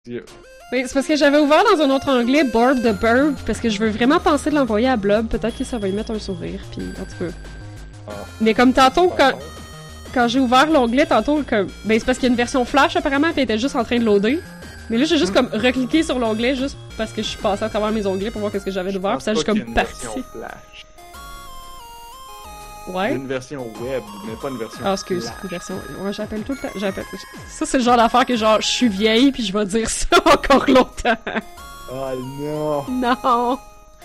Oui, c'est parce que j'avais ouvert dans un autre onglet Borb the Burb, parce que je veux vraiment penser de l'envoyer à Blob. Peut-être que ça va lui mettre un sourire, puis en tout cas. Ah. Mais comme tantôt, quand j'ai ouvert l'onglet, tantôt, comme... Ben, c'est parce qu'il y a une version flash, apparemment, puis elle était juste en train de loader. Mais là, j'ai juste comme recliqué sur l'onglet, juste parce que je suis passée à travers mes onglets pour voir qu'est-ce que j'avais d'ouvert, puis ça a juste comme parti. Flash. Ouais. Une version web, mais pas une version Ah, excuse, flash. une version... Ouais, j'appelle tout le temps... Ça, c'est le genre d'affaire que genre, je suis vieille, puis je vais dire ça encore longtemps. Oh non! Non!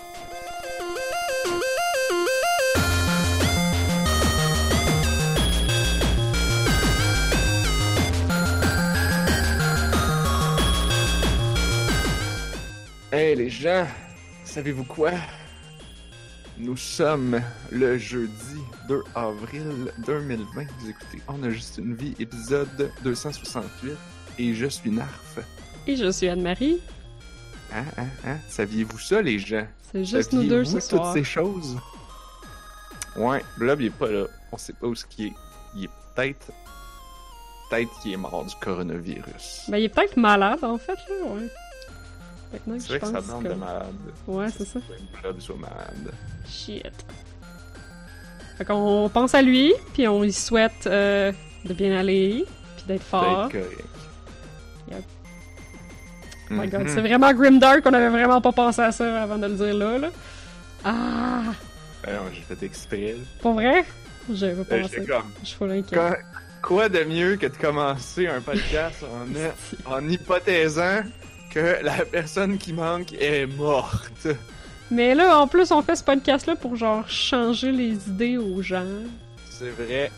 Hey les gens, savez-vous quoi? Nous sommes le jeudi 2 avril 2020. Vous écoutez On a juste une vie, épisode 268. Et je suis Narf. Et je suis Anne-Marie. Saviez-vous ça, les gens? C'est juste nous deux ce soir. Toutes ces choses? Ouais, Blob, il est pas là. On sait pas où ce qu'il est. Il est peut-être qu'il est mort du coronavirus. Ben, il est peut-être malade, en fait, là, ouais. Maintenant que C'est vrai je que ça pense demande de malade. Ouais, c'est ça. Blob soit malade. Shit. Fait qu'on pense à lui, puis on lui souhaite de bien aller, puis d'être fort. D'être correct. Yep. Oh my god, c'est vraiment grimdark, on avait vraiment pas pensé à ça avant de le dire là. Ah! Ben non, j'ai fait exprès. Pour vrai? J'avais pas pensé. J'étais comme... Je suis full inquiet. Quoi de mieux que de commencer un podcast en hypothétisant que la personne qui manque est morte? Mais là, en plus, on fait ce podcast-là pour genre changer les idées aux gens. C'est vrai.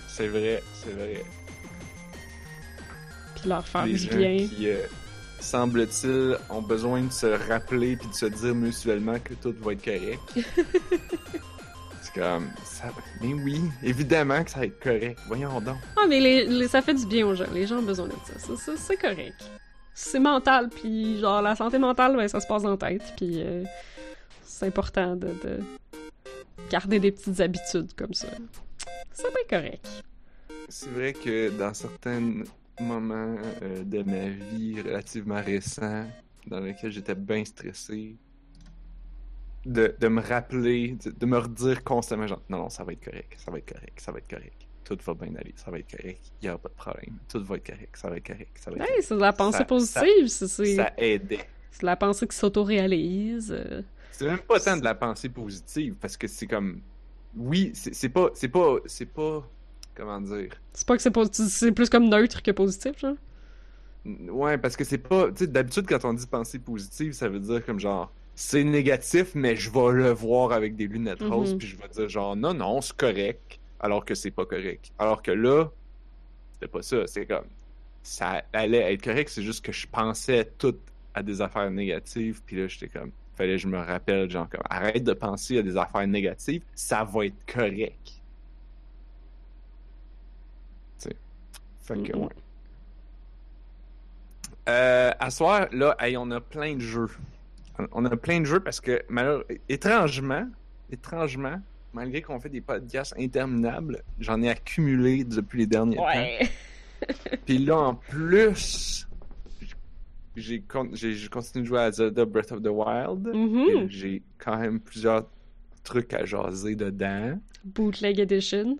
Puis leur faire Les du gens bien. qui, semble-t-il, ont besoin de se rappeler puis de se dire mutuellement que tout va être correct. C'est comme... Mais oui, évidemment que ça va être correct. Voyons donc. Ah, mais ça fait du bien aux gens. Les gens ont besoin de ça. C'est correct. C'est mental, puis genre, la santé mentale, ben, ça se passe dans la tête, puis c'est important de garder des petites habitudes comme ça. C'est bien correct. C'est vrai que dans certains moments de ma vie relativement récents, dans lesquels j'étais bien stressé, de me rappeler, de me redire constamment, genre, non, ça va être correct, ça va être correct, ça va être correct. Tout va bien aller, ça va être correct, il n'y aura pas de problème. Tout va être correct, ça va être correct, ça va être correct. Hey, c'est de la pensée positive, ça aidait. C'est de la pensée qui s'auto-réalise. C'est même pas tant de la pensée positive, parce que c'est comme... Oui, c'est pas... Comment dire? C'est pas que c'est plus comme neutre que positif, genre? Ouais, parce que c'est pas... Tu sais, d'habitude, quand on dit pensée positive, ça veut dire comme genre... C'est négatif, mais je vais le voir avec des lunettes roses, puis je vais dire genre, non, c'est correct, alors que c'est pas correct. Alors que là, c'était pas ça, c'est comme, ça allait être correct, c'est juste que je pensais tout à des affaires négatives, puis là, j'étais comme, fallait que je me rappelle, genre, comme, arrête de penser à des affaires négatives, ça va être correct. Tu sais. Fait que, ouais. À soir, là, hey, on a plein de jeux. On a plein de jeux parce que, étrangement, malgré qu'on fait des podcasts interminables, j'en ai accumulé depuis les derniers temps. Puis là, en plus, j'ai continué de jouer à Zelda Breath of the Wild. Et j'ai quand même plusieurs trucs à jaser dedans. Bootleg Edition.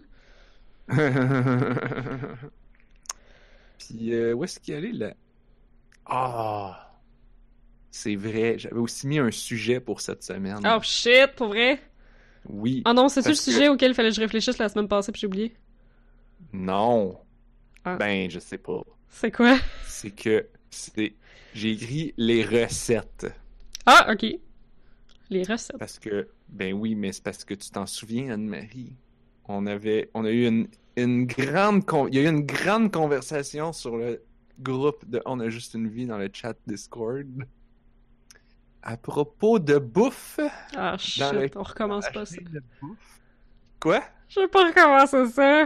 Puis, où est-ce qu'il y allait, là? Ah! C'est vrai, j'avais aussi mis un sujet pour cette semaine. Oh shit, pour vrai? Oui. Ah non, c'est-tu le sujet auquel il fallait que je réfléchisse la semaine passée puis j'ai oublié? Non. Ah. Ben, je sais pas. C'est quoi? C'est que j'ai écrit les recettes. Ah, ok. Les recettes. Parce que, ben oui, mais c'est parce que tu t'en souviens, Anne-Marie. On a eu une grande il y a eu une grande conversation sur le groupe de On a juste une vie dans le chat Discord. À propos de bouffe. Ah shit, on recommence pas ça. Quoi? Je vais pas recommencer ça.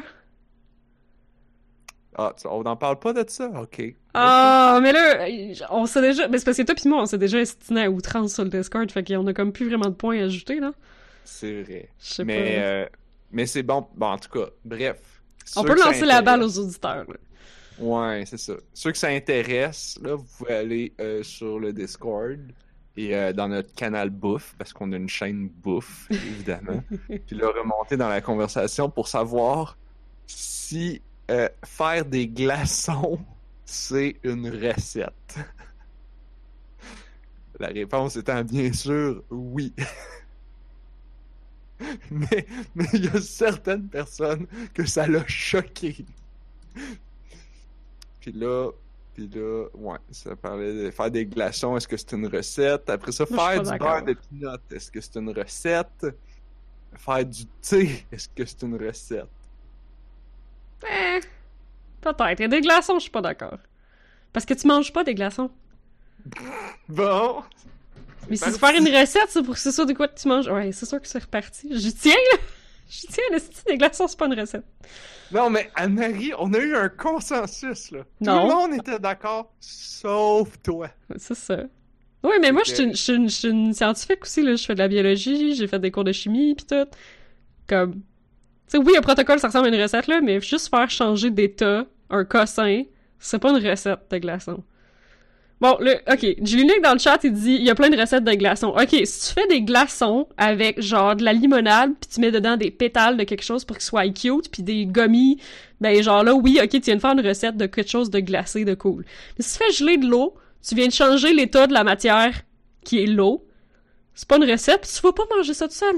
Ah, on n'en parle pas de ça? Ok. Ah, mais là, on sait déjà... Mais c'est parce que toi pis moi, on s'est déjà estiné à outrance sur le Discord, fait qu'on a comme plus vraiment de points à ajouter, là. C'est vrai. Je sais pas. Mais c'est bon. Bon, en tout cas, bref. On peut lancer la balle aux auditeurs, là. Ouais, c'est ça. Ceux que ça intéresse, là, vous pouvez aller sur le Discord et dans notre canal bouffe, parce qu'on a une chaîne bouffe, évidemment. Puis là, remonter dans la conversation pour savoir si faire des glaçons, c'est une recette. La réponse étant bien sûr oui. mais il y a certaines personnes que ça l'a choqué. Puis là, ouais, ça parlait de faire des glaçons, est-ce que c'est une recette? Après ça, Moi, je suis faire pas du d'accord. beurre de pinot, est-ce que c'est une recette? Faire du thé, est-ce que c'est une recette? Peut-être. Et des glaçons, je suis pas d'accord. Parce que tu manges pas des glaçons. Bon! Mais si parti. tu faire une recette, c'est pour que c'est sûr de quoi tu manges. Ouais, c'est sûr que c'est reparti. J'y tiens, là! J'y tiens, le style des glaçons, c'est pas une recette. Non, mais Anne-Marie, on a eu un consensus, là. Non. Tout le monde était d'accord, sauf toi. C'est ça. Oui, mais moi, Ok. je suis une scientifique aussi, là. Je fais de la biologie, j'ai fait des cours de chimie, pis tout. Comme... Tu sais, oui, un protocole, ça ressemble à une recette, là, mais juste faire changer d'état un cossin, c'est pas une recette de glaçons. Bon, ok, Julinique dans le chat, il dit, il y a plein de recettes de glaçons. Ok, si tu fais des glaçons avec, genre, de la limonade, puis tu mets dedans des pétales de quelque chose pour qu'ils soient cute, puis des gommis, ben genre là, oui, ok, tu viens de faire une recette de quelque chose de glacé, de cool. Mais si tu fais geler de l'eau, tu viens de changer l'état de la matière qui est l'eau, c'est pas une recette, puis tu vas pas manger ça tout seul.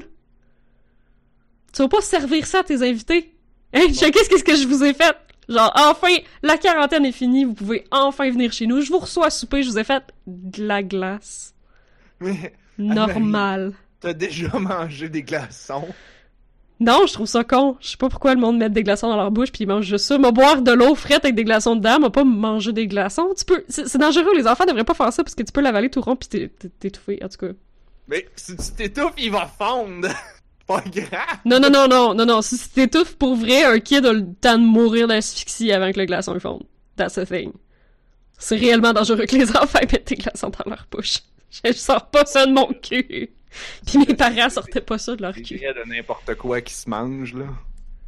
Tu vas pas servir ça à tes invités. Hein, checkez ce que je vous ai fait. Genre, enfin, la quarantaine est finie, vous pouvez enfin venir chez nous. Je vous reçois à souper, je vous ai fait de la glace. Mais Normal. t'as déjà mangé des glaçons? Non, je trouve ça con. Je sais pas pourquoi le monde met des glaçons dans leur bouche puis ils mangent juste ça. M'a boire de l'eau frette avec des glaçons dedans, m'a pas manger des glaçons. Tu peux... C'est dangereux, les enfants devraient pas faire ça parce que tu peux l'avaler tout rond pis t'étouffer, en tout cas. Mais si tu t'étouffes, il va fondre! Pas grave! Non. Si tu t'étouffes pour vrai, un kid a le temps de mourir d'asphyxie avant que le glaçon le fonde. That's the thing. C'est réellement dangereux que les enfants mettent des glaçons dans leur bouche. Je sors pas ça de mon cul. Puis mes parents sortaient pas ça de leur C'est cul. vrai de n'importe quoi qui se mange, là.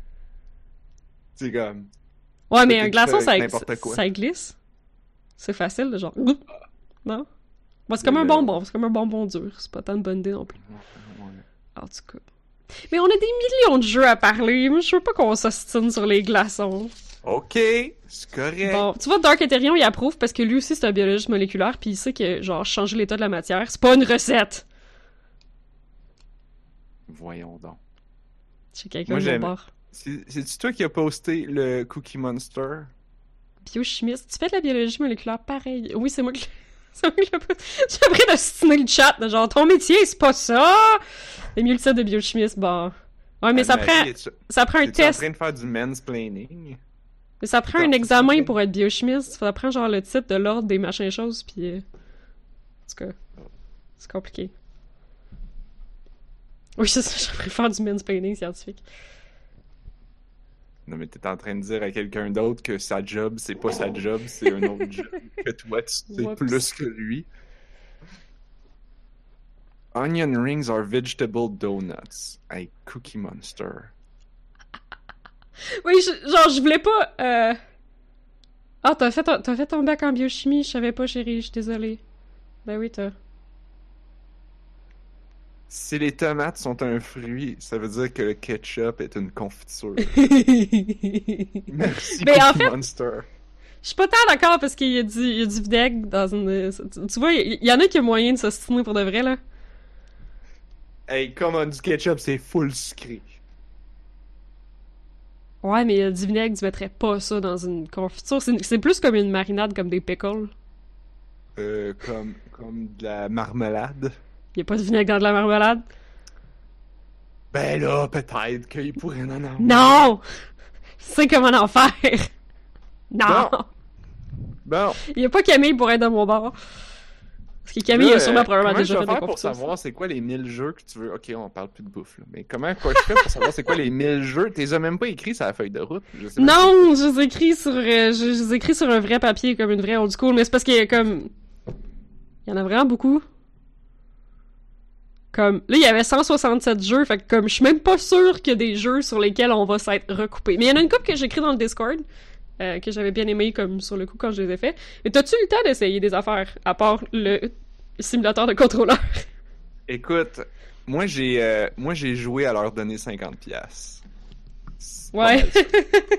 C'est comme... Ouais, mais Peut-être un glaçon, avec n'importe quoi. ça glisse. C'est facile, de genre... Non? Bon, c'est comme un bonbon. C'est comme un bonbon dur. C'est pas tant de bonne idée non plus. En tout cas. Mais on a des millions de jeux à parler. Moi, je veux pas qu'on s'ostine sur les glaçons. Ok, c'est correct. Bon, tu vois, Dark Ethereum, il approuve parce que lui aussi, c'est un biologiste moléculaire, puis il sait que, genre, changer l'état de la matière, c'est pas une recette. Voyons donc. J'ai quelqu'un Moi, de mon j'aime- bord. C'est-tu toi qui as posté le Cookie Monster? Biochimiste. Tu fais de la biologie moléculaire pareil. Oui, c'est moi qui c'est moi qui l'ai pas... J'ai appris d'ostiner le chat, de genre, ton métier, c'est pas ça! Les mieux le titre de biochimiste, bon... Ouais, mais ça prend un T'es en test. train de faire du mansplaining? Mais ça prend un examen pour être biochimiste. Ça prend genre le titre de l'ordre des machins choses, puis... En tout cas, c'est compliqué. Oui, c'est ça, je préfère du mansplaining scientifique. Non, mais t'es en train de dire à quelqu'un d'autre que sa job, c'est pas sa job, c'est un autre job. Que toi, tu sais Whoops. plus que lui. Onion rings are vegetable donuts. Hey, Cookie Monster. Oui, genre, je voulais pas... Ah, t'as fait ton bac en biochimie, je savais pas, chérie, je suis désolée. Ben oui, t'as... Si les tomates sont un fruit, ça veut dire que le ketchup est une confiture. Merci, Mais en Cookie fait- Monster. Je suis pas tant d'accord parce qu'il y a du vinaigre dans une... Tu vois, il y en a qui a moyen de s'ostiner pour de vrai, là. Hey, comment du ketchup, c'est full sucré. Ouais, mais il y a du vinaigre, tu mettrais pas ça dans une confiture. C'est plus comme une marinade, comme des pickles. Comme de la marmelade. Il y a pas de vinaigre dans de la marmelade. Ben là, peut-être qu'il pourrait en avoir. Non! Je sais comment en faire! Non! Bon. Il y a pas Camille pour être dans mon bord. Parce que Camille a sûrement probablement comment déjà je fait vais des faire pour confitures. savoir c'est quoi les 1000 jeux que tu veux? Ok, on parle plus de bouffe, là. Mais comment quoi je fais pour savoir c'est quoi les 1000 jeux? T'es as même pas écrit sur la feuille de route. Je sais même Non, je les écris sur, je les écris sur un vrai papier, comme une vraie old school, mais c'est parce qu'il y a comme... Il y en a vraiment beaucoup. Comme, là, il y avait 167 jeux, fait que comme, je suis même pas sûre qu'il y a des jeux sur lesquels on va s'être recoupé. Mais il y en a une couple que j'écris dans le Discord, que j'avais bien aimé comme sur le coup quand je les ai faits. Mais t'as-tu eu le temps d'essayer des affaires, à part le simulateur de contrôleur? Écoute, moi j'ai joué à leur donner 50$. C'est pas Ouais. mal ça.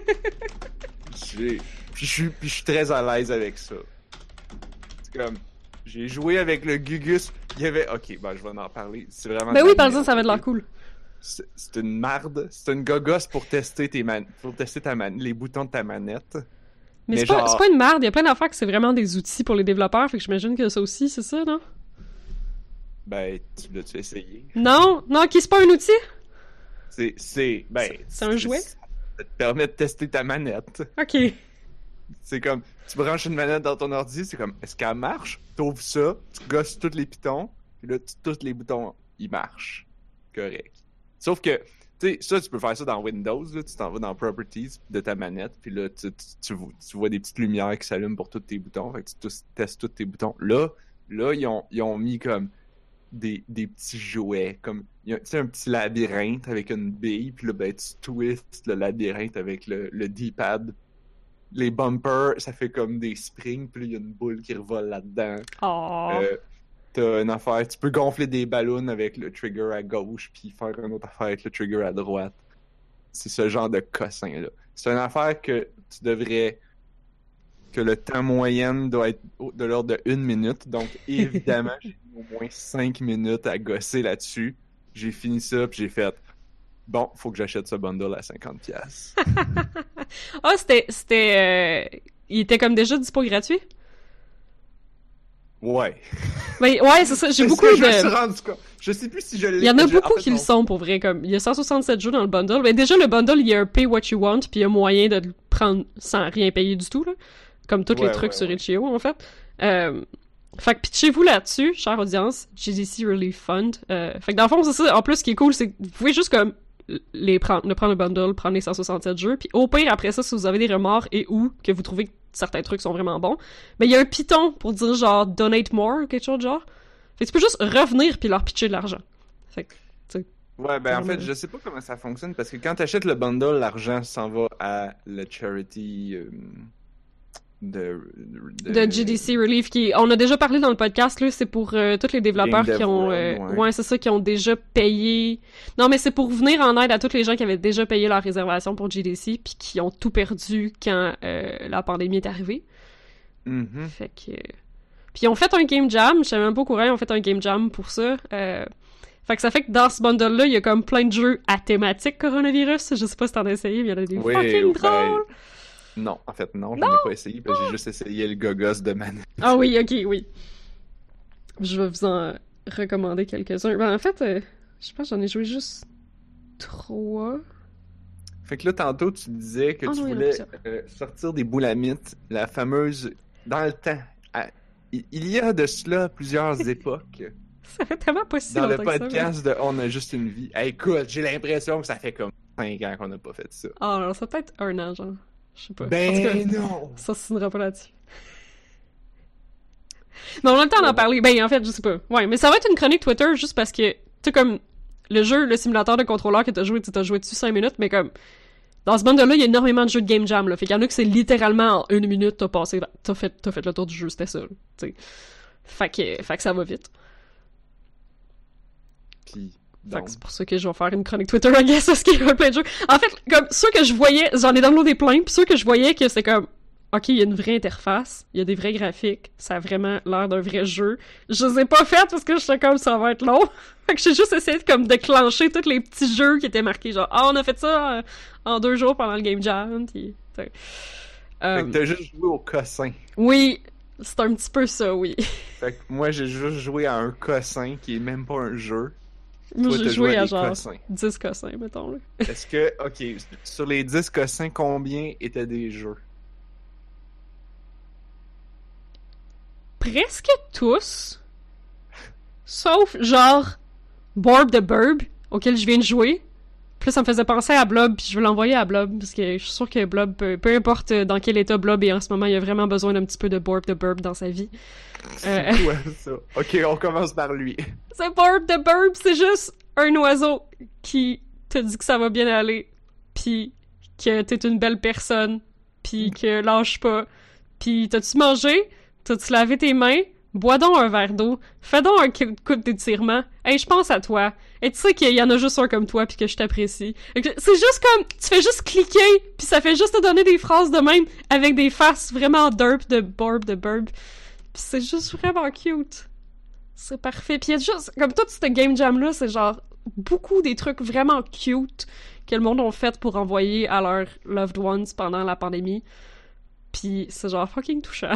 Puis je suis très à l'aise avec ça. C'est comme, j'ai joué avec le Gugus, il y avait... Ok, ben je vais en parler, c'est vraiment... Ben oui, par exemple, ça avait de l'air cool. C'est une marde, c'est une gogosse pour tester les boutons de ta manette. Mais c'est pas une merde, il y a plein d'affaires que c'est vraiment des outils pour les développeurs, fait que j'imagine que ça aussi, c'est ça, non? Ben, tu l'as-tu essayé? Non, c'est pas un outil? C'est un jouet? Ça te permet de tester ta manette. Ok. C'est comme, tu branches une manette dans ton ordi, c'est comme, est-ce qu'elle marche? T'ouvres ça, tu gosses tous les pitons, puis là, tous les boutons, ils marchent. Correct. Sauf que, tu sais, ça, tu peux faire ça dans Windows, là, tu t'en vas dans Properties de ta manette, puis là, tu vois des petites lumières qui s'allument pour tous tes boutons, fait que tu testes tous tes boutons. Là, ils ont mis comme des petits jouets, comme, tu sais, un petit labyrinthe avec une bille, puis là, ben, tu twists le labyrinthe avec le D-pad. Les bumpers, ça fait comme des springs, puis là, il y a une boule qui revole là-dedans. Oh. T'as une affaire, tu peux gonfler des ballons avec le trigger à gauche, puis faire une autre affaire avec le trigger à droite. C'est ce genre de cossin-là. C'est une affaire que tu devrais... que le temps moyen doit être de l'ordre de 1 minute, donc évidemment, j'ai mis au moins 5 minutes à gosser là-dessus. J'ai fini ça, puis j'ai fait... Bon, faut que j'achète ce bundle à 50$. Ah, c'était... Il était comme déjà dispo gratuit? Ouais. Ben, ouais, c'est ça, j'ai beaucoup Je me suis rendu compte. Je sais plus si je l'ai... Il y en a beaucoup qui le sont, pour vrai, comme... Il y a 167 jeux dans le bundle. Ben, déjà, le bundle, il y a un pay what you want, puis il y a moyen de le prendre sans rien payer du tout, là. Comme tous les trucs sur Itch.io, en fait. Fait que pitchez-vous là-dessus, chère audience, GDC Relief Fund. Fait que dans le fond, c'est ça. En plus, ce qui est cool, c'est que vous pouvez juste comme prendre le bundle, prendre les 167 jeux, puis au pire, après ça, si vous avez des remords et ou que vous trouvez que certains trucs sont vraiment bons, ben il y a un piton pour dire genre « donate more » ou quelque chose de genre. Fait que tu peux juste revenir puis leur pitcher de l'argent. Fait que, tu sais... Ouais, ben en fait, je sais pas comment ça fonctionne, parce que quand t'achètes le bundle, l'argent s'en va à la charity... de GDC Relief on a déjà parlé dans le podcast là, c'est pour tous les développeurs qui ont c'est ça, qui ont déjà payé. Non, mais c'est pour venir en aide à tous les gens qui avaient déjà payé leur réservation pour GDC puis qui ont tout perdu quand la pandémie est arrivée. Mm-hmm. Fait que puis ils ont fait un game jam, je savais même pas au courant, ils ont fait un game jam pour ça. Fait que ça fait que dans ce bundle-là, il y a comme plein de jeux à thématique coronavirus. Je sais pas si t'en as essayé, mais il y en a des fucking drôles. Non, en fait, non, je n'ai pas essayé, parce que j'ai juste essayé le gogos de manette. Ah oui, ok, oui. Je vais vous en recommander quelques-uns. Ben, en fait, je pense que j'en ai joué juste 3. Fait que là, tantôt, tu disais que tu voulais sortir des boulamites, la fameuse... Dans le temps, il y a de cela plusieurs époques. Ça fait tellement pas si dans longtemps le podcast de On a juste une vie. Hey, écoute, j'ai l'impression que ça fait comme 5 ans qu'on n'a pas fait ça. Ah non, ça peut être 1 an, genre. Je sais pas. Ben non! Ça se signera pas là-dessus. Mais on a le temps d'en parler. Ben, en fait, je sais pas. Ouais, mais ça va être une chronique Twitter juste parce que, tu sais, comme, le simulateur de contrôleur que t'as joué dessus 5 minutes, mais comme, dans ce bundle-là, il y a énormément de jeux de game jam, là. Fait qu'il y en a que c'est littéralement en 1 minute, t'as fait le tour du jeu, c'était ça, tu sais. Fait que ça va vite. Puis... Fait que c'est pour ça que je vais faire une chronique Twitter, I guess, parce qu'il y a plein de jeux. En fait, comme, ceux que je voyais, j'en ai downloadé plein, pis ceux que je voyais que c'est comme, ok, il y a une vraie interface, il y a des vrais graphiques, ça a vraiment l'air d'un vrai jeu. Je les ai pas faites parce que j'étais comme, ça va être long. Fait que j'ai juste essayé de, comme, déclencher tous les petits jeux qui étaient marqués, genre, on a fait ça en 2 jours pendant le Game Jam, pis, fait que t'as juste joué au cossin. Oui, c'est un petit peu ça, oui. Fait que moi, j'ai juste joué à un cossin qui est même pas un jeu. Moi, j'ai joué à genre cossins. 10 cossins, mettons, là. Est-ce que, ok, sur les 10 cossins, combien étaient des jeux? Presque tous. Sauf, genre, Borb the Burb, auquel je viens de jouer. Puis là, ça me faisait penser à Blob, puis je veux l'envoyer à Blob, parce que je suis sûre que Blob, peu importe dans quel état Blob est en ce moment, il a vraiment besoin d'un petit peu de Borb the Burb dans sa vie. C'est quoi ça? Ok, on commence par lui. C'est Borb the Burb, c'est juste un oiseau qui te dit que ça va bien aller, puis que t'es une belle personne, pis que lâche pas. Pis t'as-tu mangé? T'as-tu lavé tes mains? Bois donc un verre d'eau. Fais donc un coup d'étirement. Hey, je pense à toi. Et tu sais qu'il y en a juste un comme toi pis que je t'apprécie. C'est juste comme, tu fais juste cliquer pis ça fait juste te donner des phrases de même avec des faces vraiment derp de burb. Pis c'est juste vraiment cute. C'est parfait. Pis y a juste, comme tout ce game jam-là, c'est genre beaucoup des trucs vraiment cute que le monde ont fait pour envoyer à leurs loved ones pendant la pandémie. Pis c'est genre fucking touchant.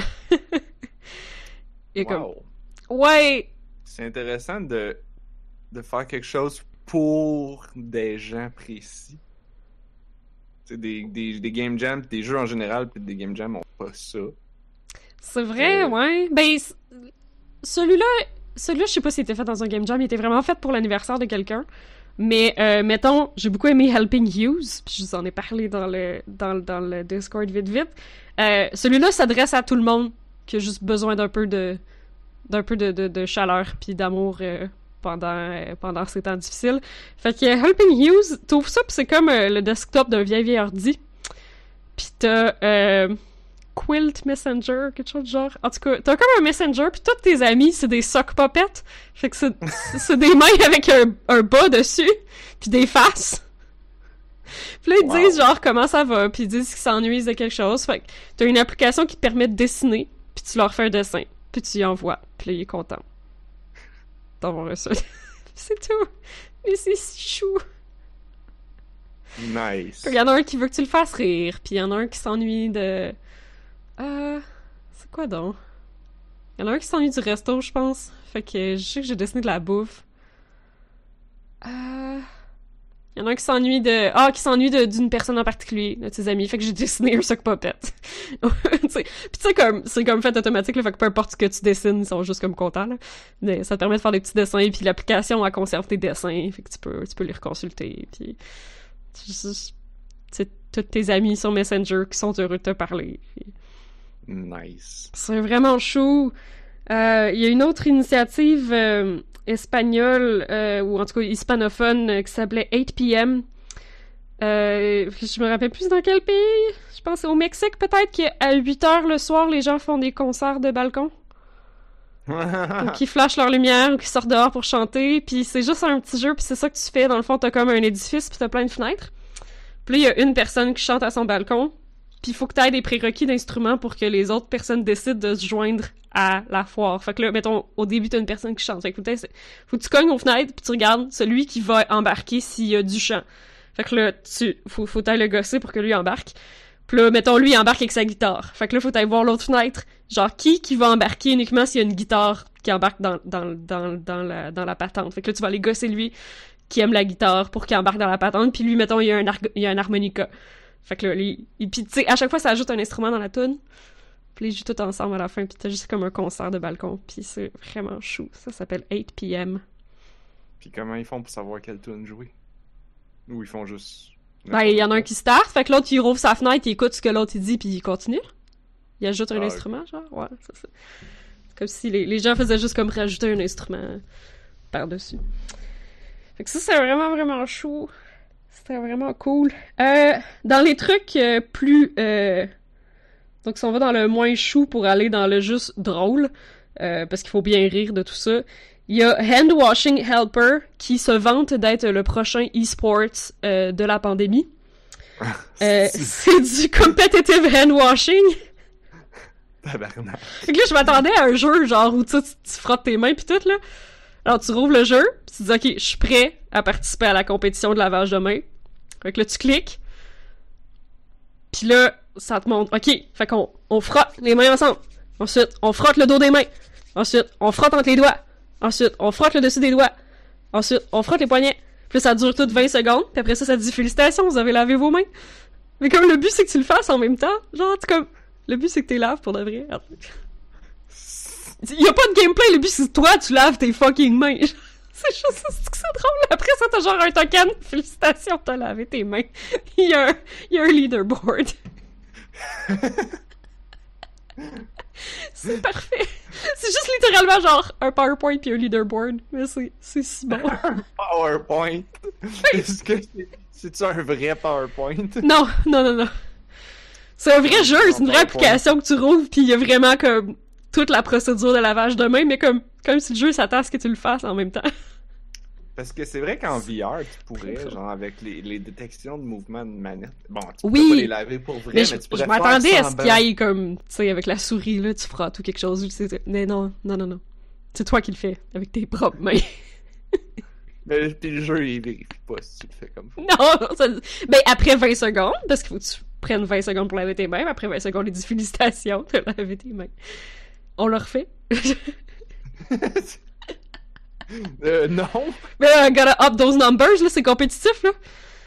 Et comme... Ouais! C'est intéressant de faire quelque chose pour des gens précis. Tu sais, des game jams, des jeux en général, pis des game jams ont pas ça. C'est vrai, ouais. Ben, celui-là, je sais pas s'il était fait dans un game jam, il était vraiment fait pour l'anniversaire de quelqu'un. Mais, mettons, j'ai beaucoup aimé Helping Hughes, puis je vous en ai parlé dans le Discord vite. Celui-là s'adresse à tout le monde qui a juste besoin d'un peu de chaleur puis d'amour pendant ces temps difficiles. Fait que Helping Hughes, t'ouvres ça pis c'est comme le desktop d'un vieil ordi. Pis t'as Quilt Messenger, quelque chose du genre. En tout cas, t'as comme un Messenger pis tous tes amis, c'est des sock puppets. Fait que c'est des mains avec un bas dessus pis des faces. Pis là, ils te disent genre comment ça va, pis ils disent qu'ils s'ennuient de quelque chose. Fait que t'as une application qui te permet de dessiner, pis tu leur fais un dessin, pis tu y envoies. Pis là, il est content d'avoir reçu. C'est tout. Mais c'est si chou. Nice. Il y en a un qui veut que tu le fasses rire, pis il y en a un qui s'ennuie de... c'est quoi donc? Il y en a un qui s'ennuie du resto, je pense. Fait que je sais que j'ai dessiné de la bouffe. Il y en a un qui s'ennuie d'une personne en particulier, de tes amis. Fait que j'ai dessiné un sock puppet. Pis tu sais, comme, c'est comme fait automatique, là, fait que peu importe ce que tu dessines, ils sont juste comme contents, là. Mais ça te permet de faire des petits dessins, puis l'application, elle conserve tes dessins, fait que tu peux les reconsulter, puis... C'est tous tes amis sur Messenger qui sont heureux de te parler. Puis... Nice. C'est vraiment chou. Il y a une autre initiative espagnole, ou en tout cas hispanophone, qui s'appelait 8 p.m. Je me rappelle plus dans quel pays. Je pense au Mexique peut-être, qu'à 8h le soir, les gens font des concerts de balcon. Ou qui flashent leur lumière, ou qui sortent dehors pour chanter, puis c'est juste un petit jeu, puis c'est ça que tu fais. Dans le fond, t'as comme un édifice, puis t'as plein de fenêtres. Puis là, il y a une personne qui chante à son balcon, puis il faut que t'aies des prérequis d'instruments pour que les autres personnes décident de se joindre à la foire. Fait que là, mettons, au début, t'as une personne qui chante. Fait que faut que tu cognes aux fenêtres, puis tu regardes celui qui va embarquer s'il y a du chant. Fait que là, faut t'aller le gosser pour que lui embarque. Puis là, mettons, lui, il embarque avec sa guitare. Fait que là, faut aller voir l'autre fenêtre. Genre, qui va embarquer uniquement s'il y a une guitare qui embarque dans la patente. Fait que là, tu vas aller gosser lui, qui aime la guitare, pour qu'il embarque dans la patente. Puis lui, mettons, il y a un harmonica. Fait que là, puis tu sais, à chaque fois, ça ajoute un instrument dans la toune. Puis ils jouent tout ensemble à la fin. Puis t'as juste comme un concert de balcon. Puis c'est vraiment chou. Ça s'appelle 8 p.m. Puis comment ils font pour savoir quelle tune jouer? Ou ils font juste... Ben, il y en a un qui start, fait que l'autre, il rouvre sa fenêtre, il écoute ce que l'autre, il dit, puis il continue. Il ajoute un instrument, genre. Ouais, c'est ça. C'est comme si les gens faisaient juste comme rajouter un instrument par-dessus. Fait que ça, c'est vraiment, vraiment chou. C'était vraiment cool. Dans les trucs plus... Donc, si on va dans le moins chou pour aller dans le juste drôle, parce qu'il faut bien rire de tout ça, il y a Hand Washing Helper qui se vante d'être le prochain e-sport de la pandémie. C'est du competitive hand washing. Tabarnak. Fait que là, je m'attendais à un jeu genre où tu frottes tes mains pis tout, là. Alors, tu rouvres le jeu, pis tu dis « Ok, je suis prêt à participer à la compétition de lavage de mains. » Fait que là, tu cliques. Pis là, ça te montre « Ok, fait qu'on frotte les mains ensemble. Ensuite, on frotte le dos des mains. Ensuite, on frotte entre les doigts. Ensuite, on frotte le dessus des doigts. Ensuite, on frotte les poignets. Puis là, ça dure tout 20 secondes. Puis après ça dit « Félicitations, vous avez lavé vos mains. » Mais comme le but, c'est que tu le fasses en même temps. Genre, tu comme... Le but, c'est que tu laves pour de vrai. Il y a pas de gameplay, le but, c'est que toi, tu laves tes fucking mains. C'est juste ça, c'est que c'est drôle. Après ça, t'as genre un token. Félicitations, t'as lavé tes mains. Il y a un leaderboard. C'est parfait. C'est juste littéralement genre un PowerPoint puis un leaderboard. Mais c'est si bon. Un PowerPoint? Est-ce que c'est-tu un vrai PowerPoint? Non. C'est un vrai jeu, c'est une vraie application que tu rouvres, pis il y a vraiment comme toute la procédure de lavage de main, mais comme si le jeu s'attend à ce que tu le fasses en même temps. Parce que c'est vrai qu'en VR, tu pourrais, genre, avec les détections de mouvement de manette, bon, tu Oui. peux pas les laver pour vrai, mais tu pourrais je m'attendais faire à ce qu'il y ait comme, tu sais, avec la souris, là, tu feras tout quelque chose, mais non. C'est toi qui le fais, avec tes propres mains. Mais puis le jeu, il vérifie pas si tu le fais comme faut. Non, ben après 20 secondes, parce qu'il faut que tu prennes 20 secondes pour laver tes mains, après 20 secondes, il dit félicitations de laver tes mains. On le refait. Non. Mais gotta up those numbers, là, c'est compétitif, là.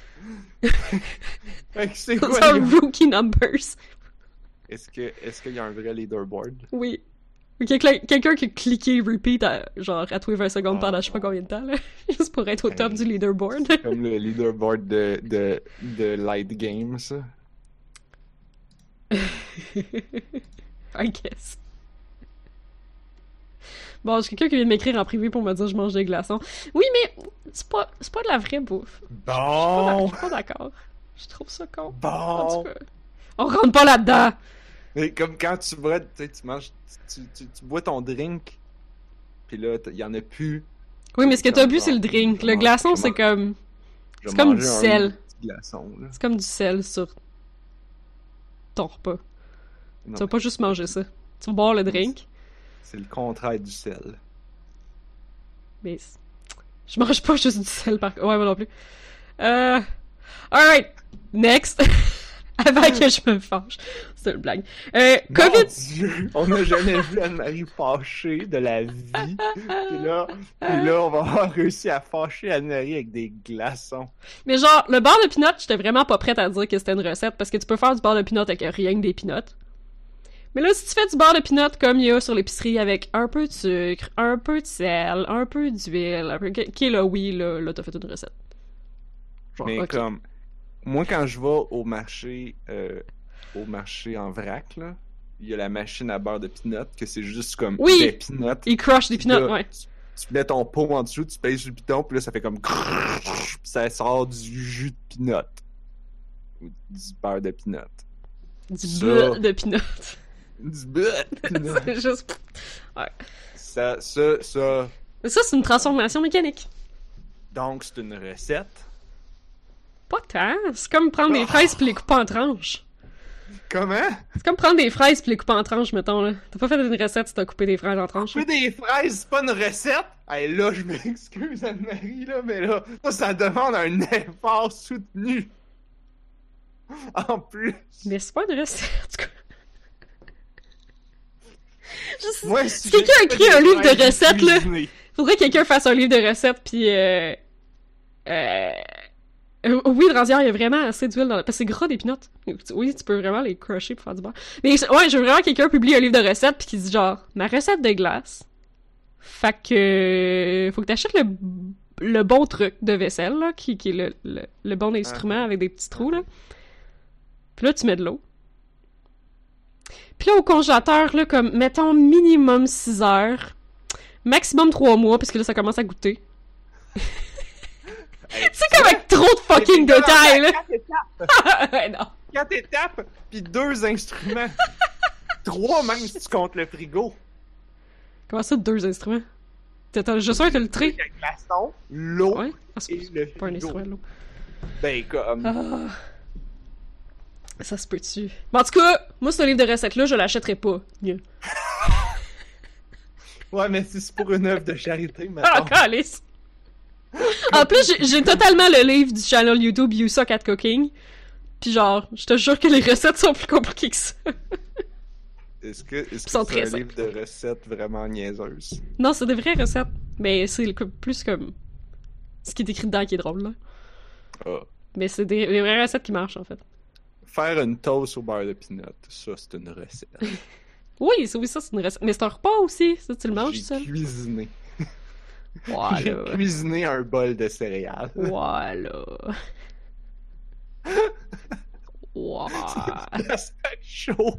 C'est Those quoi, are les gars? rookie numbers. Est-ce qu'il y a un vrai leaderboard? Oui. Quelqu'un qui a cliqué repeat genre à tous les 20 secondes pendant je sais pas combien de temps, là. Juste pour être au top du leaderboard. Comme le leaderboard de Light Game, ça. I guess. Bon, j'ai quelqu'un qui vient de m'écrire en privé pour me dire que je mange des glaçons. Oui, mais c'est pas de la vraie bouffe. Bon! Je suis pas d'accord. Je trouve ça con. Bon! En tout cas, on rentre pas là-dedans! Mais comme quand tu bois, tu sais, tu manges, tu bois ton drink, pis là, il y en a plus. Oui, mais ce que t'as bu, c'est le drink. Le glaçon, c'est comme... C'est comme du sel. Glaçon, là. C'est comme du sel sur ton repas. Non, Tu vas pas juste manger ça. Tu vas boire le drink. c'est le contraire du sel. Mais je mange pas juste du sel par contre. Ouais, moi non plus. Alright. Next. Avant que je me fâche. C'est une blague. COVID. Mon Dieu, on n'a jamais vu Anne-Marie fâchée de la vie. Puis là, on va avoir réussi à fâcher Anne-Marie avec des glaçons. Mais genre, le beurre de pinot, j'étais vraiment pas prête à dire que c'était une recette parce que tu peux faire du beurre de pinot avec rien que des pinots. Mais là, si tu fais du beurre de pinot comme il y a sur l'épicerie avec un peu de sucre, un peu de sel, un peu d'huile, qui est là, oui, là, t'as fait une recette. Genre, Mais okay. comme, moi, quand je vais au marché en vrac, là, il y a la machine à beurre de pinot, que c'est juste comme des pinottes. Il crush des pinottes, ouais. Tu mets ton pot en dessous, tu pèses sur le piton, puis là, ça fait comme... Puis ça sort du jus de pinot. Ou du beurre de pinot. Du beurre de pinot. Du beurre de pinot. C'est juste... Ouais. Ça... Mais ça, c'est une transformation mécanique. Donc, c'est une recette. Pas tant. C'est comme prendre des fraises pis les couper en tranches. Comment? C'est comme prendre des fraises pis les couper en tranches, mettons, là. T'as pas fait une recette si t'as coupé des fraises en tranches. Couper des fraises, c'est pas une recette? Hey, là, je m'excuse, Anne-Marie, là, mais là, ça demande un effort soutenu. En plus. Mais c'est pas une recette, en tout cas. Moi, si quelqu'un a écrit un livre de recettes, là, faudrait que quelqu'un fasse un livre de recettes, pis oui, de ranzière, il y a vraiment assez d'huile dans... Parce que c'est gras des pinottes. Oui, tu peux vraiment les crusher pour faire du beurre. Mais ouais, je veux vraiment que quelqu'un publie un livre de recettes pis qui dit genre, ma recette de glace. Fait que... Faut que t'achètes le bon truc de vaisselle, là, qui est le bon instrument avec des petits trous, là. Puis là, tu mets de l'eau. Puis là, au congélateur, là, comme, mettons, minimum 6 heures. Maximum 3 mois, parce que là, ça commence à goûter. C'est comme avec trop de fucking détails, là! 4 étapes! Ouais, non. 4 étapes, pis 2 instruments. 3 même si tu comptes le frigo. Comment ça, 2 instruments? Je suis sûr que le trait. Le glaçon, l'eau Ouais? Ah, et le pas un frigo. instrument, l'eau. Ben, comme... Ah. Ça se peut-tu? Mais en tout cas, moi, ce livre de recettes-là, je l'achèterai pas. Yeah. Ouais, mais si c'est pour une œuvre de charité, Ah, maintenant. calice! En plus, j'ai totalement le livre du channel YouTube You Suck at Cooking. Pis genre, je te jure que les recettes sont plus compliquées que ça. Est-ce que sont c'est très un simples. livre de recettes vraiment niaiseuses? Non, c'est des vraies recettes. Mais c'est plus comme ce qui est écrit dedans qui est drôle, là. Ah. Mais c'est des vraies recettes qui marchent, en fait. Faire une toast au beurre de pinot, ça, c'est une recette. Oui, ça, c'est une recette. Mais c'est un repas aussi. Ça, tu le manges, J'ai ça. cuisiné. J'ai Voilà. cuisiné un bol de céréales. Voilà. Voilà. Du gazpacho.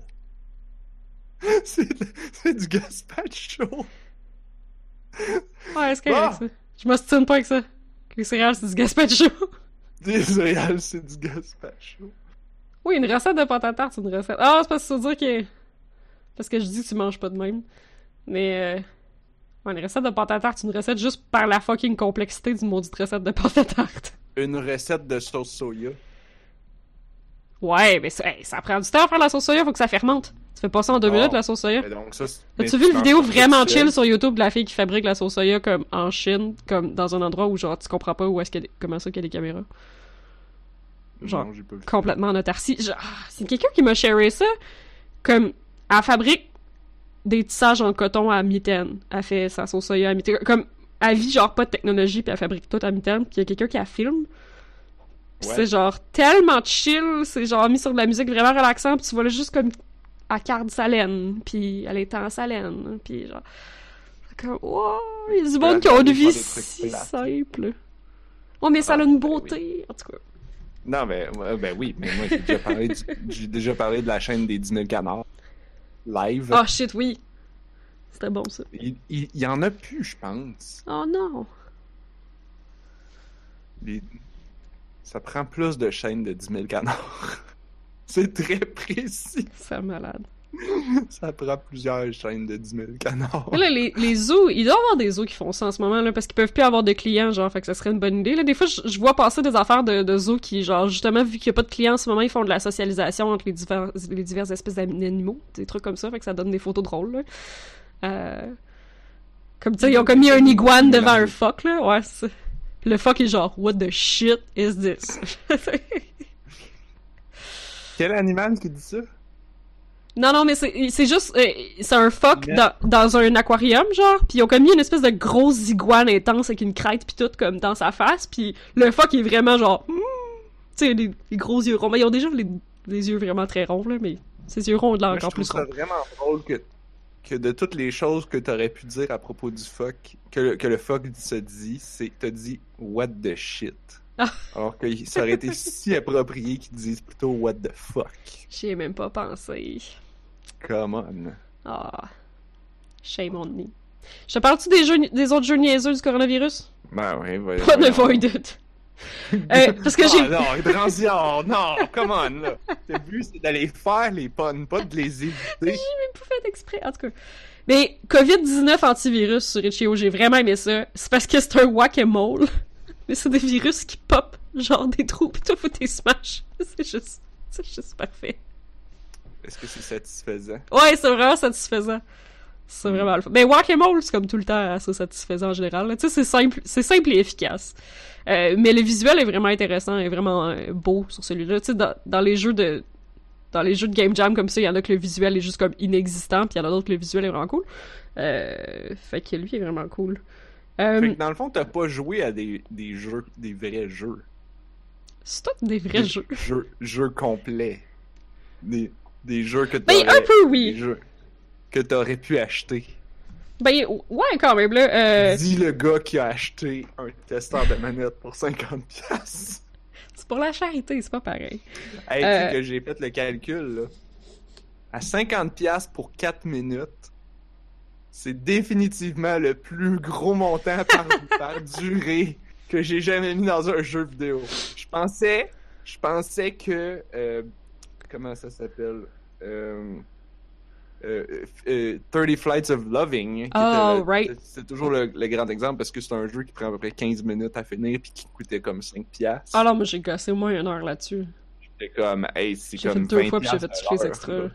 C'est du gazpacho. Ouais, c'est correct, ça. Je m'ostine pas avec ça. Les céréales, c'est du gazpacho. Des céréales, c'est du gazpacho. Oui, une recette de pâte à tarte, c'est une recette. Ah, c'est parce que ça veut dire que... Parce que je dis que tu manges pas de même. Mais, ouais, une recette de pâte à tarte, c'est une recette juste par la fucking complexité d'une maudite recette de pâte à tarte. Une recette de sauce soya. Ouais, mais ça prend du temps à faire la sauce soya, faut que ça fermente. Tu fais pas ça en 2 minutes, la sauce soya. Donc, ça, As-tu vu une vidéo vraiment chill sur YouTube de la fille qui fabrique la sauce soya comme en Chine, comme dans un endroit où genre tu comprends pas où est-ce qu'il y a comment ça qu'il y a des caméras? Genre, non, j'ai pas vu complètement en autarcie. Genre, c'est quelqu'un qui m'a sharé ça. Comme, elle fabrique des tissages en coton à mitaine. Elle fait sa sauce soya à mitaine. Comme, elle vit genre pas de technologie, puis elle fabrique tout à mitaine, puis il y a quelqu'un qui la filme. Pis c'est genre tellement chill, c'est genre mis sur de la musique vraiment relaxante, puis tu vois là juste comme elle carde sa laine, puis elle est en sa laine, puis genre... Comme, wow, il y a du monde qui ont une vie si simple. Oh, mais ça a une beauté, en tout cas. Non, mais, ben oui, mais moi, j'ai déjà parlé de la chaîne des 10 000 canards. Live. Oh shit, oui. C'était bon, ça. Il y en a plus, je pense. Oh non. Ça prend plus de chaînes de 10 000 canards. C'est très précis. C'est malade. Ça prend plusieurs chaînes de 10 000 canards. Là, les zoos, il doit y avoir des zoos qui font ça en ce moment, là, parce qu'ils peuvent plus avoir de clients, genre, fait que ça serait une bonne idée. Là, des fois, je vois passer des affaires de zoos qui, genre, justement, vu qu'il y a pas de clients en ce moment, ils font de la socialisation entre les diverses espèces d'animaux, des trucs comme ça, fait que ça donne des photos drôles, là. Comme, tu sais, ils ont comme mis un iguane devant un phoque, là, ouais, c'est... Le phoque est genre, what the shit is this? Quel animal qui dit ça? Non, mais c'est juste... c'est un phoque dans un aquarium, genre, pis ils ont comme mis une espèce de grosse iguane intense avec une crête pis tout, comme, dans sa face, pis le phoque est vraiment genre... tu sais, des gros yeux ronds. Mais ils ont déjà des yeux vraiment très ronds, là, mais ses yeux ronds ont de l'air encore plus ronds. Je trouve ça vraiment drôle que de toutes les choses que t'aurais pu dire à propos du phoque, que le phoque se dit, c'est t'as dit « what the shit ». Alors que ça aurait été si approprié qu'ils disent plutôt « what the fuck ». J'y ai même pas pensé. Come on. Ah. Shame on me. Je te parle-tu des autres jeux niaiseux du coronavirus? Ben oui, voilà. Pas de Voided. Parce que j'ai... Non, Hydrancion, non, come on, là. Le but, c'est d'aller faire les puns, pas de les éviter. J'ai même pas fait exprès, en tout cas. Mais COVID-19 antivirus sur Itch.io, j'ai vraiment aimé ça. C'est parce que c'est un whack-a-mole. Mais c'est des virus qui pop, genre des trous, pis toi, faut t'es smash. C'est juste parfait. Est-ce que c'est satisfaisant? Ouais, c'est vraiment satisfaisant. C'est vraiment le fun. Ben, whack-a-mole, c'est comme tout le temps assez satisfaisant en général. Tu sais, c'est simple et efficace. Mais le visuel est vraiment intéressant et vraiment beau sur celui-là. Tu sais, dans les jeux de Game Jam comme ça, il y en a que le visuel est juste comme inexistant, puis il y en a d'autres que le visuel est vraiment cool. Fait que lui est vraiment cool. Fait que dans le fond, t'as pas joué à des jeux, des vrais jeux. C'est tout des vrais jeux. Jeux complets. Des jeux que t'aurais... Ben, un peu, oui. Des jeux que t'aurais pu acheter. Ben, ouais, quand même, là. Dis le gars qui a acheté un testeur de manette pour 50$. C'est pour la charité, c'est pas pareil. Hey, tu sais que j'ai fait le calcul, là. À 50$ pour 4 minutes, c'est définitivement le plus gros montant par durée que j'ai jamais mis dans un jeu vidéo. Je pensais que... comment ça s'appelle? 30 Flights of Loving. Right. C'est toujours le grand exemple parce que c'est un jeu qui prend à peu près 15 minutes à finir puis qui coûtait comme 5$. Ah non, moi j'ai gossé au moins 1 heure là-dessus. J'étais comme, hey, c'est comme 20$. J'ai fait 2 fois puis j'ai fait toutes les extras.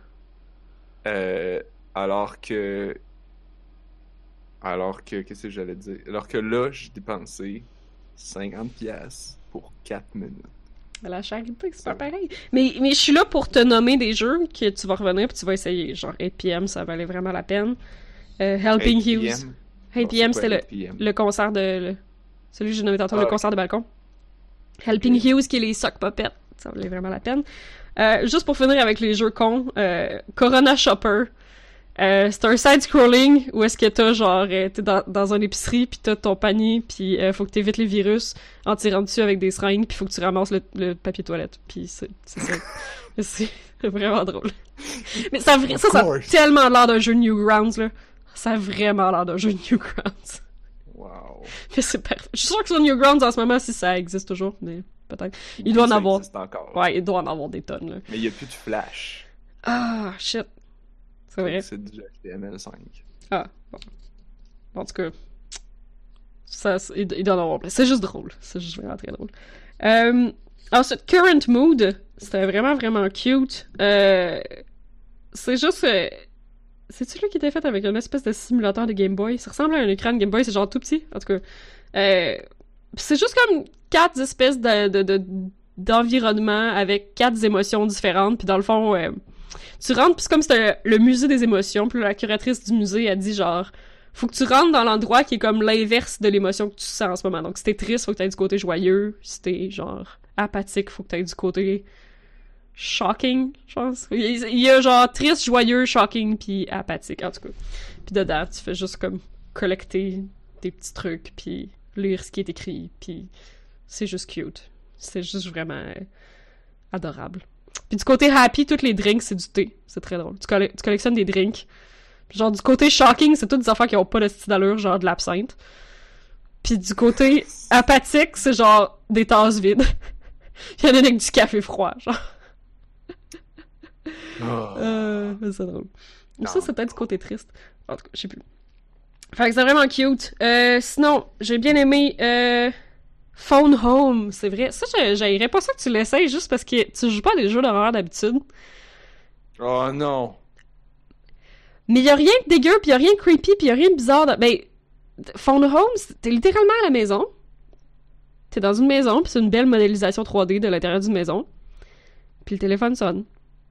Alors que, qu'est-ce que j'allais dire? Alors que là, j'ai dépensé 50$ pour 4 minutes. La charité, c'est pas pareil. Mais je suis là pour te nommer des jeux que tu vas revenir puis tu vas essayer. Genre 8PM, ça valait vraiment la peine. Helping Hughes. 8PM, c'était le concert de... celui que j'ai nommé tantôt, le concert de balcon. Helping Hughes, qui est les sock puppets. Ça valait vraiment la peine. Juste pour finir avec les jeux cons, Corona Shopper. C'est un side-scrolling où est-ce que t'as genre t'es dans une épicerie pis t'as ton panier pis faut que t'évites les virus en tirant dessus avec des seringues pis faut que tu ramasses le papier toilette pis c'est ça. C'est vraiment drôle. Mais ça a tellement l'air d'un jeu Newgrounds là. Ça a vraiment l'air d'un jeu Newgrounds. Wow. Mais c'est parfait. Je suis sûr que sur Newgrounds en ce moment si ça existe toujours mais peut-être. Il doit en Ça avoir... existe encore. Ouais, il doit en avoir des tonnes, là. Mais il n'y a plus de flash. Ah, shit. C'est vrai. C'est du HTML5. Ah, bon. En tout cas, il doit en avoir plein. C'est juste drôle. C'est juste vraiment très drôle. Ensuite, Current Mood. C'était vraiment, vraiment cute. C'est juste... C'est-tu là qui était fait avec une espèce de simulateur de Game Boy? Ça ressemble à un écran de Game Boy, c'est genre tout petit, en tout cas. C'est juste comme 4 espèces d'environnements avec 4 émotions différentes, puis dans le fond, tu rentres, puis c'est comme c'était le musée des émotions, puis la curatrice du musée a dit genre, faut que tu rentres dans l'endroit qui est comme l'inverse de l'émotion que tu sens en ce moment. Donc si t'es triste, faut que t'aies du côté joyeux, si t'es genre apathique, faut que t'aies du côté shocking, je pense. Il y a genre triste, joyeux, shocking, puis apathique, en tout cas. Puis dedans, tu fais juste comme collecter des petits trucs, puis lire ce qui est écrit, puis c'est juste cute. C'est juste vraiment adorable. Puis du côté happy, tous les drinks, c'est du thé. C'est très drôle. Tu collectionnes des drinks. Puis genre du côté shocking, c'est toutes des affaires qui ont pas de style d'allure, genre de l'absinthe. Puis du côté apathique, c'est genre des tasses vides. Il y en a avec du café froid, genre. C'est drôle. Ça, c'est peut-être du côté triste. En tout cas, je sais plus. Fait que c'est vraiment cute. Sinon, j'ai bien aimé Phone Home, c'est vrai. Ça, j'haïrais pas ça que tu l'essayes juste parce que tu joues pas à des jeux d'horreur d'habitude. Oh non! Mais y a rien de dégueu, pis y a rien de creepy, pis y a rien de bizarre. Ben, Phone Home, t'es littéralement à la maison. T'es dans une maison, pis c'est une belle modélisation 3D de l'intérieur d'une maison. Puis le téléphone sonne.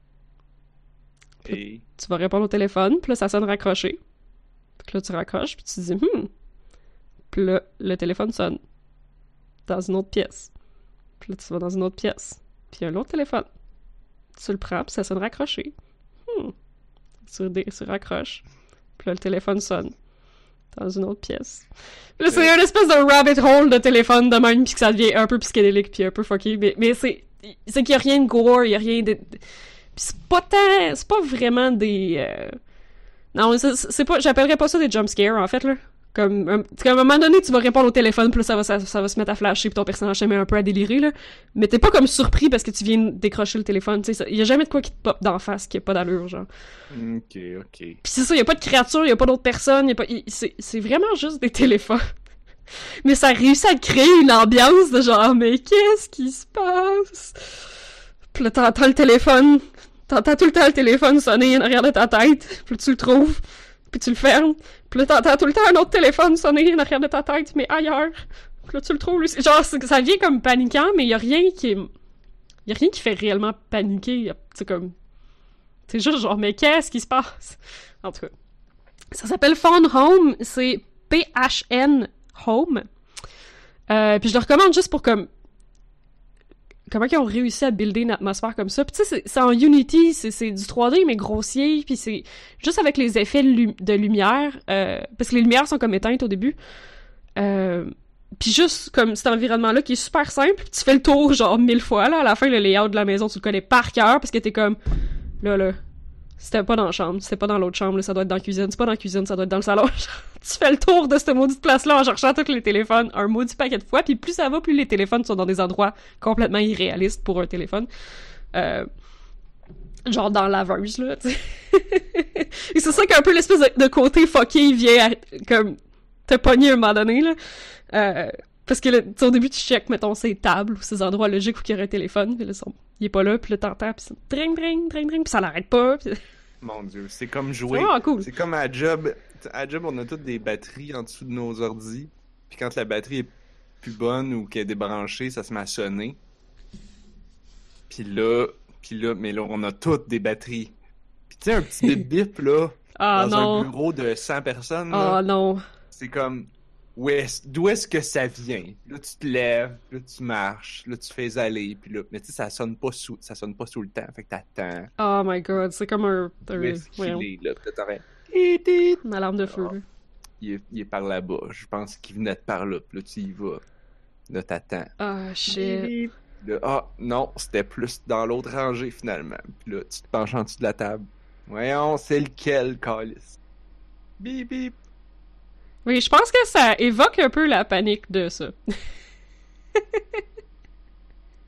Et... Tu vas répondre au téléphone, puis là, ça sonne raccroché. Puis là, tu raccroches, puis tu te dis « Puis là, le téléphone sonne. Dans une autre pièce. Puis là, tu vas dans une autre pièce. Puis il y a un autre téléphone. Tu le prends, puis ça sonne raccroché. Tu raccroches. Puis là, le téléphone sonne. Dans une autre pièce. Puis là, c'est une espèce de rabbit hole de téléphone de même, puis que ça devient un peu psychédélique, puis un peu fucky. Mais c'est qu'il y a rien de gore, il y a rien de... Puis c'est pas vraiment des... Non, c'est pas... J'appellerais pas ça des jumpscares, en fait, là. Comme à un moment donné, tu vas répondre au téléphone, puis là, ça va se mettre à flasher, puis ton personnage se met un peu à délirer, là. Mais t'es pas comme surpris parce que tu viens décrocher le téléphone, tu sais. Y a jamais de quoi qui te pop d'en face, qui a pas d'allure, genre. Ok. Puis c'est ça, y a pas de créature, y a pas d'autres personnes, c'est vraiment juste des téléphones. Mais ça réussit à créer une ambiance de genre, mais qu'est-ce qui se passe? Puis là, t'entends le téléphone, t'entends tout le temps le téléphone sonner en arrière de ta tête, puis tu le trouves, puis tu le fermes, puis là, t'entends tout le temps un autre téléphone sonner en arrière de ta tête, mais ailleurs, puis là, tu le trouves, genre, ça vient comme paniquant, mais y a rien qui fait réellement paniquer, c'est comme, c'est juste genre, mais qu'est-ce qui se passe? En tout cas, ça s'appelle Phone Home, c'est PHN Home, puis je le recommande juste pour comme, comment ils ont réussi à builder une atmosphère comme ça. Puis tu sais, c'est en Unity, c'est du 3D, mais grossier, puis c'est juste avec les effets de lumière, parce que les lumières sont comme éteintes au début. Puis juste comme cet environnement-là qui est super simple, puis tu fais le tour genre 1000 fois, là, à la fin, le layout de la maison, tu le connais par cœur, parce que t'es comme, là, c'était pas dans la chambre, c'était pas dans l'autre chambre, là, ça doit être dans la cuisine, c'est pas dans la cuisine, ça doit être dans le salon. Tu fais le tour de cette maudite place-là en cherchant tous les téléphones un maudit paquet de fois, puis plus ça va, plus les téléphones sont dans des endroits complètement irréalistes pour un téléphone. Genre dans la laveuse, là, tu sais. Et c'est ça qu'un peu l'espèce de côté fucké vient comme te pogner à un moment donné, là. Parce que là, au début, tu checkes, mettons, ces tables ou ces endroits logiques où il y aurait un téléphone, puis là, il est pas là, puis là, t'entends, puis c'est dring, dring, dring, dring, puis ça l'arrête pas, puis... Mon Dieu, c'est comme jouer. C'est vraiment cool. C'est comme à job. À job, on a toutes des batteries en dessous de nos ordis. Puis quand la batterie est plus bonne ou qu'elle est débranchée, ça se met à sonner. Puis là, mais là, on a toutes des batteries. Puis tu sais, un petit bip là, dans un bureau de 100 personnes, là, Ah non. c'est comme, d'où est-ce que ça vient? Là, tu te lèves, là, tu marches, là, tu fais aller, puis là, mais tu sais, ça sonne pas sous le temps, fait que t'attends. Oh my god, c'est comme un... Là, peut-être t'aurais... Une alarme de feu, là. Il est par là-bas. Je pense qu'il venait de par là. Puis là, tu y vas. Là, t'attends. Ah, shit. Là, non, c'était plus dans l'autre rangée, finalement. Puis là, tu te penches en dessous de la table. Voyons, c'est lequel, calice? Bip, bip. Oui, je pense que ça évoque un peu la panique de ça.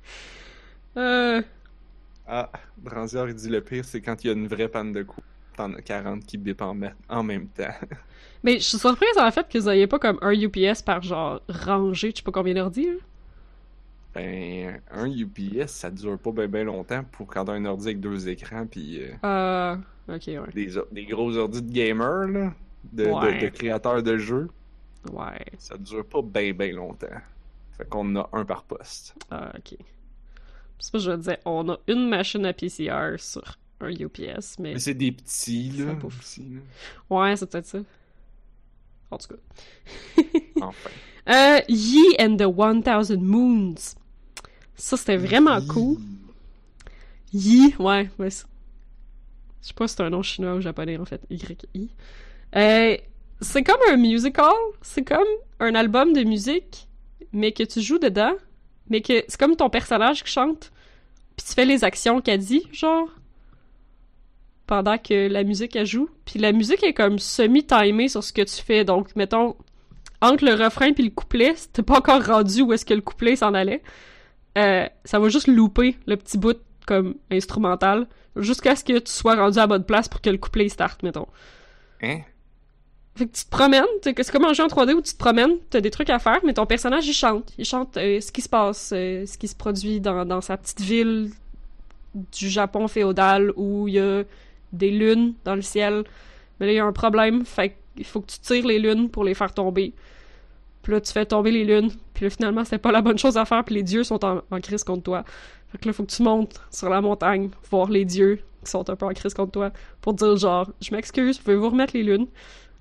Ah, Branzier, il dit le pire, c'est quand il y a une vraie panne de coups. T'en as 40 qui bipent en même temps. Mais je suis surprise en fait que vous ayez pas comme un UPS par genre rangée, je sais pas combien d'ordi, là. Ben, un UPS, ça dure pas ben longtemps pour quand t'as un ordi avec 2 écrans pis Ok, ouais. des gros ordi de gamer, là, de créateurs de jeux. Ouais. Ça dure pas ben longtemps. Fait qu'on a un par poste. Ok. C'est pas que je disais, on a une machine à PCR sur un UPS, mais... Mais c'est des petits, là. Ça bouffe. Aussi, là. Ouais, c'est peut-être ça. En tout cas. Enfin. Yi and the 1000 Moons. Ça, c'était vraiment cool. Yi, ouais. Je sais pas si c'est un nom chinois ou japonais, en fait. Y-I. C'est comme un musical. C'est comme un album de musique, mais que tu joues dedans. Mais que c'est comme ton personnage qui chante. Puis tu fais les actions qu'elle dit, genre. Pendant que la musique, elle joue. Puis la musique est comme semi-timée sur ce que tu fais. Donc, mettons, entre le refrain puis le couplet, si t'es pas encore rendu où est-ce que le couplet s'en allait, ça va juste louper le petit bout comme instrumental jusqu'à ce que tu sois rendu à la bonne place pour que le couplet starte, mettons. Hein? Fait que tu te promènes, c'est comme un jeu en 3D où tu te promènes, t'as des trucs à faire, mais ton personnage, il chante. Il chante ce qui se passe, ce qui se produit dans sa petite ville du Japon féodal où il y a des lunes dans le ciel. Mais là, il y a un problème, fait qu'il faut que tu tires les lunes pour les faire tomber. Puis là, tu fais tomber les lunes, puis là, finalement, c'est pas la bonne chose à faire, puis les dieux sont en crise contre toi. Fait que là, faut que tu montes sur la montagne, voir les dieux qui sont un peu en crise contre toi, pour dire genre, je m'excuse, pouvez-vous remettre les lunes?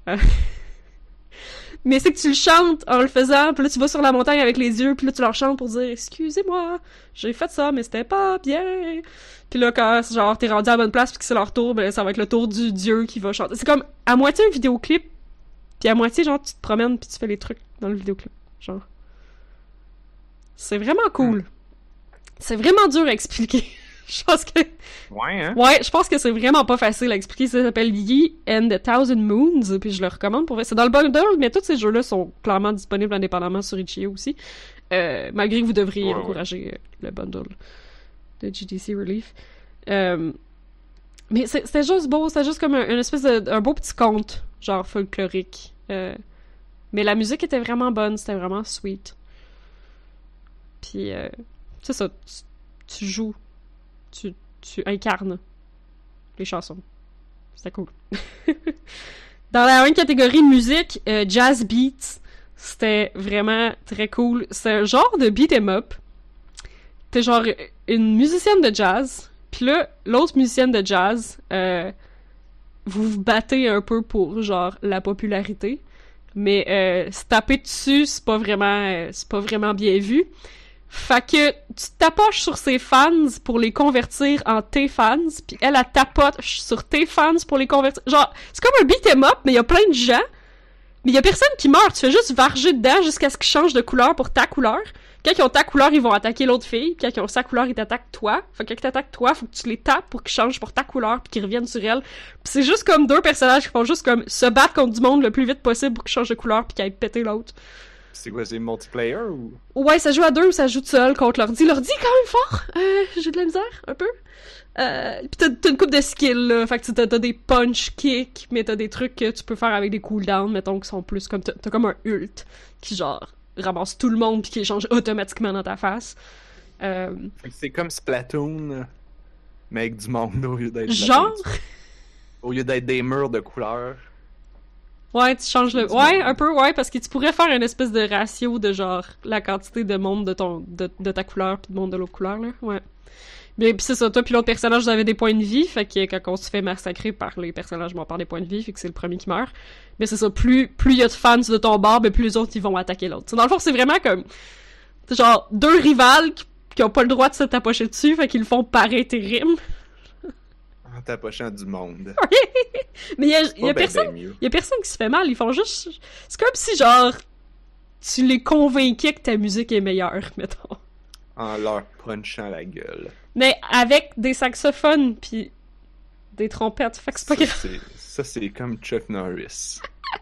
Mais c'est que tu le chantes en le faisant, puis là, tu vas sur la montagne avec les dieux, puis là, tu leur chantes pour dire « Excusez-moi, j'ai fait ça, mais c'était pas bien! » Puis là, quand, genre, t'es rendu à la bonne place, puis que c'est leur tour, ben ça va être le tour du dieu qui va chanter. C'est comme à moitié un vidéoclip, puis à moitié, genre, tu te promènes, puis tu fais les trucs dans le vidéoclip. Genre. C'est vraiment cool. C'est vraiment dur à expliquer. Je pense que... Ouais, hein? Ouais, je pense que c'est vraiment pas facile à expliquer. Ça s'appelle Yi and the 1000 Moons, puis je le recommande pour vrai. C'est dans le bundle, mais tous ces jeux-là sont clairement disponibles indépendamment sur Itch.io aussi. Malgré que vous devriez encourager le bundle de GDC Relief. Mais c'était juste beau, c'était juste comme une espèce un beau petit conte, genre folklorique. Mais la musique était vraiment bonne, c'était vraiment sweet. Puis, c'est ça, tu joues. Tu incarnes les chansons. C'était cool. Dans la même catégorie musique, Jazz Beats, c'était vraiment très cool. C'est un genre de beat 'em up. T'es genre une musicienne de jazz, puis là, l'autre musicienne de jazz, vous vous battez un peu pour, genre, la popularité. Mais se taper dessus, c'est pas vraiment bien vu. Fait que tu tapoches sur ses fans pour les convertir en tes fans, puis elle tapote sur tes fans pour les convertir. Genre, c'est comme un beat 'em up, mais il y a plein de gens, mais il y a personne qui meurt. Tu fais juste varger dedans jusqu'à ce qu'ils changent de couleur pour ta couleur. Quand ils ont ta couleur, ils vont attaquer l'autre fille. Quand ils ont sa couleur, ils t'attaquent toi. Fait que quand ils t'attaquent toi, faut que tu les tapes pour qu'ils changent pour ta couleur puis qu'ils reviennent sur elle. Puis c'est juste comme deux personnages qui font juste comme se battre contre du monde le plus vite possible pour qu'ils changent de couleur puis qu'ils aillent péter l'autre. C'est quoi, c'est multiplayer ou? Ouais, ça joue à deux ou ça joue tout seul contre l'ordi. L'ordi est quand même fort. J'ai de la misère, un peu. Pis t'as une couple de skills, là. Fait que t'as des punch kicks, mais t'as des trucs que tu peux faire avec des cooldowns, mettons, qui sont plus comme... T'as comme un ult qui, genre, ramasse tout le monde pis qui échange automatiquement dans ta face. C'est comme Splatoon, mais avec du monde au lieu d'être... Genre? Au lieu d'être des murs de couleurs. Ouais, tu changes le... Ouais, un peu, ouais, parce que tu pourrais faire une espèce de ratio de genre la quantité de monde de ta couleur puis de monde de l'autre couleur, là. Ouais. Mais pis c'est ça, toi puis l'autre personnage, vous avez des points de vie, fait que quand on se fait massacrer par les personnages, on perd des points de vie, fait que c'est le premier qui meurt. Mais c'est ça, plus il y a de fans de ton bord, ben plus les autres, ils vont attaquer l'autre. T'sais, dans le fond, c'est vraiment comme... genre, deux rivales qui ont pas le droit de se tapocher dessus, fait qu'ils le font par intérim. En tapochant du monde. Mais y a personne qui se fait mal, ils font juste... C'est comme si, genre, tu les convainquais que ta musique est meilleure, mettons. En leur punchant la gueule. Mais avec des saxophones pis des trompettes, fait que c'est pas grave. Ça, c'est comme Chuck Norris.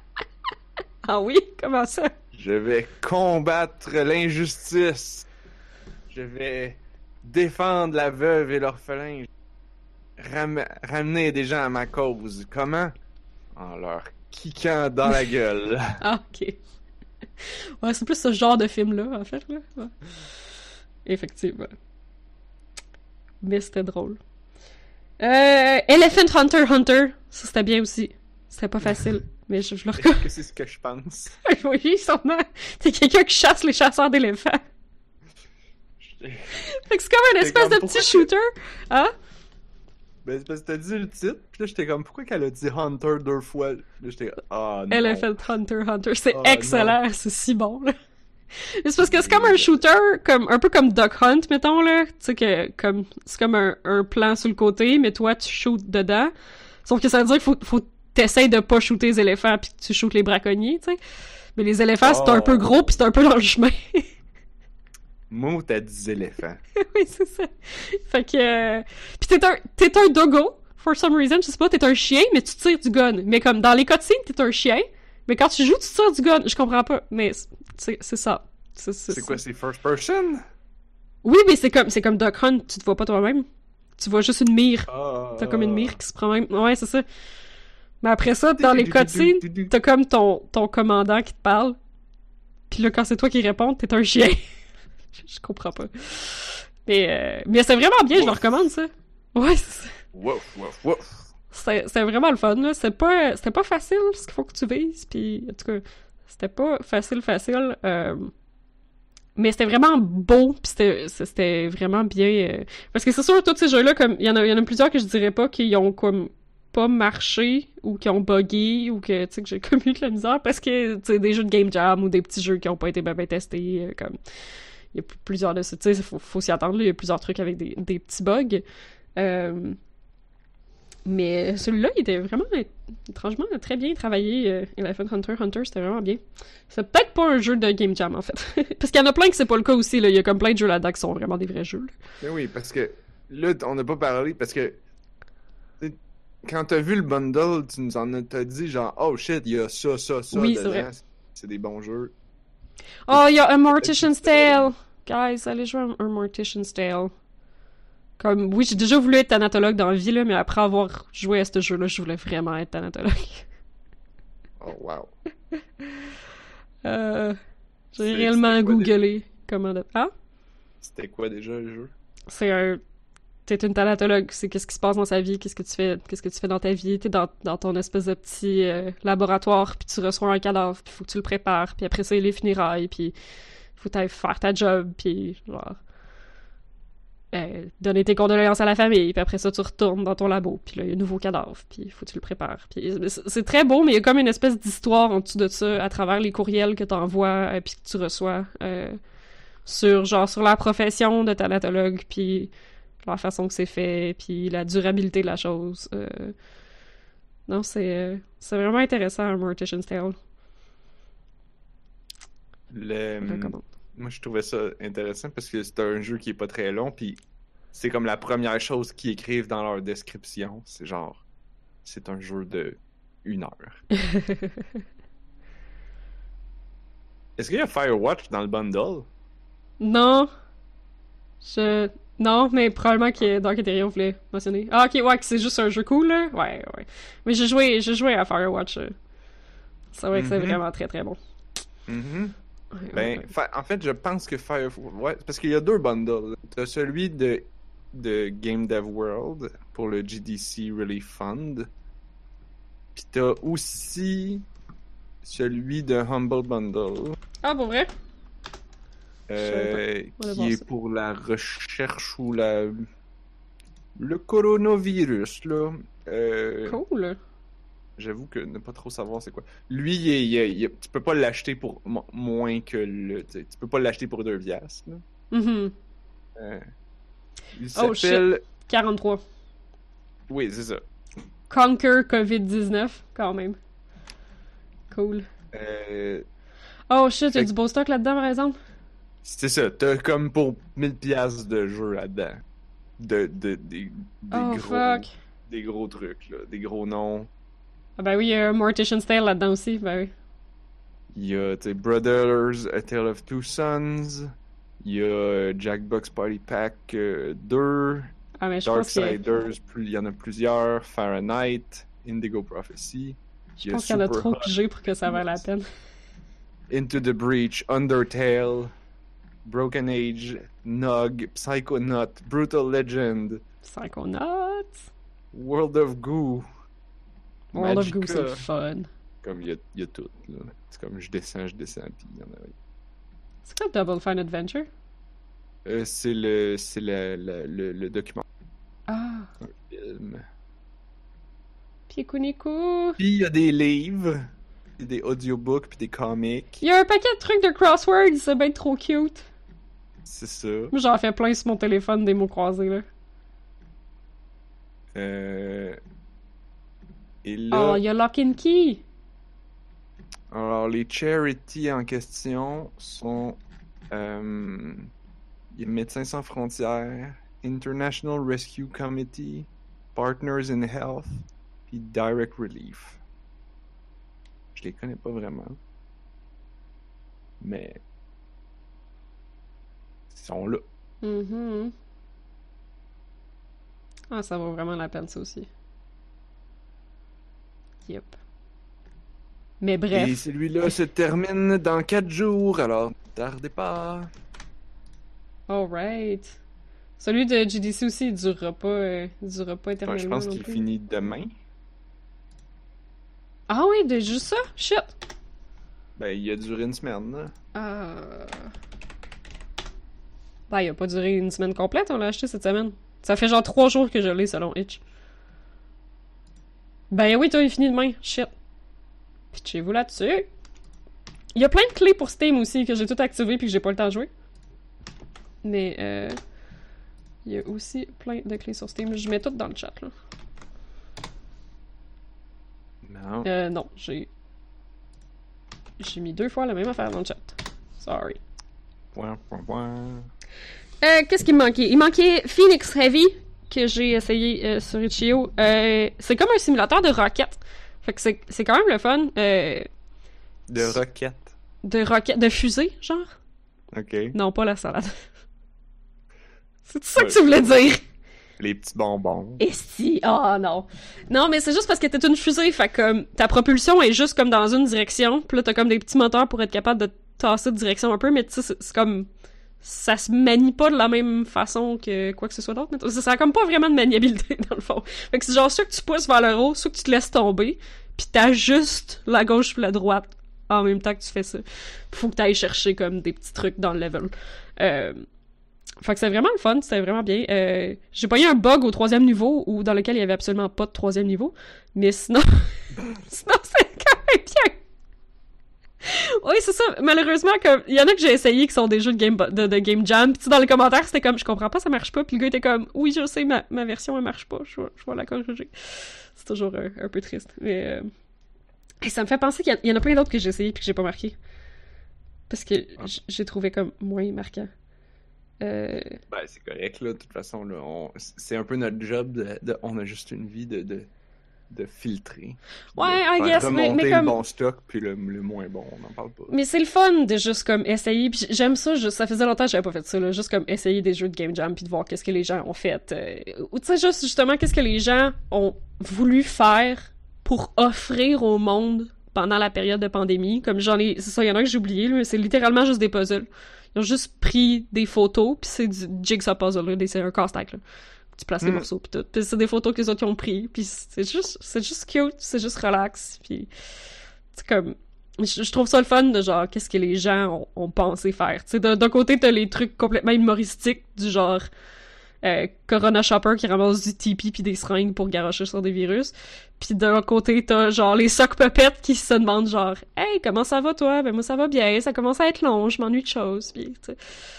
Ah oui? Comment ça? Je vais combattre l'injustice. Je vais défendre la veuve et l'orphelin. Ramener des gens à ma cause. Comment? En leur kickant dans la gueule. Ah, ok. Ouais, c'est plus ce genre de film-là, en fait, là. Ouais. Effectivement. Mais c'était drôle. Elephant Hunter Hunter, ça c'était bien aussi. C'était pas facile, mais je le reconnais. Est-ce que c'est ce que je pense? Oui, sûrement. T'es quelqu'un qui chasse les chasseurs d'éléphants. Fait que c'est comme une espèce de petit shooter. Hein? Ben, c'est parce que t'as dit le titre, pis là j'étais comme, pourquoi qu'elle a dit Hunter 2 fois? Là j'étais ah non. Elephant Hunter Hunter, c'est Oh, excellent, c'est si bon, là. C'est parce que c'est comme un shooter, un peu comme Duck Hunt, mettons, là. Tu sais que, c'est comme un plan sur le côté, mais toi, tu shootes dedans. Sauf que ça veut dire qu'il faut t'essayes de pas shooter les éléphants pis tu shootes les braconniers, tu sais. Mais les éléphants, c'est un peu gros pis c'est un peu dans le chemin. Moi, t'as dit éléphant. Oui, c'est ça. Fait que... Pis t'es un doggo, for some reason, je sais pas, t'es un chien, mais tu tires du gun. Mais comme dans les cutscenes, t'es un chien, mais quand tu joues, tu tires du gun. Je comprends pas, mais c'est ça. C'est quoi, c'est first person? Oui, mais c'est comme Duck Hunt, tu te vois pas toi-même. Tu vois juste une mire. T'as comme une mire qui se promène. Ouais, c'est ça. Mais après ça, dans les cutscenes, t'as comme ton commandant qui te parle. Pis là, quand c'est toi qui réponds, t'es un chien. Je comprends pas. Mais c'est vraiment bien, je le recommande, ça. Ouais, c'est ça. C'est vraiment le fun, là. C'était pas facile, ce qu'il faut que tu vises, puis en tout cas, c'était pas facile. Mais c'était vraiment beau, pis c'était vraiment bien... Parce que c'est sûr, tous ces jeux-là, comme il y en a plusieurs que je dirais pas qui ont comme pas marché, ou qui ont buggé, ou que, tu sais, que j'ai comme eu de la misère, parce que, tu sais, des jeux de Game Jam, ou des petits jeux qui ont pas été bien testés, comme... Il y a plusieurs de ça, tu sais, faut s'y attendre, là, il y a plusieurs trucs avec des petits bugs. Mais celui-là, il était vraiment, étrangement, très bien travaillé. Elephant Hunter Hunter, c'était vraiment bien. C'est peut-être pas un jeu de Game Jam, en fait. Parce qu'il y en a plein que c'est pas le cas aussi, là. Il y a comme plein de jeux là-dedans qui sont vraiment des vrais jeux, là. Mais oui, parce que là, on n'a pas parlé, parce que quand t'as vu le bundle, tu nous en as dit genre, oh shit, il y a ça oui, dedans. C'est vrai. C'est des bons jeux. Oh, il y a un Mortician's Tale! Guys, allez jouer un Mortician's Tale. Comme, oui, j'ai déjà voulu être thanatologue dans la vie, là, mais après avoir joué à ce jeu-là, je voulais vraiment être thanatologue. Oh, wow. J'ai réellement googlé comment... Ah? C'était quoi déjà le jeu? C'est un... T'es une thanatologue, c'est qu'est-ce qui se passe dans sa vie, qu'est-ce que tu fais dans ta vie, t'es dans ton espèce de petit laboratoire, puis tu reçois un cadavre, puis faut que tu le prépares, puis après ça, il est funérailles, puis faut t'aller faire ta job, puis genre... donner tes condoléances à la famille, puis après ça, tu retournes dans ton labo, puis là, il y a un nouveau cadavre, puis il faut que tu le prépares. Puis c'est très beau, mais il y a comme une espèce d'histoire en dessous de ça, à travers les courriels que t'envoies, puis que tu reçois, sur la profession de thanatologue, puis la façon que c'est fait, puis la durabilité de la chose. Non, c'est vraiment intéressant, un Mortician's Tale. Moi, je trouvais ça intéressant parce que c'est un jeu qui est pas très long, puis c'est comme la première chose qu'ils écrivent dans leur description. C'est genre, c'est un jeu de 1 heure. Est-ce qu'il y a Firewatch dans le bundle? Non. Non, mais probablement que Dark Ethereum voulait mentionner. Ah, ok, ouais, que c'est juste un jeu cool, là. Ouais. Mais j'ai joué à Firewatch. C'est vrai que c'est vraiment très, très bon. Ouais. En fait, je pense que ouais, parce qu'il y a 2 bundles. T'as celui de Game Dev World pour le GDC Relief Fund. Puis t'as aussi celui de Humble Bundle. Ah, pour vrai? Qui est pour la recherche ou le coronavirus, là. Cool. J'avoue que ne pas trop savoir c'est quoi. Lui, tu peux pas l'acheter pour moins que le... Tu peux pas l'acheter pour 2 piastres, là. Il s'appelle... Shit. 43. Oui, c'est ça. Conquer COVID-19, quand même. Cool. Oh shit, y'a du beau stock là-dedans, par exemple? C'est ça, t'as comme pour 1000 piastres de jeu là-dedans. Des gros trucs, là. Des gros noms. Ah ben oui, il y a un Mortician's Tale là-dedans aussi, ben oui. Il y a, tu sais, Brothers, A Tale of Two Sons. Il Il y a Jackbox Party Pack 2, Ah, mais je pense qu'il y a- Darksiders, il y en a plusieurs, Fahrenheit, Indigo Prophecy. je pense qu'il y en a trop que j'ai pour que ça vaille la peine. Into the Breach, Undertale, Broken Age, Nog, Psychonaut, Brutal Legend, Psychonauts. World of Goo. World of Goo, Magicka. c'est le fun. Comme il y a tout, là. C'est comme je descends, puis il y en a. C'est quoi Double Fine Adventure? C'est le document. Ah, Un film. Pikuniku. Puis il y a des livres, puis des audiobooks, puis des comics. Il y a un paquet de trucs de crosswords, c'est bien trop cute. C'est ça. Moi, j'en fais plein sur mon téléphone, des mots croisés, là. Et là, Oh, il y a Lock and Key. alors les charities en question sont il y a Médecins sans frontières, International Rescue Committee, Partners in Health, puis Direct Relief. Je les connais pas vraiment, mais ils sont là. Mhm. Ah, ça vaut vraiment la peine, ça aussi. Yep. Mais Et bref. celui-là se termine dans 4 jours, alors tardez pas. Alright. Celui de GDC aussi, il durera pas Enfin, éternellement je pense non qu'il plus. finit demain. Ah oui, de juste ça? Shit! Ben, il a duré une semaine, là. Ben, il a pas duré une semaine complète, on l'a acheté cette semaine. Ça fait genre 3 jours que je l'ai, selon Itch. Ben oui, toi, il finit demain. Shit. Pitchez-vous là-dessus. Il y a plein de clés pour Steam aussi, que j'ai tout activé puis que j'ai pas le temps de jouer. Mais, il y a aussi plein de clés sur Steam. Je mets tout dans le chat, là. Non. Non, j'ai mis 2 fois la même affaire dans le chat. Sorry. Point, point, point. Qu'est-ce qui me manquait? Il manquait Phoenix Heavy, que j'ai essayé sur Itch.io. C'est comme un simulateur de roquettes. Fait que c'est quand même le fun. De roquette. De roquettes, de fusée, genre? Ok. Non, pas la salade. C'est ça que tu voulais dire? Les petits bonbons. Et si? Oh non. Non, mais c'est juste parce que t'es une fusée, fait que comme ta propulsion est juste comme dans une direction, puis là t'as comme des petits moteurs pour être capable de tasser de direction un peu, mais tu sais, c'est comme... Ça se manie pas de la même façon que quoi que ce soit d'autre. Mais ça a comme pas vraiment de maniabilité, dans le fond. Fait que c'est genre soit que tu pousses vers le haut, soit que tu te laisses tomber, puis t'ajustes la gauche puis la droite en même temps que tu fais ça. Faut que t'ailles chercher comme des petits trucs dans le level. Fait que c'est vraiment le fun, c'était vraiment bien. J'ai pas eu un bug au 3e niveau, ou dans lequel il y avait absolument pas de 3e niveau, mais sinon... sinon c'est quand même bien. Oui, c'est ça. Malheureusement, comme il y en a que j'ai essayé qui sont des jeux de Game Jam, pis tu sais, dans les commentaires, c'était comme, je comprends pas, ça marche pas, puis le gars était comme, oui, je sais, ma version, elle marche pas, je vais la corriger. C'est toujours un peu triste. Mais et ça me fait penser qu'il y en a plein d'autres que j'ai essayé puis que j'ai pas marqué. Parce que j'ai trouvé comme moins marquant. Ben, c'est correct, là. De toute façon, là, c'est un peu notre job on a juste une vie de filtrer. Ouais, I de guess, remonter mais le comme... bon stock, puis le moins bon, on n'en parle pas. Mais c'est le fun de juste comme essayer, puis j'aime ça, ça faisait longtemps que j'avais pas fait ça, là, juste comme essayer des jeux de Game Jam puis de voir qu'est-ce que les gens ont fait. Ou tu sais, juste justement, qu'est-ce que les gens ont voulu faire pour offrir au monde pendant la période de pandémie. Comme c'est ça, il y en a que j'ai oublié, là, mais c'est littéralement juste des puzzles. Ils ont juste pris des photos, puis c'est du jigsaw puzzle, là, c'est un casse-tête, là. Tu places les morceaux, puis tout. Puis c'est des photos que les autres ont pris, puis c'est juste cute, c'est juste relax, puis c'est comme... Je trouve ça le fun de genre, qu'est-ce que les gens ont pensé faire. Tu sais, d'un côté, t'as les trucs complètement humoristiques, du genre... Corona Shopper qui ramasse du Tipeee pis des seringues pour garocher sur des virus. Puis de l'autre côté, t'as genre les sock puppets qui se demandent genre « Hey, comment ça va toi? Ben moi ça va bien, ça commence à être long, je m'ennuie de choses. » Puis tu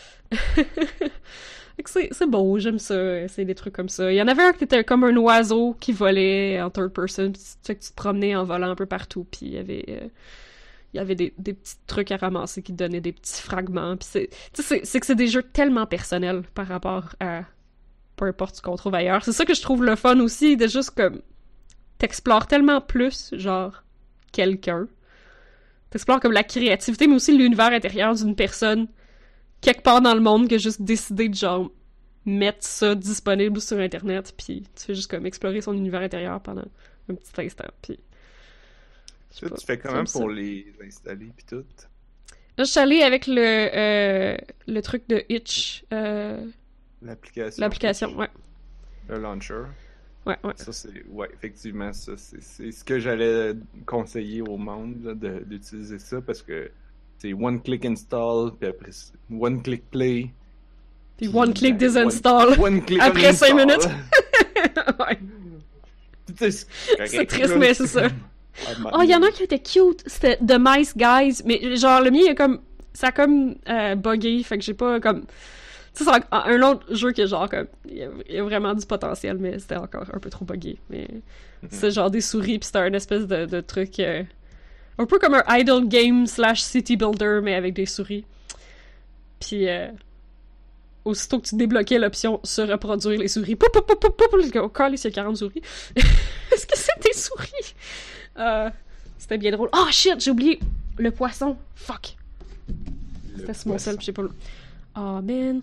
sais. c'est beau, j'aime ça, c'est des trucs comme ça. Il y en avait un qui était comme un oiseau qui volait en third person, pis tu te promenais en volant un peu partout, puis il y avait des petits trucs à ramasser qui te donnaient des petits fragments. Puis c'est que c'est des jeux tellement personnels par rapport à peu importe ce qu'on trouve ailleurs. C'est ça que je trouve le fun aussi, de juste comme t'explores tellement plus, genre, quelqu'un. T'explores comme la créativité, mais aussi l'univers intérieur d'une personne quelque part dans le monde qui a juste décidé de genre mettre ça disponible sur Internet, puis tu fais juste comme explorer son univers intérieur pendant un petit instant, puis... Tu fais comment pour les installer pis tout? Là, je suis allée avec le truc de Itch. L'application. L'application, ouais. Le launcher. Ouais. Ça, effectivement, ça, c'est ce que j'allais conseiller au monde, là, d'utiliser ça, parce que c'est one-click install, puis après, one-click play. Puis one-click disinstall. One-click après 5 uninstall. minutes. Ouais. C'est triste, mais c'est ça. Oh, il y en a un qui était cute, c'était The Mice Guys, mais genre le mien, ça a comme buggé, fait que j'ai pas comme... Tu sais, c'est un autre jeu qui est genre comme... Il y a vraiment du potentiel, mais c'était encore un peu trop buggé, mais... C'est genre des souris, pis c'était un espèce de truc... un peu comme un idle game / city builder, mais avec des souris. Puis... aussitôt que tu débloquais l'option « Se reproduire les souris », poup, poup, poup, poup, poup, au call, il y a 40 souris. Est-ce que c'est des souris? C'était bien drôle. Oh shit, j'ai oublié le poisson. Fuck. C'était sur mon sel, pis j'ai pas le... Oh man.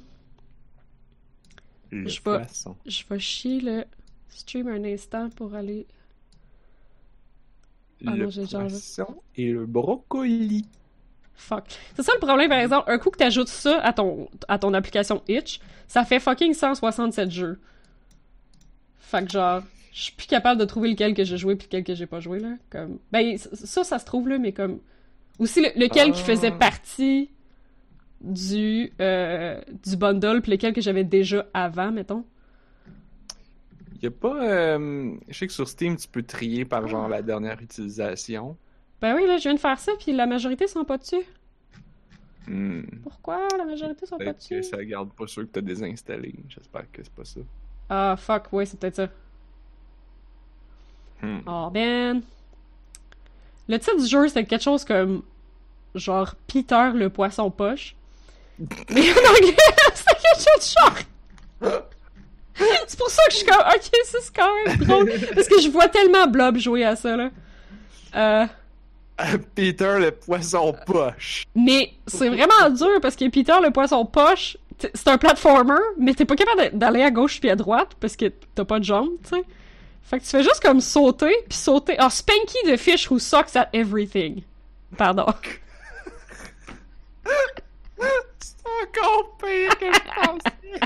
Je vais chier le stream un instant pour aller... Le poisson et le brocoli. Fuck. C'est ça le problème, par exemple. Un coup que t'ajoutes ça à ton application Itch, ça fait fucking 167 jeux. Fait que genre, je suis plus capable de trouver lequel que j'ai joué puis lequel que j'ai pas joué, là. Comme... Ben, ça se trouve, là, mais comme... Aussi, lequel qui faisait partie du bundle puis lequel que j'avais déjà avant, mettons. Y a pas... je sais que sur Steam, tu peux trier par genre la dernière utilisation. Ben oui, là, je viens de faire ça, puis la majorité sont pas dessus. Pourquoi la majorité sont pas dessus? Que ça garde pas ceux que t'as désinstallés. J'espère que c'est pas ça. Ah, fuck, ouais, c'est peut-être ça. Oh, ben... Le titre du jeu, c'est quelque chose comme... Genre, Peter le poisson poche. Mais en anglais, c'est quelque chose de genre... C'est pour ça que je suis comme... Ok, ça, c'est quand même drôle. Parce que je vois tellement Blob jouer à ça, là. Peter le poisson poche. Mais c'est vraiment dur parce que Peter le poisson poche, c'est un platformer, mais t'es pas capable d'aller à gauche puis à droite parce que t'as pas de jambes, tu sais. Fait que tu fais juste comme sauter puis sauter. Ah, Spanky the fish who sucks at everything. Pardon. C'est encore pire que je pensais.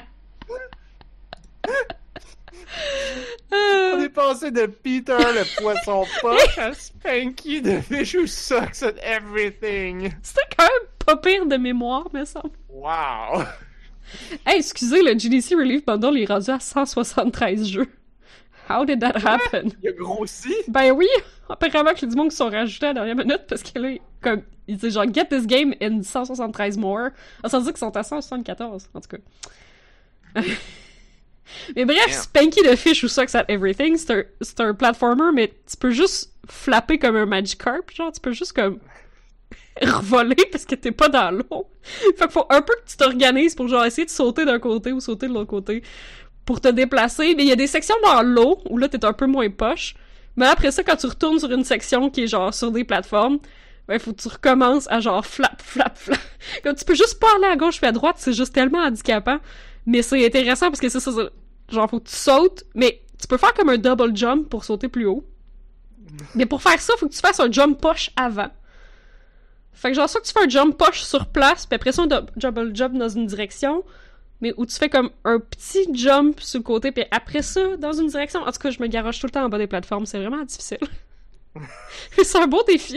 On est passé de Peter le poisson poche à Spanky the fish who sucks at everything. C'était quand même pas pire de mémoire, me semble. Wow! Hey, excusez, le GDC Relief Bundle est rendu à 173 jeux. How did that happen? Il a grossi? Ben oui! Apparemment que les démons qui sont rajoutés à la dernière minute parce que là, comme, il dit genre, get this game in 173 more. Ça veut dire qu'ils sont à 174, en tout cas. Mais bref, Damn. Spanky the Fish who sucks at everything, c'est un platformer, mais tu peux juste flapper comme un Magikarp, genre, tu peux juste comme revoler parce que t'es pas dans l'eau. Fait qu'il faut un peu que tu t'organises pour genre essayer de sauter d'un côté ou sauter de l'autre côté pour te déplacer. Mais il y a des sections dans l'eau où là t'es un peu moins poche. Mais après ça, quand tu retournes sur une section qui est genre sur des plateformes, ben faut que tu recommences à genre flap. Comme tu peux juste pas aller à gauche puis à droite, c'est juste tellement handicapant. Mais c'est intéressant parce que c'est ça, genre faut que tu sautes, mais tu peux faire comme un double jump pour sauter plus haut. Mais pour faire ça, faut que tu fasses un jump poche avant. Fait que genre ça que tu fais un jump poche sur place, puis après ça un double jump dans une direction, mais où tu fais comme un petit jump sur le côté, puis après ça dans une direction. En tout cas, je me garoche tout le temps en bas des plateformes, c'est vraiment difficile. Mais c'est un beau défi.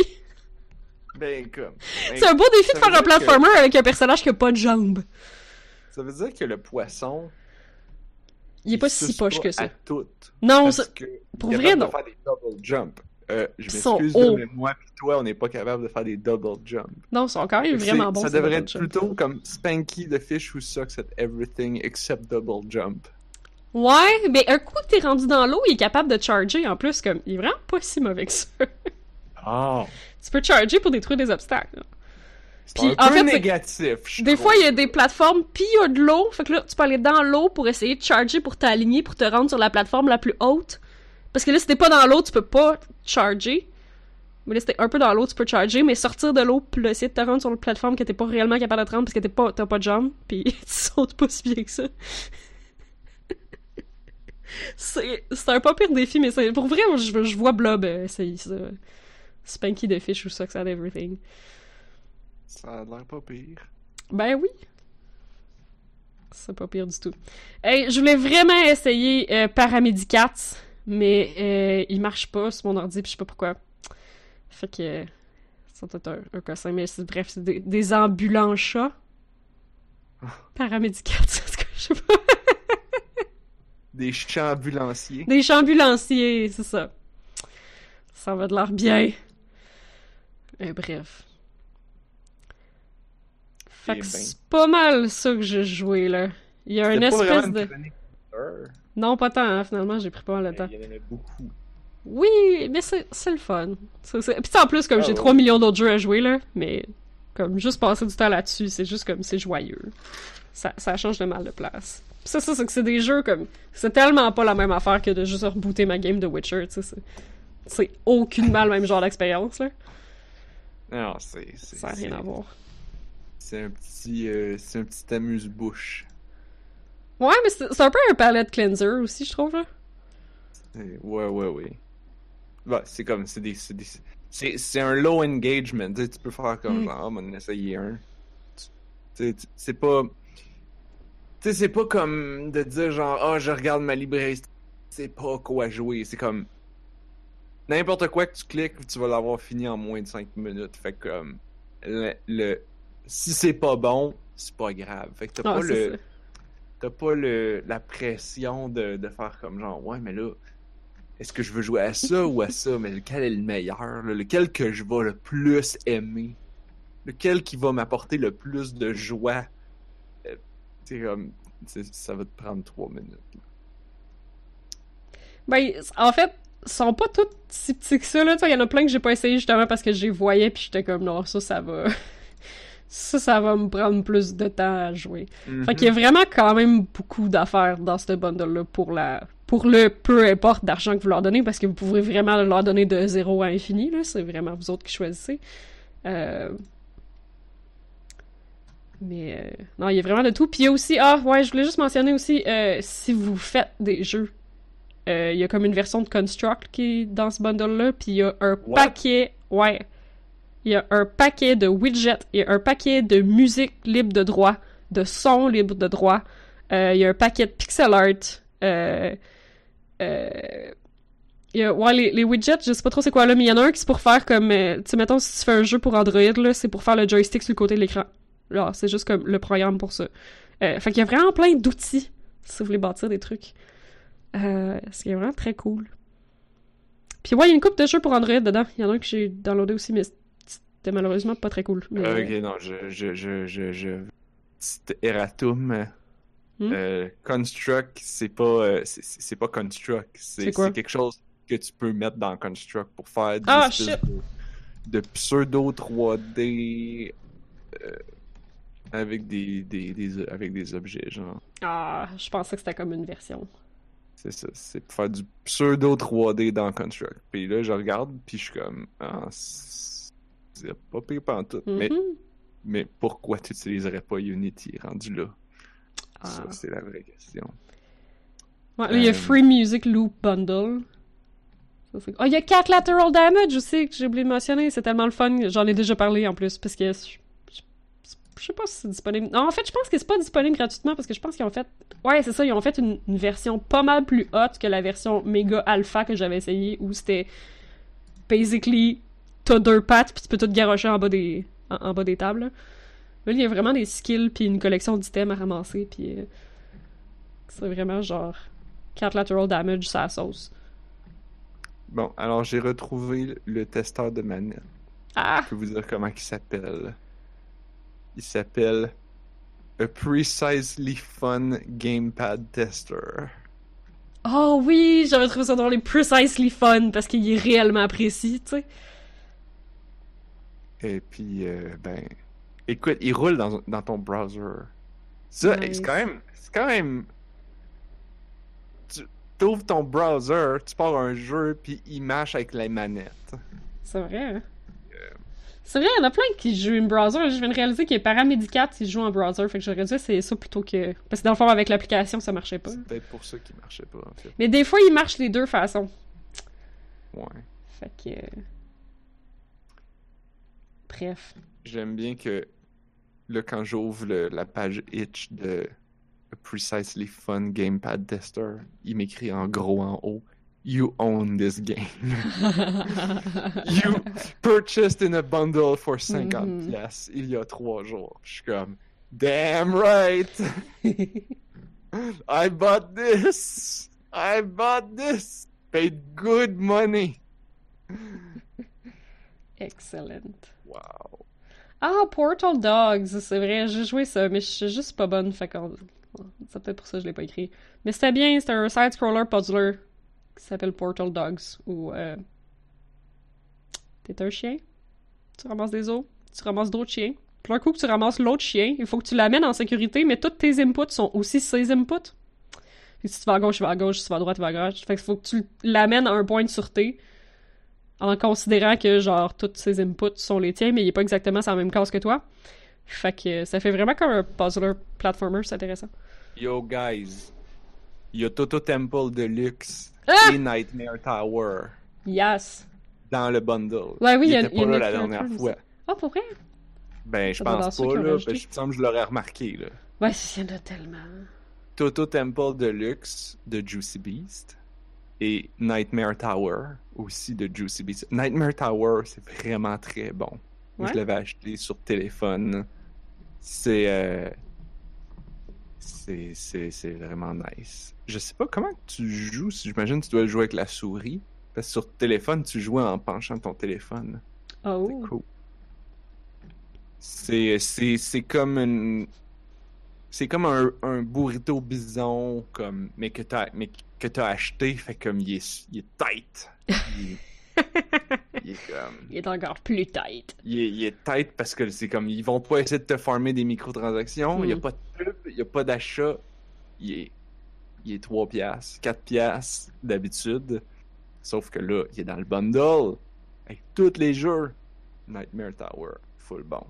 C'est un beau défi de faire un platformer avec un personnage qui a pas de jambes. Ça veut dire que le poisson... Il est pas si poche que ça. À tout. Non, parce que pour vrai, non. de faire des double jumps. Je sont m'excuse, hauts. mais moi pis toi, on n'est pas capable de faire des double jumps. Non, ils sont quand même vraiment bons. Ça devrait être plutôt comme Spanky the fish who sucks at everything except double jump. Ouais, mais un coup que t'es rendu dans l'eau, il est capable de charger en plus, comme il est vraiment pas si mauvais que ça. Oh. Tu peux charger pour détruire des obstacles. C'est un peu négatif. Des fois, il y a des plateformes, puis il y a de l'eau. Fait que là, tu peux aller dans l'eau pour essayer de charger, pour t'aligner, pour te rendre sur la plateforme la plus haute. Parce que là, si t'es pas dans l'eau, tu peux pas charger. Mais là, c'était un peu dans l'eau, tu peux charger, mais sortir de l'eau, puis là, essayer de te rendre sur une plateforme que t'es pas réellement capable de te rendre parce que t'as pas de jambes, puis tu sautes pas si bien que ça. C'est un pas pire défi, mais pour vrai, je vois Blob essayer ça. Spanky the Fish ou Sucks at Everything. Ça a l'air pas pire. Ben oui. C'est pas pire du tout. Hey, je voulais vraiment essayer Paramedicats, mais il marche pas sur mon ordi, pis je sais pas pourquoi. Fait que c'est peut-être un cossin, mais bref, c'est des ambulants chats. Paramedicats, en tout cas, je sais pas. Des chats ambulanciers. Des chats ambulanciers, c'est ça. Ça va de l'air bien. Bref. Fait que c'est pas mal ça que j'ai joué, là. Il y a une espèce de... Non, pas tant, hein, finalement, j'ai pris pas mal de temps. Il y en a beaucoup. Oui, mais c'est le fun. Puis en plus, comme j'ai 3 millions d'autres jeux à jouer, là, mais comme juste passer du temps là-dessus, c'est juste comme c'est joyeux. Ça change de mal de place. Pis ça, c'est que c'est des jeux comme... C'est tellement pas la même affaire que de juste rebooter ma game de Witcher, tu sais. C'est aucunement le même genre d'expérience, là. Non, ça n'a rien à voir. C'est un petit amuse-bouche. Ouais, mais c'est un peu un palette cleanser aussi, je trouve, là. Ouais. Bah, c'est comme, c'est un low engagement, tu sais, tu peux faire comme genre, on va essayer un. C'est pas... Tu sais, c'est pas comme de dire genre, je regarde ma librairie, c'est pas quoi jouer, c'est comme... N'importe quoi que tu cliques, tu vas l'avoir fini en moins de 5 minutes, fait que comme... Si c'est pas bon, c'est pas grave. Fait que t'as pas la pression de faire comme genre, ouais, mais là, est-ce que je veux jouer à ça ou à ça? Mais lequel est le meilleur? Là? Lequel que je vais le plus aimer? Lequel qui va m'apporter le plus de joie? C'est comme, ça va te prendre 3 minutes. Ben, en fait, ils sont pas tous si petits que ça, là. Il y en a plein que j'ai pas essayé justement parce que je les voyais pis j'étais comme, non, ça va... ça va me prendre plus de temps à jouer. Fait qu'il y a vraiment quand même beaucoup d'affaires dans ce bundle-là pour le peu importe d'argent que vous leur donnez, parce que vous pourrez vraiment leur donner de 0 à infini, là. C'est vraiment vous autres qui choisissez. Mais non, il y a vraiment de tout. Puis il y a aussi, je voulais juste mentionner aussi, si vous faites des jeux, il y a comme une version de Construct qui est dans ce bundle-là, puis il y a un paquet, il y a un paquet de widgets, il y a un paquet de musique libre de droit, de son libre de droit, il y a un paquet de pixel art, il y a, les widgets, je sais pas trop c'est quoi là, mais il y en a un qui c'est pour faire comme, tu sais, mettons, si tu fais un jeu pour Android, là, c'est pour faire le joystick sur le côté de l'écran. Là, c'est juste comme le programme pour ça. Fait qu'il y a vraiment plein d'outils, si vous voulez bâtir des trucs. Ce qui est vraiment très cool. Puis ouais, il y a une couple de jeux pour Android dedans. Il y en a un que j'ai downloadé aussi, mais c'était malheureusement pas très cool. Mais... Ok, non, Petit erratum. Construct, c'est pas Construct. C'est quelque chose que tu peux mettre dans Construct pour faire de pseudo 3D avec des objets, genre. Je pensais que c'était comme une version. C'est ça, c'est pour faire du pseudo 3D dans Construct. Puis là, je regarde, puis je suis comme... c'est pas pire pantoute. Mais pourquoi tu n'utiliserais pas Unity rendu là? Ça, c'est la vraie question. Ouais, il y a Free Music Loop Bundle. Il y a 4 Lateral Damage aussi, que j'ai oublié de mentionner. C'est tellement le fun. J'en ai déjà parlé en plus, parce que... Je sais pas si c'est disponible. Non, en fait, je pense que c'est pas disponible gratuitement parce que je pense qu'ils ont fait... Ouais, c'est ça, ils ont fait une version pas mal plus haute que la version méga alpha que j'avais essayé où c'était... Basically, t'as 2 pattes puis tu peux tout garrocher en bas des tables. Là, il y a vraiment des skills puis une collection d'items à ramasser puis... c'est vraiment genre... 4 lateral damage, ça sauce. Bon, alors j'ai retrouvé le testeur de manette. Je peux vous dire comment il s'appelle. Il s'appelle A Precisely Fun Gamepad Tester. Oh oui, j'avais trouvé ça dans les Precisely Fun parce qu'il est réellement précis, tu sais. Et puis, écoute, il roule dans ton browser. Ça, nice. c'est quand même... Tu ouvres ton browser, tu pars un jeu, puis il marche avec la manette. C'est vrai, hein? C'est vrai, il y en a plein qui jouent en browser. Je viens de réaliser qu'il y a Paramédicat qui joue en browser. Fait que j'aurais dû essayer ça plutôt que... Parce que dans le fond, avec l'application, ça marchait pas. C'est peut-être pour ça qu'il marchait pas, en fait. Mais des fois, il marche les deux façons. Ouais. Fait que... Bref. J'aime bien que, là, quand j'ouvre la page itch de Precisely Fun Gamepad Tester, il m'écrit en gros en haut, You own this game. You purchased in a bundle for 50 pièces il y a 3 jours. Je suis comme, damn right! I bought this! I bought this! Paid good money! Excellent. Wow. Ah, Portal Dogs, c'est vrai, j'ai joué ça, mais je suis juste pas bonne, fait que c'est peut-être pour ça que je l'ai pas écrit. Mais c'était bien, c'était un side-scroller puzzler qui s'appelle Portal Dogs, où t'es un chien, tu ramasses des os, tu ramasses d'autres chiens, puis un coup que tu ramasses l'autre chien, il faut que tu l'amènes en sécurité, mais tous tes inputs sont aussi ses inputs. Puis si tu vas à gauche, tu vas à gauche, si tu vas à droite, tu vas à gauche. Fait qu'il faut que tu l'amènes à un point de sûreté, en considérant que, genre, tous ses inputs sont les tiens, mais il est pas exactement sur la même case que toi. Fait que ça fait vraiment comme un puzzler platformer, c'est intéressant. Yo, guys. Il y a Toto Temple Deluxe et Nightmare Tower Yes! dans le bundle. Ouais, oui, il y a était pas là la Nightmare dernière Tower fois. Ah, pour vrai? Ben, je Ça doit pense dans ceux qui pas, ont là. rajouté. Ben, il me semble que je l'aurais remarqué, là. Ouais, il y en a tellement. Toto Temple Deluxe de Juicy Beast et Nightmare Tower aussi de Juicy Beast. Nightmare Tower, c'est vraiment très bon. Moi, Ouais? je l'avais acheté sur téléphone. C'est vraiment nice. Je sais pas comment tu joues. J'imagine que tu dois jouer avec la souris. Parce que sur téléphone, tu jouais en penchant ton téléphone. Oh. C'est cool. C'est comme une... C'est comme un burrito bison, comme, mais que t'as acheté, fait comme il est tight. Il est comme... Il est encore plus tight. Il est tight parce que c'est comme, ils vont pas essayer de te farmer des microtransactions, il y a pas de pub, il y a pas d'achat. Il est 3 piastres, 4 piastres d'habitude. Sauf que là, il est dans le bundle. Avec tous les jeux. Nightmare Tower, full bon.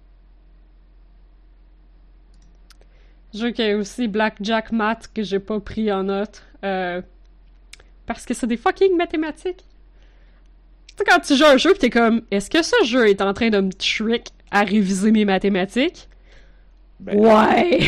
Jeu qu'il y a aussi Blackjack Math que j'ai pas pris en note. Parce que c'est des fucking mathématiques. Tu sais, quand tu joues à un jeu pis t'es comme, est-ce que ce jeu est en train de me trick à réviser mes mathématiques? Ben, Ouais!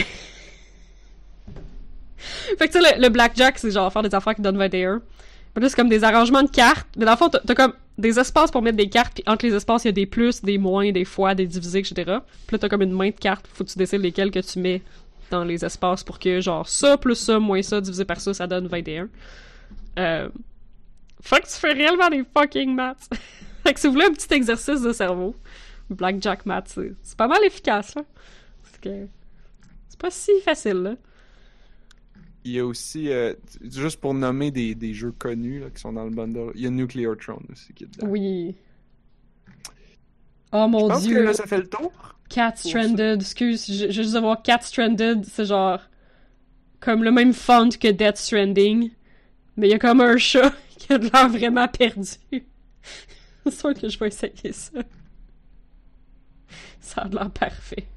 Fait que tu sais, le Blackjack, c'est genre faire des affaires qui donnent 21. Puis là, c'est comme des arrangements de cartes. Mais dans le fond, t'as comme des espaces pour mettre des cartes, puis entre les espaces, il y a des plus, des moins, des fois, des divisés, etc. Puis là, t'as comme une main de cartes. Faut que tu décides lesquelles que tu mets dans les espaces pour que, genre, ça plus ça, moins ça, divisé par ça, ça donne 21. Fait que tu fais réellement des fucking maths. Fait que si vous voulez un petit exercice de cerveau, Blackjack Maths, c'est pas mal efficace, là. Parce que c'est pas si facile, là. il y a aussi, juste pour nommer des jeux connus là, qui sont dans le bundle, il y a Nuclear Throne aussi qui est dedans. Oui. Oh mon Je pense dieu. que là, ça fait le tour. Cat Stranded, excuse, j'ai juste de voir Cat Stranded, c'est genre comme le même font que Death Stranding, mais il y a comme un chat qui a de l'air vraiment perdu. C'est sûr que je vais essayer ça. Ça a de l'air parfait.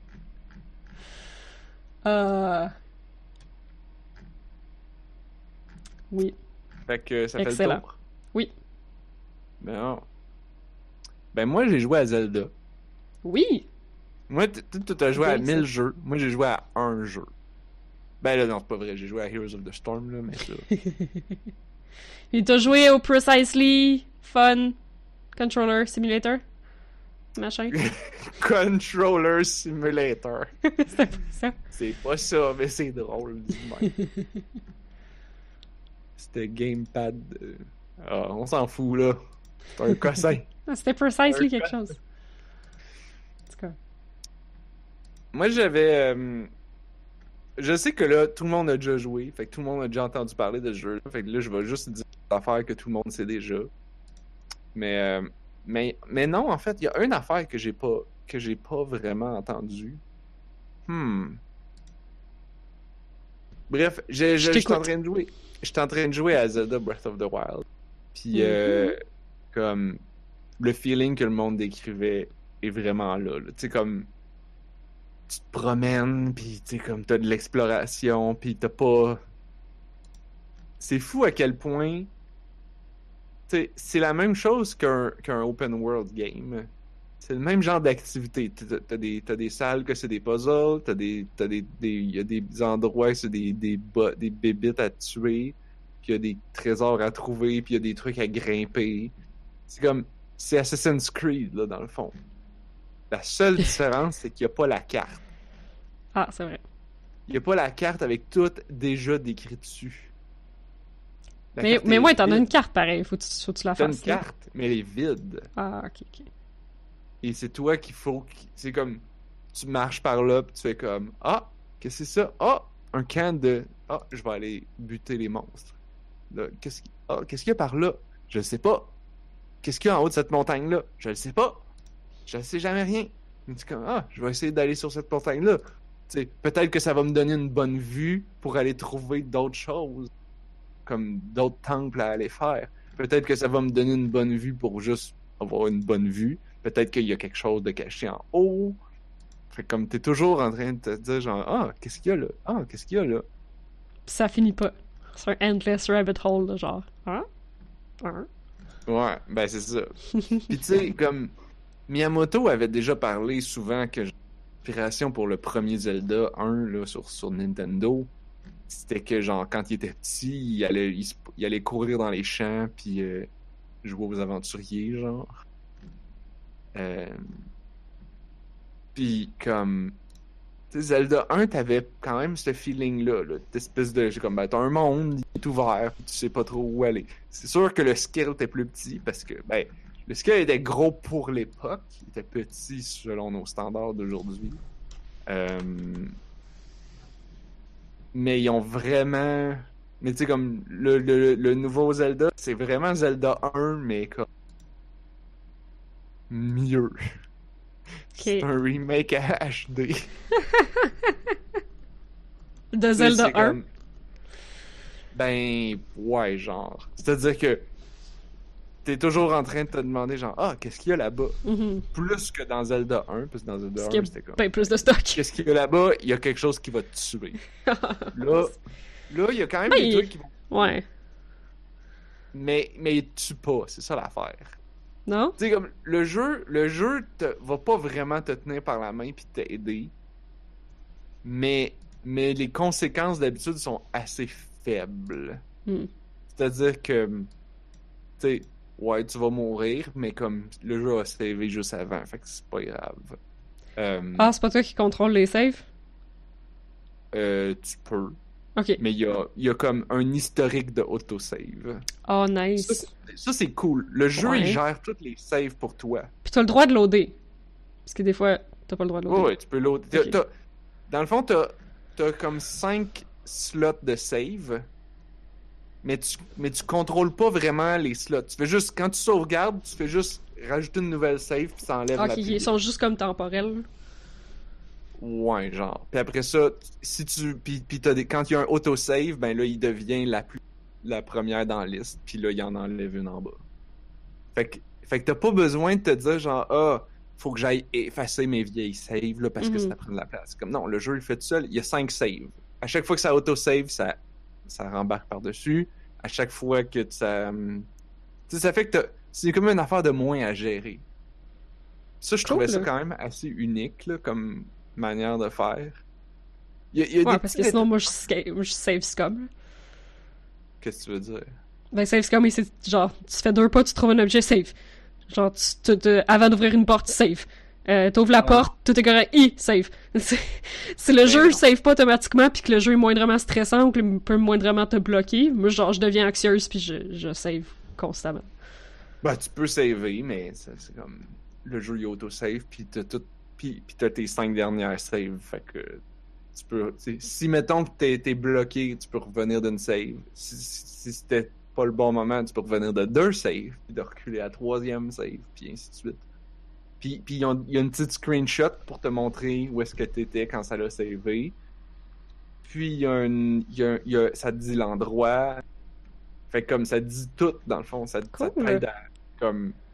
Oui. Fait que ça Excellent. fait le tour. Oui. Ben moi, j'ai joué à Zelda. Oui! Moi, tu as joué à Bien, 1000 ça. jeux. Moi, j'ai joué à un jeu. Ben là, non, c'est pas vrai. J'ai joué à Heroes of the Storm, là, mais ça... Et t'as joué au Precisely Fun Controller Simulator? Machin. Controller Simulator. C'était pas ça. C'est pas ça, mais c'est drôle, dis-moi. C'était Gamepad. Ah, on s'en fout, là. C'est un cossin. Ah, c'était Precisely quelque chose. En tout cas. Moi, j'avais... Je sais que là, tout le monde a déjà joué. Fait que tout le monde a déjà entendu parler de ce jeu. Fait que là, je vais juste dire des affaires que tout le monde sait déjà. Mais non, en fait, il y a une affaire que j'ai pas vraiment entendue. Bref, j'étais en train de jouer. J'étais en train de jouer à Zelda Breath of the Wild. Puis, comme... le feeling que le monde décrivait est vraiment là. Tu sais, comme tu te promènes, puis tu sais, comme t'as de l'exploration, puis t'as pas... C'est fou à quel point... Tu sais, c'est la même chose qu'un open world game. C'est le même genre d'activité. T'as des salles que c'est des puzzles, il y a des endroits que c'est des bébites à tuer, puis il y a des trésors à trouver, puis il y a des trucs à grimper. C'est Assassin's Creed, là, dans le fond. La seule différence, c'est qu'il n'y a pas la carte. Ah, c'est vrai. Il n'y a pas la carte avec tout déjà décrit dessus. Mais ouais, t'en as une carte pareil, faut que tu la fasses. T'as une carte, mais elle est vide. Ah, ok. Et c'est toi qu'il faut... C'est comme... Tu marches par là, puis tu fais comme... Ah, qu'est-ce que c'est ça? Ah, un camp de... Ah, je vais aller buter les monstres. Là, qu'est-ce qu'il y a par là? Je le sais pas. Qu'est-ce qu'il y a en haut de cette montagne-là? Je le sais pas. Je ne sais jamais rien. Mais tu comme... Ah, je vais essayer d'aller sur cette montagne-là. Tu sais, peut-être que ça va me donner une bonne vue pour aller trouver d'autres choses. Comme d'autres temples à aller faire. Peut-être que ça va me donner une bonne vue pour juste avoir une bonne vue. Peut-être qu'il y a quelque chose de caché en haut. Fait comme t'es toujours en train de te dire genre ah, qu'est-ce qu'il y a là? Ah, qu'est-ce qu'il y a là? Pis ça finit pas. C'est un endless rabbit hole, là, genre. Hein? Ouais, ben c'est ça. Puis tu sais, comme Miyamoto avait déjà parlé souvent que l'inspiration pour le premier Zelda 1 là, sur Nintendo, c'était que genre quand il était petit, il allait courir dans les champs puis jouer aux aventuriers, genre. Puis comme tu sais, Zelda 1, t'avais quand même ce feeling-là, là, d'espèce de comme ben, t'as un monde, il est ouvert, tu sais pas trop où aller. C'est sûr que le skill était plus petit parce que ben le skill était gros pour l'époque, il était petit selon nos standards d'aujourd'hui. Mais ils ont vraiment... Mais tu sais, comme le nouveau Zelda, c'est vraiment Zelda 1, mais comme... mieux. C'est un remake à HD. De Zelda 1? Comme... Ben, ouais, genre. C'est-à-dire que t'es toujours en train de te demander, genre, ah, qu'est-ce qu'il y a là-bas? Mm-hmm. Plus que dans Zelda 1, parce que dans Zelda 1, c'était comme... Ben, plus de stock. Qu'est-ce qu'il y a là-bas? Il y a quelque chose qui va te tuer. Là, il y a quand même des trucs qui vont... Ouais. Mais il te tue pas, c'est ça l'affaire. Non? Tu sais, comme, le jeu va pas vraiment te tenir par la main pis t'aider. Mais les conséquences d'habitude sont assez faibles. C'est-à-dire que, tu sais, ouais, tu vas mourir, mais comme le jeu a savé juste avant, fait que c'est pas grave. Ah, c'est pas toi qui contrôle les saves? Tu peux. Ok. Mais il y a comme un historique de autosave. Oh, nice. Ça, c'est cool. Le jeu, il gère toutes les saves pour toi. Puis t'as le droit de loader. Parce que des fois, t'as pas le droit de loader. Ouais, tu peux loader. Okay. Dans le fond, t'as comme 5 slots de save, mais tu contrôles pas vraiment les slots. Tu fais juste, quand tu sauvegardes, tu fais juste rajouter une nouvelle save, puis ça enlève la pile. Ok, ils sont juste comme temporels. Ouais, genre. Puis après ça, si tu... Puis quand il y a un autosave, ben là, il devient la première dans la liste, puis là, il en enlève une en bas. Fait que t'as pas besoin de te dire genre, ah, faut que j'aille effacer mes vieilles saves, là, parce que ça prend de la place. Comme non, le jeu, il fait tout seul. Il y a 5 saves. À chaque fois que ça autosave, ça rembarque par-dessus. À chaque fois que ça... Tu sais, ça fait que c'est comme une affaire de moins à gérer. Ça, je trouvais ça quand même assez unique, là, comme manière de faire. Il y a parce que sinon, moi, je save scum. Qu'est-ce que tu veux dire? Ben, save scum, c'est genre, tu fais 2 pas, tu trouves un objet, save. Genre, avant d'ouvrir une porte, save. T'ouvres la porte, tout est correct, save. Si le jeu save pas automatiquement, puis que le jeu est moindrement stressant ou qu'il peut moindrement te bloquer, moi, genre, je deviens anxieuse, puis je save constamment. Ben, tu peux saver, mais c'est comme... Le jeu, il auto-save, puis t'as tout... Puis t'as tes 5 dernières saves, fait que tu peux... Si, mettons que t'es bloqué, tu peux revenir d'une save. Si c'était pas le bon moment, tu peux revenir de 2 saves, puis de reculer à la 3e save, puis ainsi de suite. Puis il y a une petite screenshot pour te montrer où est-ce que t'étais quand ça l'a savé. Puis ça te dit l'endroit. Fait que comme ça te dit tout, dans le fond. Ça t'aide à comme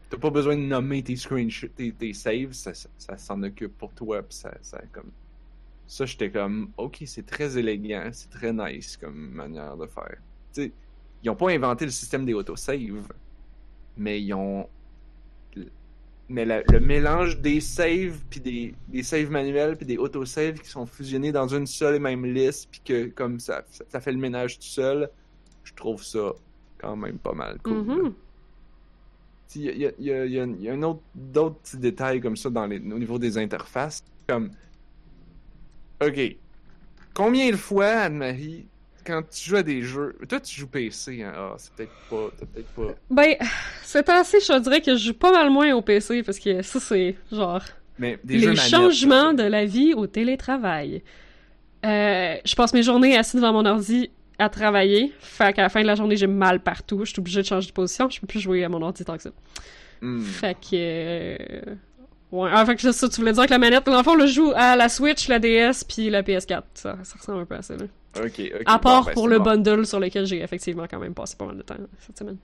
t'as pas besoin de nommer tes screenshots, tes saves, ça s'en occupe pour toi, pis ça comme... Ça, j'étais comme, ok, c'est très élégant, c'est très nice comme manière de faire. Tu sais, ils ont pas inventé le système des autosaves, mais ils ont... Mais le mélange des saves, puis des saves manuels, puis des autosaves qui sont fusionnés dans une seule et même liste, puis que comme ça fait le ménage tout seul, je trouve ça quand même pas mal cool. Mm-hmm. Il y a d'autres petits détails comme ça au niveau des interfaces. Comme, ok, combien de fois, Anne-Marie, quand tu joues à des jeux... Toi, tu joues PC, hein? Ah, c'est peut-être pas... Ben, c'est assez, je te dirais que je joue pas mal moins au PC, parce que ça, c'est genre... Mais des les jeux manettes, changements de la vie au télétravail. Je passe mes journées assis devant mon ordi à travailler, fait qu'à la fin de la journée, j'ai mal partout, je suis obligée de changer de position, je peux plus jouer à mon ordi tant que ça. Fait que... Ouais, fait que ça, tu voulais dire que la manette, dans le fond, je joue à la Switch, la DS, puis la PS4. Ça ressemble un peu à ça, là. Ok. À part bon, pour le bundle sur lequel j'ai effectivement quand même passé pas mal de temps cette semaine.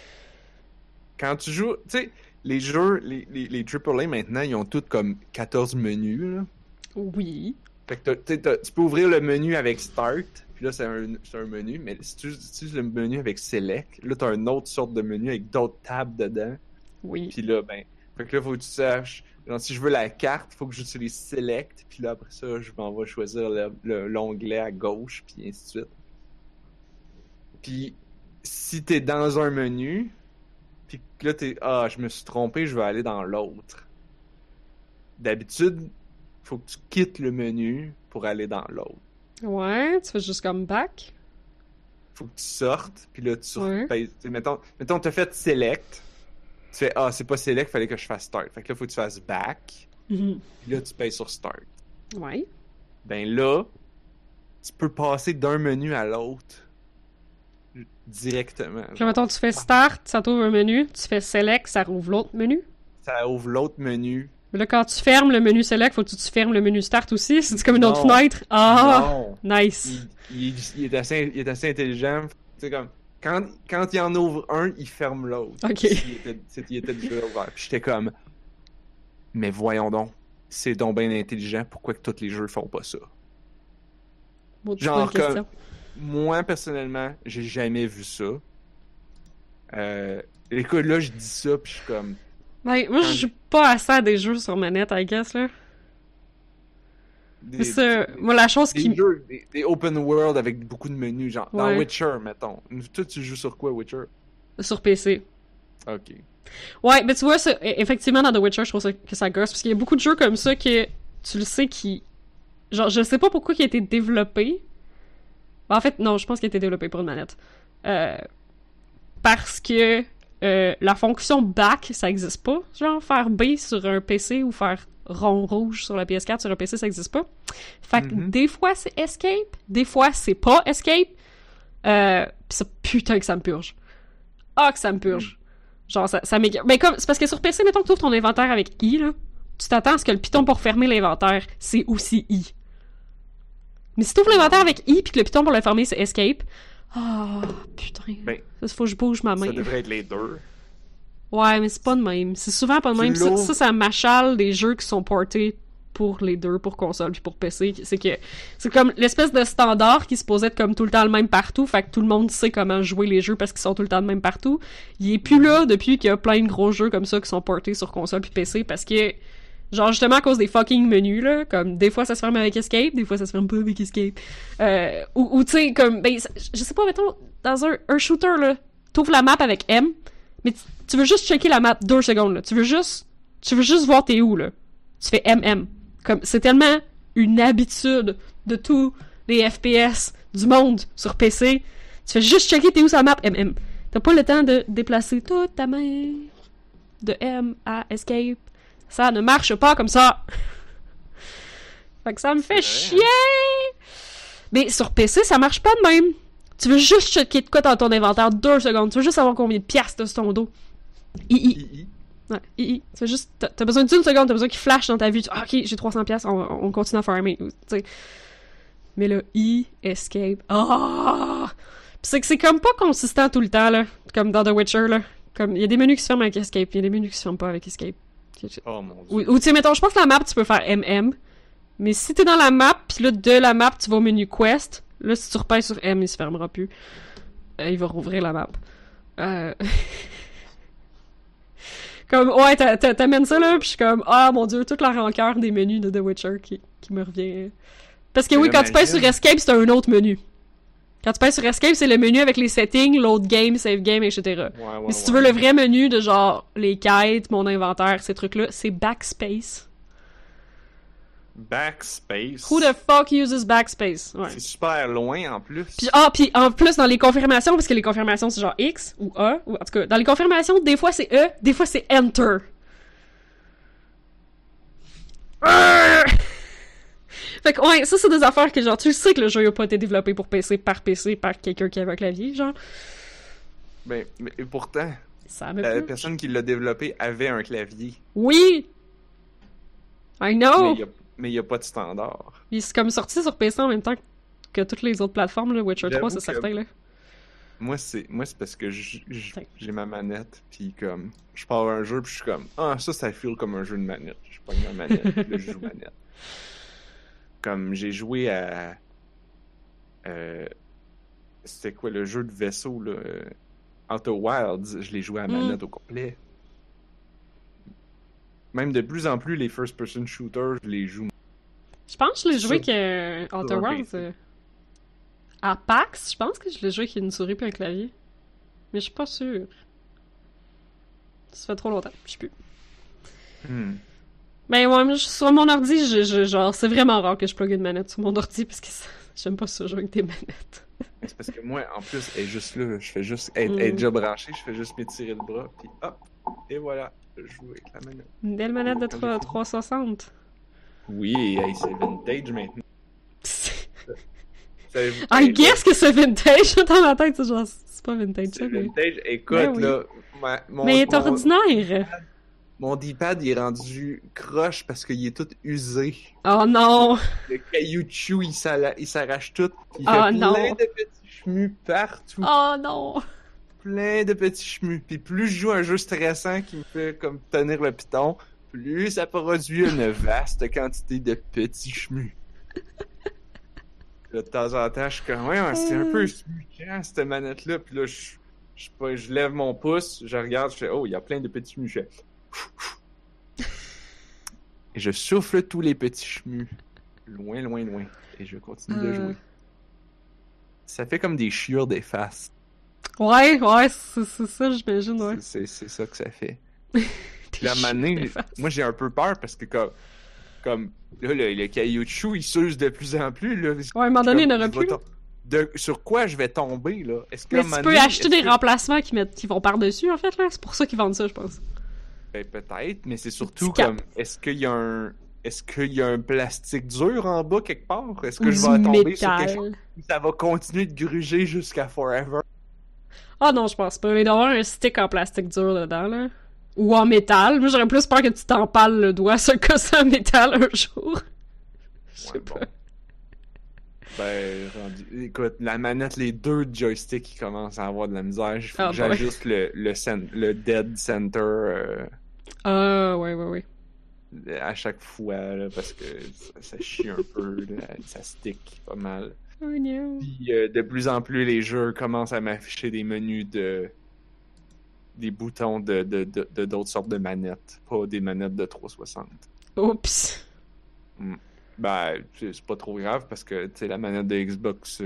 Quand tu joues, tu sais, les jeux, les AAA maintenant, ils ont tous comme 14 menus, là. Oui. Fait que tu peux ouvrir le menu avec Start, puis là, c'est un menu, mais si tu utilises le menu avec Select, là, t'as une autre sorte de menu avec d'autres tables dedans. Oui. Puis là, ben, fait que là, faut que tu saches, genre, si je veux la carte, faut que j'utilise Select, puis là, après ça, je m'en vais choisir l'onglet à gauche, puis ainsi de suite. Puis, si t'es dans un menu, puis que là, je me suis trompé, je vais aller dans l'autre. D'habitude, faut que tu quittes le menu pour aller dans l'autre. Ouais, tu fais juste comme back. Faut que tu sortes, puis là, tu Ouais. repayes. Mettons, t'as fait Select, tu fais, c'est pas Select, fallait que je fasse Start. Fait que là, faut que tu fasses Back, Mhm. puis là, tu payes sur Start. Ouais. Ben là, tu peux passer d'un menu à l'autre directement. Puis là, mettons, tu fais start, ça t'ouvre un menu. Tu fais select, ça rouvre l'autre menu. Ça ouvre l'autre menu. Mais là, quand tu fermes le menu select, faut que tu fermes le menu start aussi. C'est comme une autre Non. fenêtre. Ah! Non. Nice. Il est assez intelligent. Tu sais, comme, quand il en ouvre un, il ferme l'autre. Ok. Il était déjà ouvert. Puis j'étais comme, mais voyons donc, c'est donc bien intelligent, pourquoi que tous les jeux font pas ça? Bon, tu Genre poses une question. comme, moi, personnellement, j'ai jamais vu ça. Écoute, là, je dis ça, puis je suis comme... Ben, moi, je joue pas assez à des jeux sur manette, I guess, là. Moi, la chose qui... Des open world avec beaucoup de menus, genre dans Ouais. Witcher, mettons. Toi, tu joues sur quoi, Witcher? Sur PC. Ok. Ouais, mais tu vois, effectivement, dans The Witcher, je trouve que ça gosse, parce qu'il y a beaucoup de jeux comme ça que, tu le sais, qui... Genre, je sais pas pourquoi il a été développé. Ben, en fait, non, je pense qu'il a été développé pour une manette. Parce que la fonction back, ça existe pas. Genre, faire B sur un PC ou faire rond rouge sur la PS4 sur un PC, ça existe pas. Fait que des fois, c'est escape, des fois, c'est pas escape. Pis ça, putain que ça me purge. Ah, que ça me purge. Genre, ça m'écoeure. Mais comme, c'est parce que sur PC, mettons que tu ouvres ton inventaire avec I, là, tu t'attends à ce que le piton pour fermer l'inventaire, c'est aussi I. Mais si tu ouvres l'inventaire avec I pis que le piton pour le fermer, c'est escape, putain. Ben, Ça, faut que je bouge ma main. ça devrait être les deux. Ouais, mais c'est pas de même. C'est souvent pas de Tu même. l'ouvres. Ça m'achale des jeux qui sont portés pour les deux, pour console puis pour PC. C'est comme l'espèce de standard qui se posait être comme tout le temps le même partout, fait que tout le monde sait comment jouer les jeux parce qu'ils sont tout le temps le même partout. Il est plus là depuis qu'il y a plein de gros jeux comme ça qui sont portés sur console puis PC parce que, genre, justement à cause des fucking menus, là, comme des fois ça se ferme avec Escape, des fois ça se ferme pas avec Escape. Ou tu sais, comme, ben, je sais pas, mettons, dans un shooter, là, t'ouvres la map avec M, mais tu veux juste checker la map 2 secondes, là. Tu veux juste voir t'es où, là. Tu fais MM. Comme, c'est tellement une habitude de tous les FPS du monde sur PC. Tu fais juste checker t'es où sur la map, MM. T'as pas le temps de déplacer toute ta main de M à Escape. Ça ne marche pas comme ça. Fait que ça me fait chier. Mais sur PC, ça marche pas de même. Tu veux juste checker de quoi dans ton inventaire 2 secondes. Tu veux juste savoir combien de piastres t'as sur ton dos. II. Ouais, II. C'est juste, t'as besoin d'une seconde, t'as besoin qu'il flash dans ta vue. Ok, j'ai 300 piastres, on continue à farmer. T'sais. Mais là, escape. Pis c'est que c'est comme pas consistant tout le temps, là. Comme dans The Witcher, là. Comme, il y a des menus qui se ferment avec Escape, il y a des menus qui se ferment pas avec Escape. Oh mon dieu. Ou tu sais, mettons, je pense que la map, tu peux faire MM, mais si t'es dans la map, pis là, de la map, tu vas au menu Quest, là, si tu repasses sur M, il se fermera plus. Il va rouvrir la map. Comme, ouais, t'amènes ça, là, pis je suis comme, ah, mon dieu, toute la rancœur des menus de The Witcher qui me revient. Parce que oui, quand tu passes sur Escape, c'est un autre menu. Quand tu passes sur Escape, c'est le menu avec les settings, load game, save game, etc. Mais si tu veux le vrai menu de genre les quêtes, mon inventaire, ces trucs-là, c'est Backspace. Backspace? Who the fuck uses Backspace? Ouais. C'est super loin en plus. Puis en plus, dans les confirmations, parce que les confirmations c'est genre X ou A, ou en tout cas, dans les confirmations, des fois c'est E, des fois c'est Enter. Fait que, ouais, ça, c'est des affaires que, genre, tu sais que le jeu a pas été développé pour PC par quelqu'un qui avait un clavier, genre. Ben, mais pourtant, ça la personne qui l'a développé avait un clavier. Oui! I know! Mais il y a pas de standard. Puis c'est comme sorti sur PC en même temps que toutes les autres plateformes, là, Witcher 3, c'est certain, là. Moi, c'est parce que j'ai ma manette, puis comme, je pars un jeu, puis je suis comme, ah, ça feel comme un jeu de manette. Je pogne ma manette, puis là, je joue manette. Comme j'ai joué à c'était quoi le jeu de vaisseau là, Outer Wilds, je l'ai joué à manette au complet. Même de plus en plus les first person shooters, je les joue. Je pense que je l'ai joué que Outer Wilds à PAX, je pense que je l'ai joué avec une souris puis un clavier. Mais je suis pas sûre. Ça fait trop longtemps, je sais plus. Ben ouais, sur mon ordi, genre, c'est vraiment rare que je plug une manette sur mon ordi parce que j'aime pas ça jouer avec des manettes. C'est parce que moi, en plus, elle est juste là, je fais juste, elle est déjà branchée, je fais juste m'étirer le bras, puis hop, et voilà, je joue avec la manette. Une belle manette de 360. Oui, hey, c'est vintage maintenant. I guess que c'est vintage dans ma tête, c'est genre, c'est pas vintage. C'est vintage, écoute, là, mais il est ordinaire. Mon D-pad, il est rendu croche parce qu'il est tout usé. Oh non! Le caoutchouc, il s'arrache tout. Il fait plein de petits chemus partout. Oh non! Plein de petits chemus. Puis plus je joue un jeu stressant qui me fait comme tenir le piton, plus ça produit une vaste quantité de petits chemus. Là, de temps en temps, je suis comme, ouais, c'est un peu smuquant, cette manette-là. Puis là, je lève mon pouce, je regarde, je fais, oh, il y a plein de petits chemus. Je fais, et je souffle tous les petits chemus. Loin, loin, loin. Et je continue de jouer. Ça fait comme des chiures des faces. Ouais, c'est ça, j'imagine, ouais. C'est ça que ça fait. La manée, moi j'ai un peu peur parce que comme là, le caoutchouc, il s'use de plus en plus. Là. Ouais, à un moment donné, il n'aura plus. Sur quoi je vais tomber, là? Est-ce que mais tu peux acheter des remplacements qui vont par-dessus, en fait, là. C'est pour ça qu'ils vendent ça, je pense. Ben, peut-être, mais c'est surtout comme, est-ce qu'il y a un plastique dur en bas quelque part? Est-ce que je vais tomber sur quelque chose? Ça va continuer de gruger jusqu'à forever? Ah non, je pense pas. Il doit y avoir un stick en plastique dur dedans, là. Ou en métal. Moi, j'aurais plus peur que tu t'empales le doigt sur le casse en métal un jour. Je sais pas. Ben, écoute, la manette, les deux joysticks, ils commencent à avoir de la misère. Il faut que j'ajuste le dead center. Ouais. À chaque fois, là, parce que ça chie un peu, là, ça stick pas mal. Oh no. Puis de plus en plus, les jeux commencent à m'afficher des menus des boutons de d'autres sortes de manettes, pas des manettes de 360. Oups. Ben, c'est pas trop grave parce que, tu sais, la manette de Xbox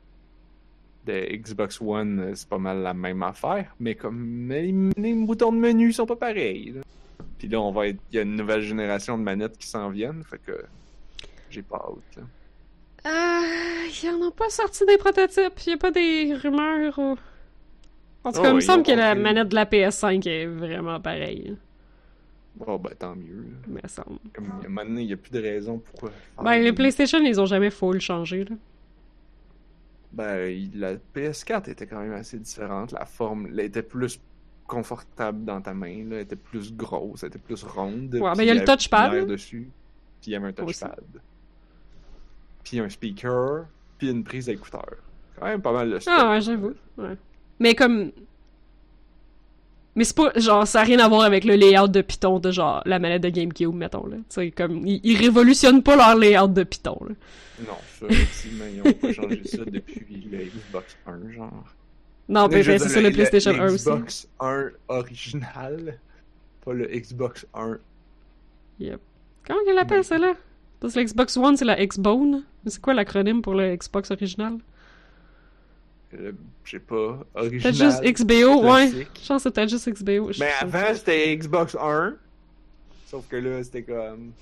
One, c'est pas mal la même affaire, mais comme les boutons de menu sont pas pareils. Là. Puis là, il y a une nouvelle génération de manettes qui s'en viennent, fait que j'ai pas hâte. Là. Ils en ont pas sorti des prototypes, y a pas des rumeurs ou... En tout cas, il me semble que la manette de la PS5 est vraiment pareille. Oh, ben tant mieux. Mais ça semble. Comme, à un moment donné, il n'y a plus de raison pourquoi. Ben, les PlayStation, ils ont jamais full changé, là. Ben, la PS4 était quand même assez différente. La forme, elle était plus confortable dans ta main, là. Elle était plus grosse, elle était plus ronde. Ouais, ben, il y a le touchpad. Dessus, puis il y avait un touchpad. Puis un speaker, puis une prise d'écouteur. Quand même pas mal de stuff. Ah ouais, j'avoue. Ouais. Mais comme... Mais c'est pas, genre, ça a rien à voir avec le layout de Python de, genre, la manette de GameCube, mettons, là. Tu sais, comme, ils révolutionnent pas leur layout de Python, là. Non, ça, effectivement, ils ont pas changé ça depuis le Xbox 1, genre. Non, ben, c'est ça, le PlayStation 1 aussi. Le Xbox 1 original, pas le Xbox 1. Yep. Comment qu'elle appelle, celle-là? Parce que le Xbox One, c'est la Xbone. C'est quoi l'acronyme pour le Xbox original? Je sais pas, original. Peut-être juste XBO, classique. ouais. Je pense que c'est peut-être juste XBO. Mais avant, c'était Xbox 1. Sauf que là, c'était comme...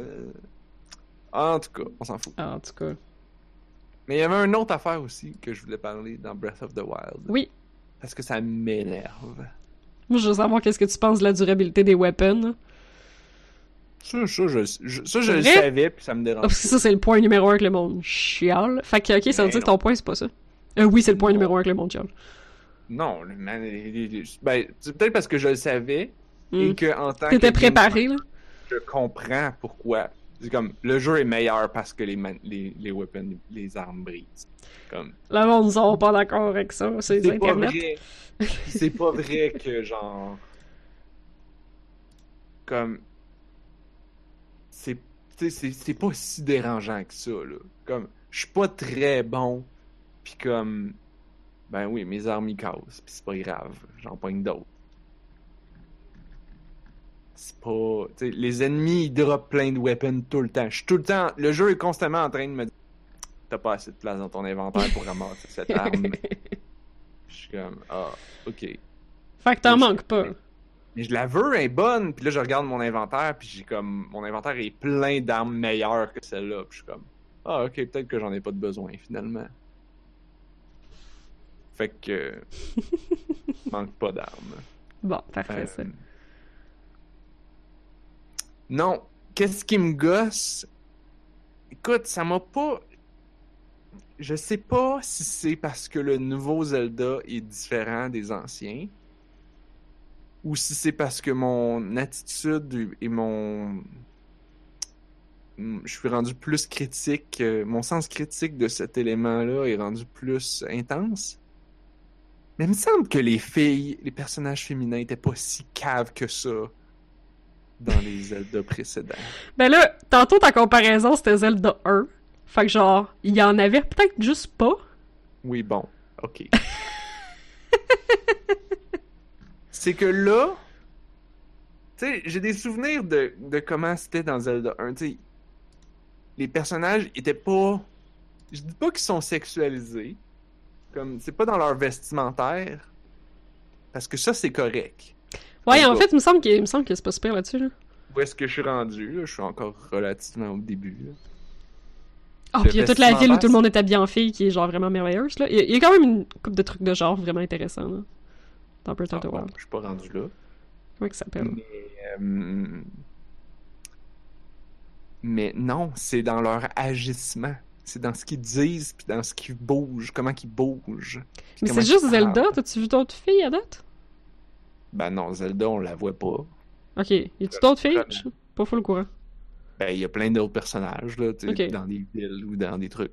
En tout cas, on s'en fout. Ah, en tout cas. Mais il y avait une autre affaire aussi que je voulais parler dans Breath of the Wild. Oui. Parce que ça m'énerve. Moi, je veux savoir qu'est-ce que tu penses de la durabilité des weapons. Ça, je le savais, puis ça me dérange. Parce que ça, c'est le point numéro 1 que le monde chiale. Fait que, ok, ça veut dire que ton point, c'est pas ça. Oui, c'est le point numéro 1 que le monde chiale. Non, ben, c'est peut-être parce que je le savais, et que en tant que... T'étais préparé, là. Je comprends pourquoi. C'est comme, le jeu est meilleur parce que les weapons, les armes brisent. Comme... Le monde, ils sont pas d'accord avec ça, c'est Internet. C'est pas vrai que, genre... Comme... C'est pas si dérangeant que ça, là. Comme, je suis pas très bon, pis comme... Ben oui, mes armes ils cassent, pis c'est pas grave, j'en pogne d'autres. C'est pas... T'sais, les ennemis, ils droppent plein de weapons tout le temps. Je suis tout le temps... Le jeu est constamment en train de me dire « T'as pas assez de place dans ton inventaire pour ramasser cette arme. » Je suis comme « Ah, ok. » Fait que t'en manques pas. Mais je la veux, elle est bonne. Puis là, je regarde mon inventaire, puis j'ai comme... Mon inventaire est plein d'armes meilleures que celle-là. Puis je suis comme « Ah, ok, peut-être que j'en ai pas de besoin, finalement. » Fait que... manque pas d'armes. Bon, parfait, ça. Non, qu'est-ce qui me gosse? Écoute, ça m'a pas... Je sais pas si c'est parce que le nouveau Zelda est différent des anciens, ou si c'est parce que mon attitude et mon... Je suis rendu plus critique, mon sens critique de cet élément-là est rendu plus intense. Mais il me semble que les filles, les personnages féminins étaient pas si caves que ça dans les Zelda précédents. Ben là, tantôt ta comparaison c'était Zelda 1. Fait que genre, il y en avait peut-être juste pas. Oui, bon, ok. C'est que là, tu sais, j'ai des souvenirs de comment c'était dans Zelda 1. Tu sais, les personnages étaient pas... Je dis pas qu'ils sont sexualisés. Comme, c'est pas dans leur vestimentaire. Parce que ça, c'est correct. Ouais, en fait, il me semble que c'est pas super là-dessus, là. Où est-ce que je suis rendu, là? Je suis encore relativement au début, là. Ah, puis il y a toute la ville où tout le monde est habillé en fille qui est genre vraiment merveilleuse, là. Il y a quand même une couple de trucs de genre vraiment intéressants, là. Dans Breath of the Wild. Je suis pas rendu là. Comment ça s'appelle? Mais non, c'est dans leur agissement. C'est dans ce qu'ils disent, puis dans ce qu'ils bougent, comment qu'ils bougent. Mais c'est juste Zelda? T'as-tu vu d'autres filles à date? Ben non, Zelda, on la voit pas. Ok. Y a-tu d'autres filles? Je suis pas full courant. Ben, il y a plein d'autres personnages, là, okay. Dans des villes ou dans des trucs.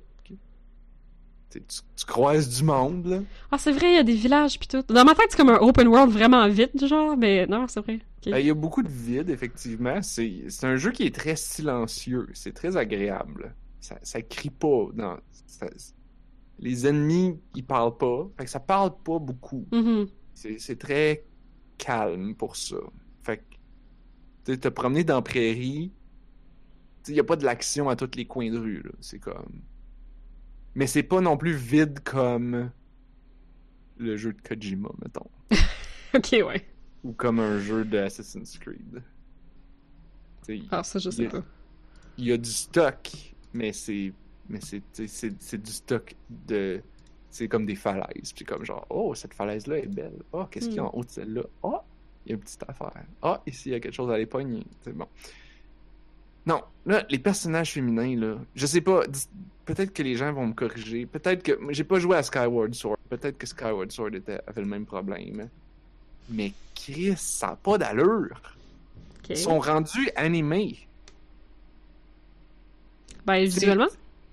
Tu croises du monde, là. Ah, c'est vrai, il y a des villages pis tout. Dans ma tête, c'est comme un open world vraiment vide, genre, mais non, c'est vrai. Okay. Ben, il y a beaucoup de vide, effectivement. C'est un jeu qui est très silencieux. C'est très agréable. Ça crie pas. Non, les ennemis, ils parlent pas. Fait que ça parle pas beaucoup. Mm-hmm. C'est très calme pour ça. Fait que, tu sais, te promener dans la prairie, il y a pas de l'action à tous les coins de rue, là. C'est comme... Mais c'est pas non plus vide comme le jeu de Kojima, mettons. Ok, ouais. Ou comme un jeu de Assassin's Creed. Ah, ça, je sais pas. Il y a du stock, mais c'est du stock de... C'est comme des falaises. Puis comme genre, oh, cette falaise-là est belle. Oh, qu'est-ce qu'il y a en haut de celle-là? Oh, il y a une petite affaire. Ah, ici, il y a quelque chose à les pogner. C'est bon. Non, là, les personnages féminins, là, je sais pas, peut-être que les gens vont me corriger, peut-être que, j'ai pas joué à Skyward Sword, peut-être que Skyward Sword avait le même problème, mais Chris, ça n'a pas d'allure. Okay. Ils sont rendus animés. Ben, visuellement?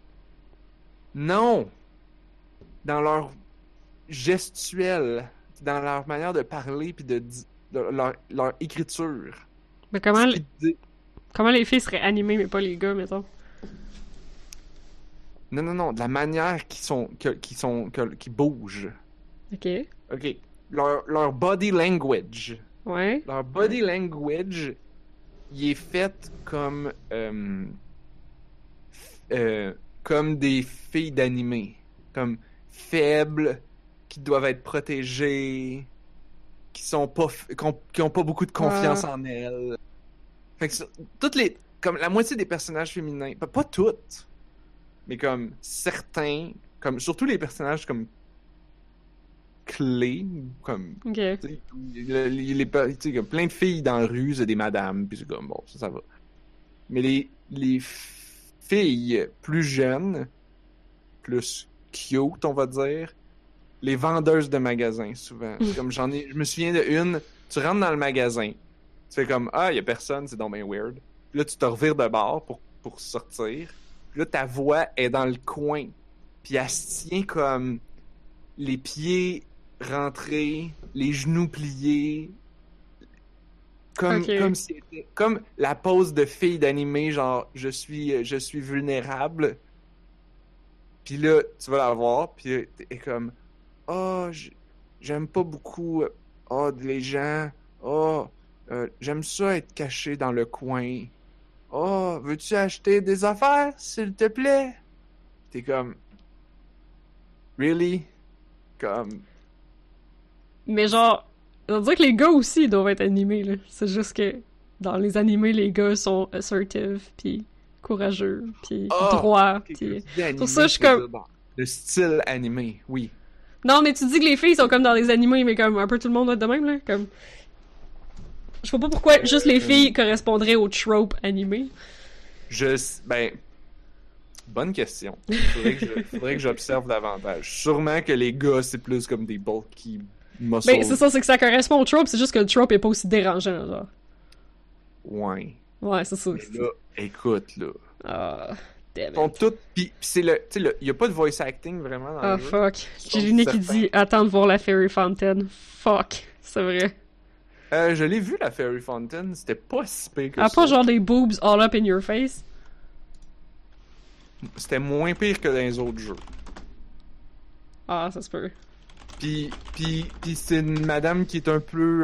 Non! Dans leur gestuelle, dans leur manière de parler, puis de leur écriture. Mais comment les filles seraient animées, mais pas les gars, mettons? Non, de la manière qui bougent. Ok. OK. Leur body language. Ouais. Leur body language, il est fait comme des filles d'animé. Comme faibles, qui doivent être protégées, qui ont pas beaucoup de confiance en elles. Fait que comme la moitié des personnages féminins, pas toutes, mais comme certains, comme surtout les personnages comme clés, comme Ok. tu sais, comme plein de filles dans la rue, c'est des madames, puis c'est comme bon, ça va. Mais les filles plus jeunes, plus cute, on va dire, les vendeuses de magasins, souvent. Comme je me souviens de une, tu rentres dans le magasin, tu fais comme, ah, y a personne, c'est donc bien weird. Puis là, tu te revires de bord pour sortir. Puis là, ta voix est dans le coin. Puis elle se tient comme les pieds rentrés, les genoux pliés. Comme la pose de fille d'animé, genre, je suis vulnérable. Puis là, tu vas la voir, puis t'es comme, oh, j'aime pas beaucoup les gens. Oh, j'aime ça être caché dans le coin. Oh, veux-tu acheter des affaires, s'il te plaît? T'es comme, really? Comme, Mais genre, ça veut dire que les gars aussi ils doivent être animés, là. C'est juste que dans les animés, les gars sont assertive, puis courageux, puis droits, puis... Pour ça, je suis comme... Le style animé, oui. Non, mais tu dis que les filles sont comme dans les animés, mais comme un peu tout le monde doit être de même, là. Comme... Je vois pas pourquoi juste les filles correspondraient au trope animé. Ben... Bonne question. Faudrait que j'observe davantage. Sûrement que les gars, c'est plus comme des bulky muscles. Ben, c'est ça, c'est que ça correspond au trope, c'est juste que le trope est pas aussi dérangeant, genre. Ouais. Ouais, c'est ça. Mais là, écoute, là. Ah, damn it. Ils sont toutes... Pis c'est tu sais, y a pas de voice acting vraiment dans le jeu. Fuck. J'ai Luné qui dit « Attends de voir la Fairy Fountain ». Fuck, c'est vrai. Je l'ai vu, la Fairy Fountain. C'était pas si pire que ça. Ah, pas genre des boobs all up in your face? C'était moins pire que dans les autres jeux. Ah, ça se peut. Puis c'est une madame qui est un peu...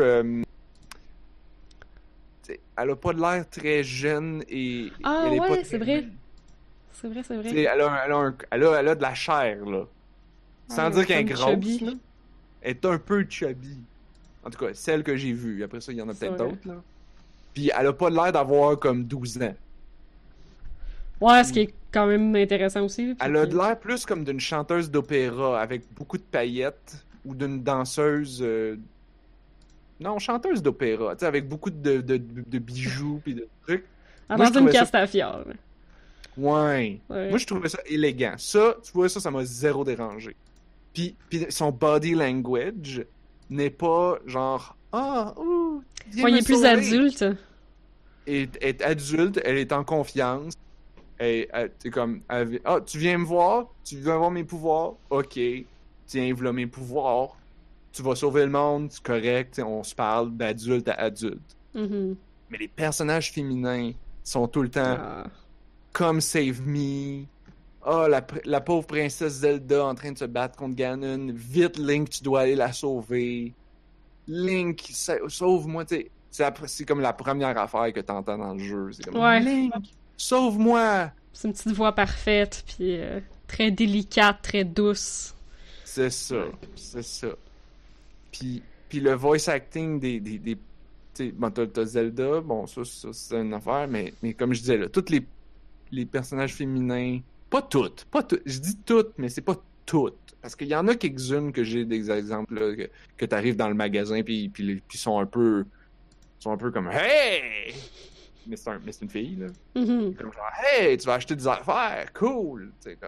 elle a pas de l'air très jeune et... Ah elle est ouais, pas c'est vrai. C'est vrai, c'est vrai. Elle a de la chair, là. Sans dire qu'elle est grosse, là. Elle est un peu chubby. En tout cas, celle que j'ai vue. Après ça, il y en a peut-être d'autres, là. Puis elle a pas l'air d'avoir comme 12 ans. Ouais, ce qui est quand même intéressant aussi. Elle a de l'air plus comme d'une chanteuse d'opéra avec beaucoup de paillettes ou d'une danseuse... Non, chanteuse d'opéra, tu sais, avec beaucoup de bijoux pis de trucs. Ah, dans une Castafiore. Ouais. Moi, je trouvais ça élégant. Ça, tu vois, ça m'a zéro dérangé. Puis son body language n'est pas genre viens il est plus adulte. Elle est adulte, elle est en confiance. T'es comme, tu viens me voir? Tu viens voir mes pouvoirs? Ok. Tiens, voilà mes pouvoirs. Tu vas sauver le monde, c'est correct. On se parle d'adulte à adulte. Mm-hmm. Mais les personnages féminins sont tout le temps comme Save Me. La pauvre princesse Zelda en train de se battre contre Ganon. Vite, Link, tu dois aller la sauver. Link, sauve-moi. C'est comme la première affaire que t'entends dans le jeu. C'est comme, Link, sauve-moi! C'est une petite voix parfaite, puis très délicate, très douce. C'est ça. Puis le voice acting bon, t'as Zelda, bon, ça c'est une affaire, mais comme je disais, là, tous les personnages féminins, pas toutes, je dis toutes, mais c'est pas toutes, parce qu'il y en a quelques-unes que j'ai des exemples, là, que t'arrives dans le magasin, puis sont un peu comme, hey! Mais c'est une fille, là. Mm-hmm. Comme genre, hey, tu vas acheter des affaires, cool, tu sais, comme.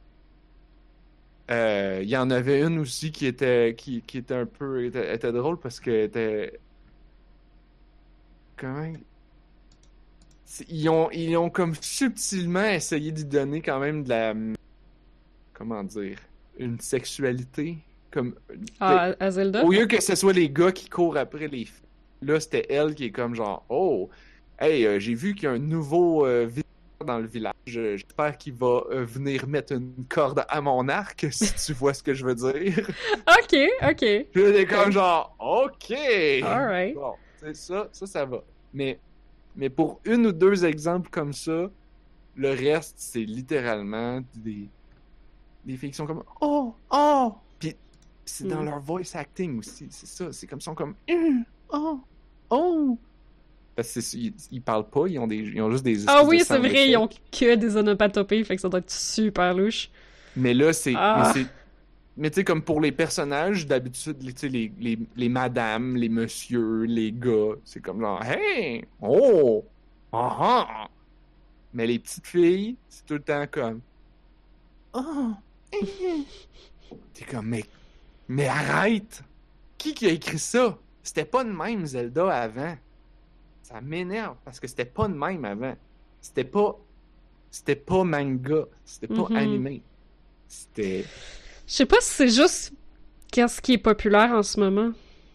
Il y en avait une aussi qui était un peu était drôle parce que était comment ils ont comme subtilement essayé d'y donner quand même de la comment dire une sexualité comme à Zelda. au lieu que ce soit les gars qui courent après les filles, là, c'était elle qui est comme genre, oh, hey, j'ai vu qu'il y a un nouveau visiteur dans le village. J'espère qu'il va venir mettre une corde à mon arc, si tu vois ce que je veux dire. Ok. Puis là, t'es comme genre, ok. Alright. Bon, c'est ça va. Mais pour une ou deux exemples comme ça, le reste, c'est littéralement des filles qui sont comme, oh. Puis c'est dans leur voice acting aussi, c'est ça. C'est comme, ils sont comme, oh. Parce que ils parlent pas, ils ont juste des... Ah oui, c'est vrai, ils ont que des onomatopées, fait que ça doit être super louche. Mais là, Ah. Mais tu sais, comme pour les personnages, d'habitude, tu sais, les madames, les messieurs, les gars, c'est comme genre, hey, oh, ah. Mais les petites filles, c'est tout le temps comme, oh, t'es comme, mais arrête! Qui a écrit ça? C'était pas de même Zelda avant. Ça m'énerve parce que c'était pas de même avant. C'était pas manga, c'était pas animé. C'était... Je sais pas si c'est juste qu'est-ce qui est populaire en ce moment.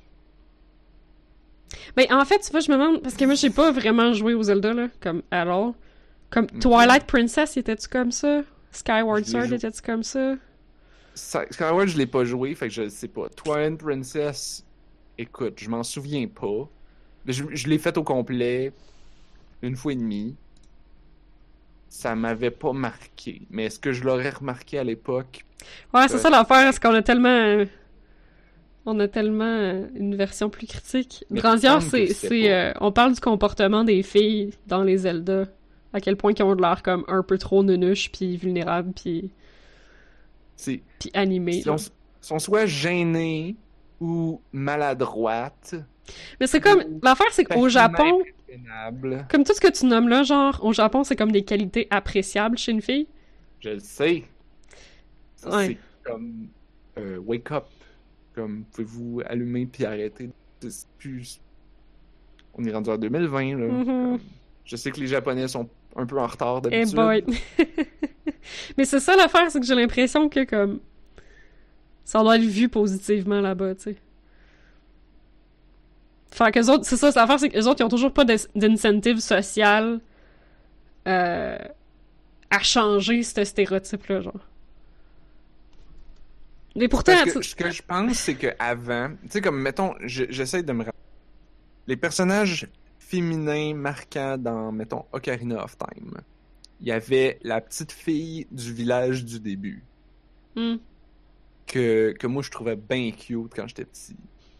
Ben, en fait, tu vois, je me demande, parce que moi, j'ai pas vraiment joué aux Zelda, là, comme, alors. Comme Twilight Princess, était-tu comme ça? Skyward Sword, était-tu comme ça? Skyward, je l'ai pas joué, fait que je sais pas. Twilight Princess, écoute, je m'en souviens pas. Je l'ai fait au complet, une fois et demie. Ça m'avait pas marqué. Mais est-ce que je l'aurais remarqué à l'époque? Ouais, c'est ça l'affaire, est-ce qu'on a tellement... On a tellement une version plus critique. Dranzier, on parle du comportement des filles dans les Zelda. À quel point ils ont de l'air comme un peu trop nunuches, puis vulnérables, puis animés. Sont soit gênés ou maladroites. Mais c'est comme... L'affaire, c'est qu'au Japon... Comme tout ce que tu nommes là, genre, au Japon, c'est comme des qualités appréciables chez une fille. Je le sais. Ouais. C'est comme... wake up. Comme, pouvez-vous allumer puis arrêter? C'est plus... On est rendu en 2020, là. Comme... Je sais que les Japonais sont un peu en retard d'habitude. Eh boy! Mais c'est ça l'affaire, c'est que j'ai l'impression que, comme... Ça doit être vu positivement là-bas, tu sais. Fait qu'eux autres, c'est ça, l'affaire, c'est qu'eux autres, ils ont toujours pas d'incentive social à changer ce stéréotype-là, genre. Mais pourtant... Ce que je pense, c'est qu'avant... Tu sais, comme, mettons, j'essaie de me rappeler. Les personnages féminins marquants dans, mettons, Ocarina of Time. Il y avait la petite fille du village du début. Que moi, je trouvais bien cute quand j'étais petit.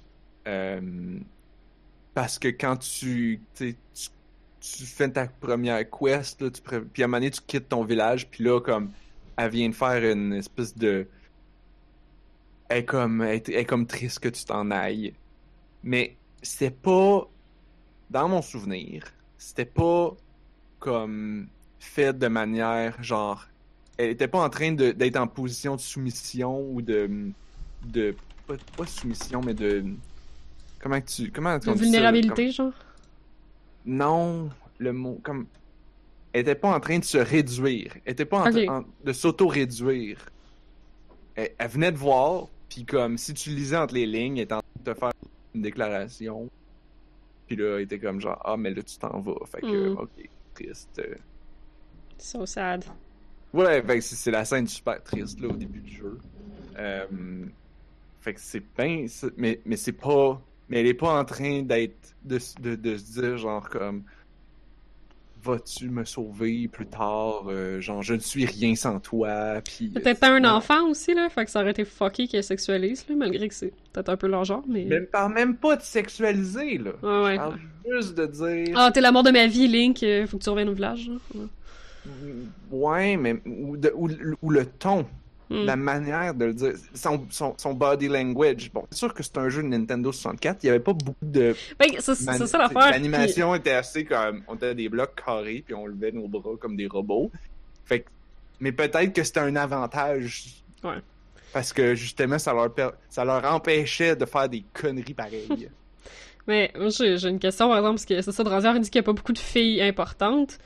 Parce que quand tu fais ta première quest, là, puis à un moment donné, tu quittes ton village, puis là, comme, elle vient de faire une espèce de... Elle est comme triste que tu t'en ailles. Mais c'était pas... Dans mon souvenir, c'était pas comme fait de manière, genre... Elle était pas en train d'être en position de soumission ou de pas soumission, mais de... Comment de vulnérabilité, genre? Non, le mot, comme... Elle était pas en train de se réduire. Elle était pas en train de s'auto-réduire. Elle venait de voir, puis comme, si tu lisais entre les lignes, elle était en train de te faire une déclaration. Puis là, elle était comme genre, ah, mais là, tu t'en vas. Fait que, ok, triste. So sad. Ouais, fait que c'est la scène super triste, là, au début du jeu. Fait que c'est bien... Mais c'est pas... Mais elle est pas en train d'être... De se dire, genre, comme... Vas-tu me sauver plus tard? Genre, je ne suis rien sans toi, puis... Peut-être un enfant aussi, là, fait que ça aurait été fucké qu'elle sexualise, là, malgré que c'est peut-être un peu leur genre, mais... Parle même pas de sexualiser, là. Ouais. Je parle juste de dire... Ah, t'es l'amour de ma vie, Link, faut que tu reviennes au village, là. Ouais, mais... Ou le ton... La manière de le dire, son body language. Bon, c'est sûr que c'est un jeu de Nintendo 64, il n'y avait pas beaucoup de... Ben, c'est ça l'affaire. L'animation était assez comme... On était des blocs carrés, puis on levait nos bras comme des robots. Fait que... Mais peut-être que c'était un avantage. Ouais. Parce que, justement, ça leur empêchait de faire des conneries pareilles. Mais moi, j'ai une question, par exemple, parce que c'est ça, Dranzier dit qu'il n'y a pas beaucoup de filles importantes.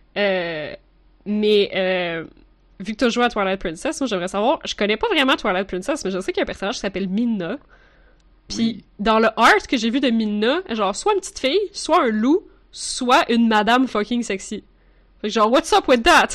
Vu que tu as joué à Twilight Princess, moi j'aimerais savoir, je connais pas vraiment Twilight Princess, mais je sais qu'il y a un personnage qui s'appelle Mina. Puis dans le art que j'ai vu de Mina, genre soit une petite fille, soit un loup, soit une madame fucking sexy. Fait que genre, what's up with that?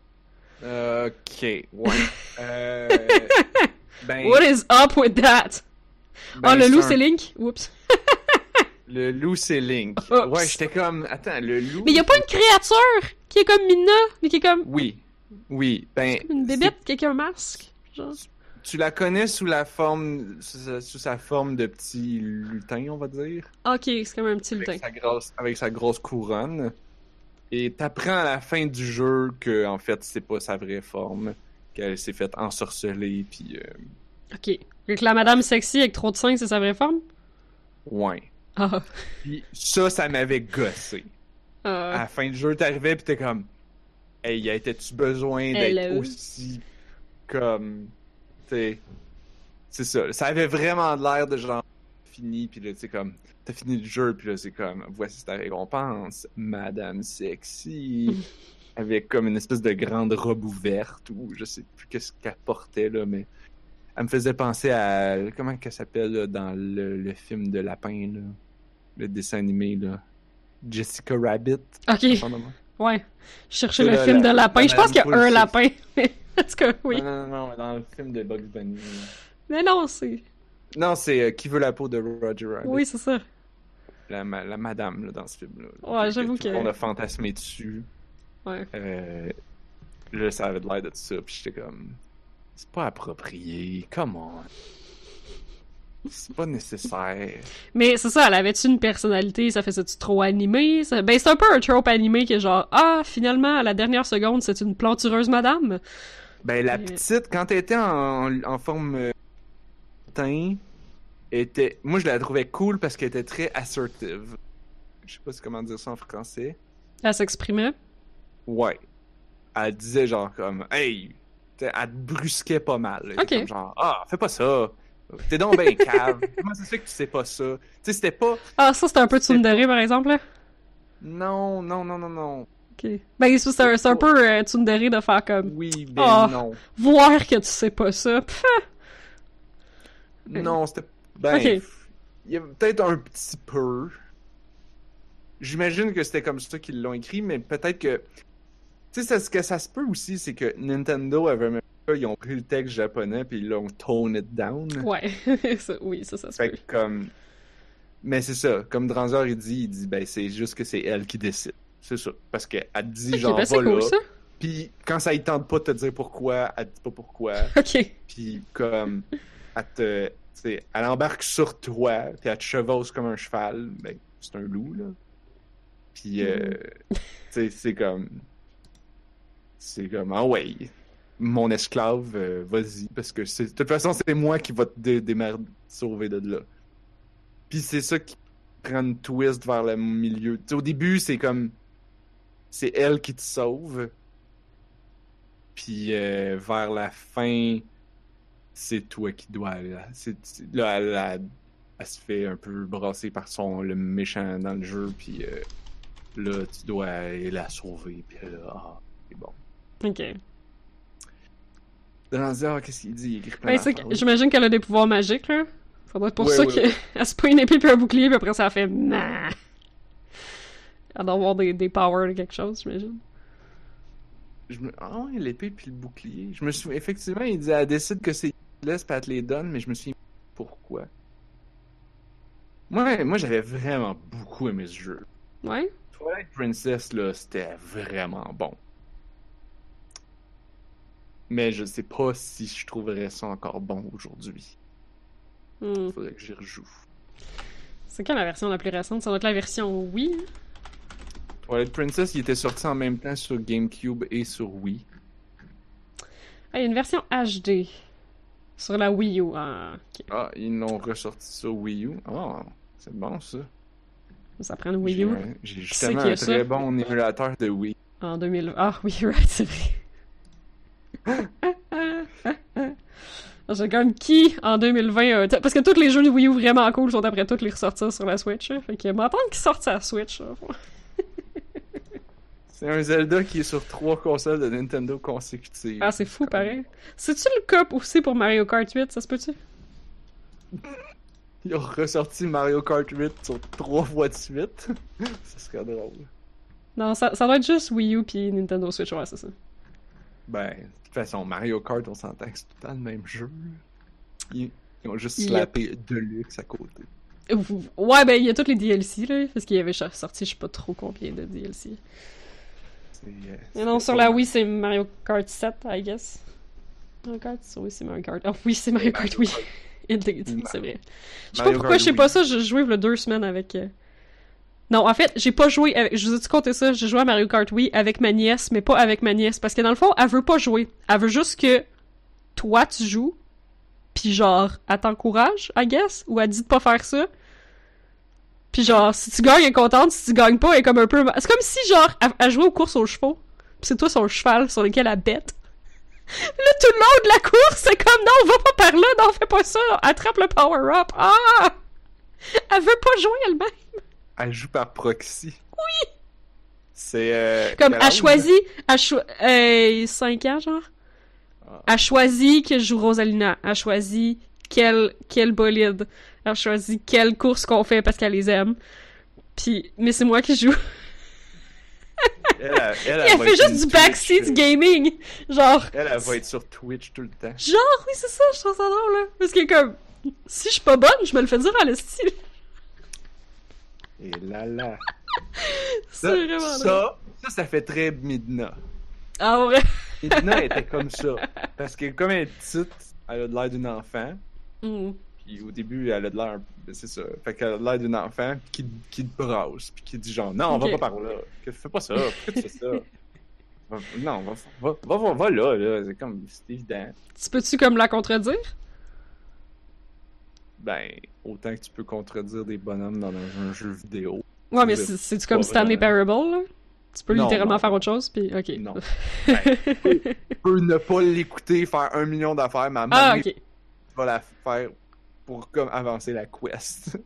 Ok, ouais. Ben, What is up with that? ben, le loup, c'est c'est Link? Oups. Le loup, c'est Link. Oups. Ouais, j'étais comme... Attends, le loup... Mais y a pas une créature qui est comme Mina, mais qui est comme... Oui, ben... Une bébête, quelqu'un un masque, genre. Tu la connais sous la forme... Sous sa forme de petit lutin, on va dire. Ok, c'est comme un petit lutin. Avec sa grosse couronne. Et t'apprends à la fin du jeu que, en fait, c'est pas sa vraie forme. Qu'elle s'est faite ensorceler, puis... Ok. Donc la madame sexy avec trop de seins, c'est sa vraie forme? Ouais. Ah. Puis ça m'avait gossé. À la fin du jeu, t'arrivais pis t'es comme... Hey, était-tu besoin d'être aussi... Comme... T'sais... C'est ça. Ça avait vraiment l'air de genre... Fini, pis là, tu sais, comme... T'as fini le jeu, pis là, c'est comme... Voici ta récompense, Madame Sexy. Avec comme une espèce de grande robe ouverte, ou je sais plus qu'est-ce qu'elle portait, là, mais... Elle me faisait penser à... Comment qu'elle s'appelle, là, dans le film de lapin, là? Le dessin animé, là. Jessica Rabbit. Ok. Ouais. Je cherchais le là, film de lapin. Je pense qu'il y a un lapin. En tout cas, oui. Non, dans le film de Bugs Bunny. Mais non, c'est... Non, c'est Qui veut la peau de Roger Rabbit. Oui, c'est ça. La madame, là, dans ce film-là. Ouais, j'avoue que... On a fantasmé dessus. Ouais. Là, ça avait l'air de ça, puis j'étais comme... C'est pas approprié, come on. C'est pas nécessaire. Mais c'est ça, elle avait-tu une personnalité? Ça faisait-tu trop animé? Ben, c'est un peu un trope animé qui est genre, ah, finalement, à la dernière seconde, c'est une plantureuse madame. Ben, la petite, quand elle était en forme teint, était... Moi, je la trouvais cool parce qu'elle était très assertive. Je sais pas comment dire ça en français. Elle s'exprimait? Ouais. Elle disait genre comme, hey! T'sais, elle te brusquait pas mal. Ok. Comme genre, fais pas ça! T'es donc ben cave. Comment ça se fait que tu sais pas ça? Tu sais, c'était pas... Ah, ça, c'était un peu tsundere, par exemple, là? Non. Ok. Ben, c'est un peu tsundere de faire comme... Oui, ben non. Voir que tu sais pas ça. Pff. Non, c'était... Ben, okay. Il y a peut-être un petit peu. J'imagine que c'était comme ça qu'ils l'ont écrit, mais peut-être que... Tu sais, ce que ça se peut aussi, c'est que Nintendo avait même... Ils ont pris le texte japonais puis ils l'ont tone it down. Ouais, ça se fait peut. Que, comme... Mais c'est ça, comme Dranzer il dit, ben c'est juste que c'est elle qui décide. C'est ça. Parce qu'elle te dit genre, ben, va cool, là. ça. Puis quand ça ne tente pas de te dire pourquoi, elle te dit pas pourquoi. Ok. Puis comme, elle embarque sur toi, puis elle te chevauche comme un cheval. Ben, c'est un loup, là. Puis, c'est comme... C'est comme, ah ouais, mon esclave, vas-y, parce que de toute façon, c'est moi qui va te sauver de là. Puis c'est ça qui prend une twist vers le milieu. T'sais, au début, c'est comme... C'est elle qui te sauve. Puis vers la fin, c'est toi qui dois aller. Là, elle se fait un peu brasser par le méchant dans le jeu, puis là, tu dois aller la sauver, puis là, c'est bon. Ok. Dranzer, qu'est-ce qu'il dit? Il écrit plein d'affaires. J'imagine qu'elle a des pouvoirs magiques, là. Faudrait être pour ça qu'elle se prend une épée puis un bouclier, puis après ça fait nah. Elle doit avoir des powers de quelque chose, j'imagine. Ah ouais, l'épée puis le bouclier. Je me souviens, effectivement, il dit, elle décide que c'est laisse puis elle te les donne, mais je me souviens pourquoi. Moi, j'avais vraiment beaucoup aimé ce jeu. Ouais? Twilight Princess, là, c'était vraiment bon. Mais je sais pas si je trouverais ça encore bon aujourd'hui. Faudrait que j'y rejoue. C'est quand la version la plus récente? Ça doit être la version Wii? Twilight Princess, il était sorti en même temps sur GameCube et sur Wii. Ah, il y a une version HD. Sur la Wii U. Ah, okay. Ah, ils l'ont ressorti sur Wii U. Ah, c'est bon ça. Ça prend une Wii U. J'ai justement un très bon émulateur de Wii. En 2000. Ah oui, right, c'est vrai. J'ai comme qui en 2020 parce que tous les jeux de Wii U vraiment cool sont après tous les ressortir sur la Switch. Fait que m'entendre qu'ils sortent sur la Switch. C'est un Zelda qui est sur 3 consoles de Nintendo consécutives. Ah, c'est fou, pareil. C'est-tu le cas aussi pour Mario Kart 8, ça se peut-tu? Ils ont ressorti Mario Kart 8 sur 3 fois de suite. Ça serait drôle. Non, ça doit être juste Wii U pis Nintendo Switch, ouais, c'est ça. Ben, de toute façon, Mario Kart, on s'entend que c'est tout le temps le même jeu. Ils ont juste slappé Deluxe à côté. Ouais, ben, il y a tous les DLC, là, parce qu'il y avait sorti je sais pas trop combien de DLC. Mais non, sur la Wii, c'est Mario Kart 7, I guess. Mario Kart? Oui, c'est Mario Kart. Oh, oui, c'est Mario Kart, oui. Indeed, c'est vrai. Je sais pas pourquoi je sais pas ça, j'ai joué il y a 2 semaines avec... Non, en fait, j'ai pas joué avec... Je vous ai-tu compté ça? J'ai joué à Mario Kart Wii avec ma nièce, mais pas avec ma nièce, parce que dans le fond, elle veut pas jouer. Elle veut juste que toi, tu joues, pis genre, elle t'encourage, I guess, ou elle dit de pas faire ça. Pis genre, si tu gagnes, elle est contente, si tu gagnes pas, elle est comme un peu... C'est comme si, genre, elle jouait aux courses aux chevaux, pis c'est toi son cheval sur lequel elle bête. Là, tout le long de la course, c'est comme, non, va pas par là, non, fais pas ça, attrape le power-up. Ah! Elle veut pas jouer elle-même. Elle joue par proxy. Oui! C'est, comme, elle choisit, 5 ans, genre. Ah. Elle choisit que je joue Rosalina. Elle choisit quel bolide. Elle choisit quelle course qu'on fait parce qu'elle les aime. Puis, mais c'est moi qui joue. Elle fait juste du backseat gaming. Genre. Elle va être sur Twitch tout le temps. Genre, oui, c'est ça, je trouve ça drôle, là. Parce que comme, si je suis pas bonne, je me le fais dire à l'estime. Et là. C'est vraiment drôle. Ça fait très Midna. Ah ouais? Midna était comme ça. Parce que comme elle est petite, elle a de l'air d'une enfant. Puis au début, elle a de l'air... C'est ça. Fait qu'elle a de l'air d'une enfant qui te brasse. Puis qui dit genre, non, on va pas par là. Fais pas ça. Pourquoi tu fais ça? Non, va là. C'est comme... C'est évident. Tu peux-tu comme la contredire? Ben, autant que tu peux contredire des bonhommes dans un jeu vidéo. Ouais, mais c'est-tu comme Stanley Parable, là? Tu peux littéralement faire autre chose, puis ok. Non. Ben, tu peux ne pas l'écouter, faire 1 million d'affaires, mais à un moment donné, tu vas la faire pour comme avancer la quest.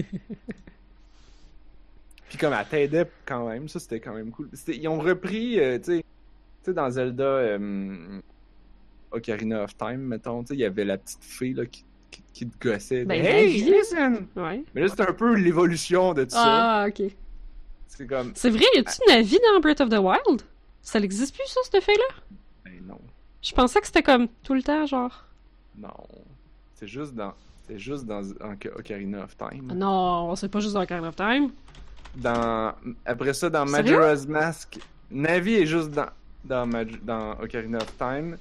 Puis comme elle t'aidait quand même, ça c'était quand même cool. Ils ont repris, tu sais, dans Zelda Ocarina of Time, mettons, tu sais, il y avait la petite fille là qui te gossait. Ben, hey, listen! Ouais. Mais là, c'est un peu l'évolution de tout ça. Ah, ok. C'est comme... C'est vrai, y a-tu Navi dans Breath of the Wild? Ça n'existe plus, ça, cette fille-là? Ben non. Je pensais que c'était comme tout le temps, genre... Non. C'est juste dans Ocarina of Time. Non, c'est pas juste dans Ocarina of Time. Après ça, dans Majora's Mask, Navi est juste dans Ocarina of Time.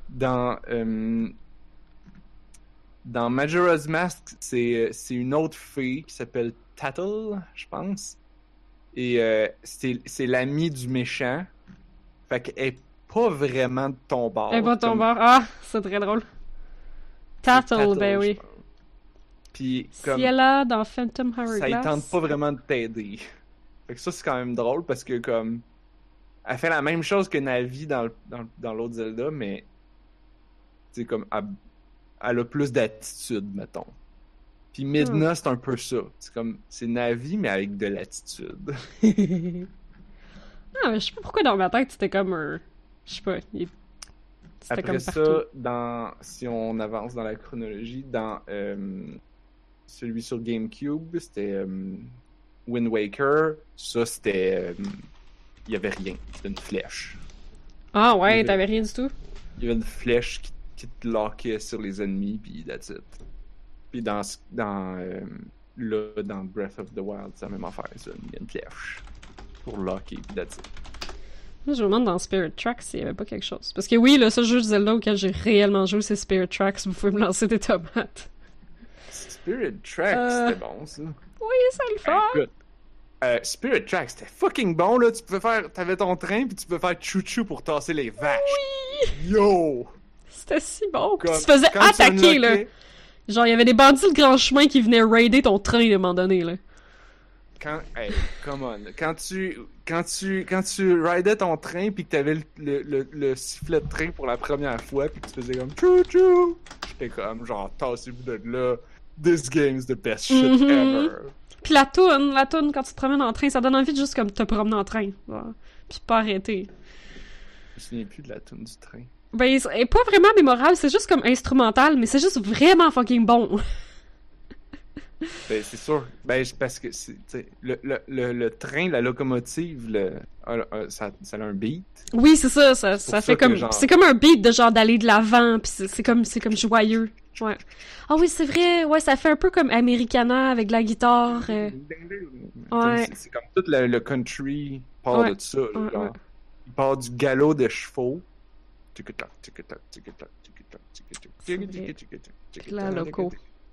Dans Majora's Mask, c'est une autre fille qui s'appelle Tattle, je pense. Et c'est l'amie du méchant. Fait qu'elle est pas vraiment de ton bord. Elle est pas de ton bord. Ah, c'est très drôle. Tattle, ben oui. Puis comme... Ciela dans Phantom Hourglass. Ça, il tente pas vraiment de t'aider. Fait que ça, c'est quand même drôle parce que comme... Elle fait la même chose que Navi dans l'autre Zelda, mais... Tu sais, comme... Elle a plus d'attitude, mettons. Puis Midna, c'est un peu ça. C'est comme... C'est Navi, mais avec de l'attitude. Ah, mais je sais pas pourquoi dans ma tête, c'était comme un... Je sais pas, c'était après comme ça, si on avance dans la chronologie, dans celui sur GameCube, c'était Wind Waker. Ça, c'était... Il y avait rien. C'était une flèche. Ah ouais, t'avais rien du tout? Il y avait une flèche qui te lockait sur les ennemis, puis that's it. Puis dans Breath of the Wild, c'est la même affaire, ça. Il y a une flèche pour locker, puis that's it. Moi, je me demande dans Spirit Tracks s'il n'y avait pas quelque chose. Parce que oui, le seul jeu de Zelda auquel j'ai réellement joué, c'est Spirit Tracks. Vous pouvez me lancer des tomates. Spirit Tracks, c'était bon, ça. Oui, ça le fait. Spirit Tracks, c'était fucking bon, là. T'avais ton train, puis tu pouvais faire chou-chou pour tasser les vaches. Oui! Yo! C'était si bon. Puis tu te faisais attaquer, là. Genre, il y avait des bandits de grand chemin qui venaient raider ton train à un moment donné, là. Hey, come on. Quand tu ridais ton train pis que t'avais le sifflet de train pour la première fois pis que tu faisais comme chou-chou, j'étais comme genre tassez-vous de là. This game's the best shit ever. Pis la toune quand tu te promènes en train, ça donne envie de juste comme te promener en train. Genre. Pis pas arrêter. Je me souviens plus de la toune du train. Ben, elle est pas vraiment mémorable, c'est juste comme instrumental, mais c'est juste vraiment fucking bon. Ben, c'est sûr. Ben, parce que tu sais, le train, la locomotive, ça a un beat. Oui, c'est ça, ça pour fait ça que, comme... genre- C'est comme un beat de genre d'aller de l'avant, pis c'est comme joyeux. Ouais. Ah oui, c'est vrai, ouais, ça fait un peu comme Americana avec de la guitare. Ouais. C'est comme tout le country part Ouais. de ça. Ouais, Genre. ouais. Il part du galop de chevaux. Tic-tac, tic-tac, tic-tac, tic-tac, tic-tac, C'est vrai. tic-tac, tic-tac, tic-tac, La loco.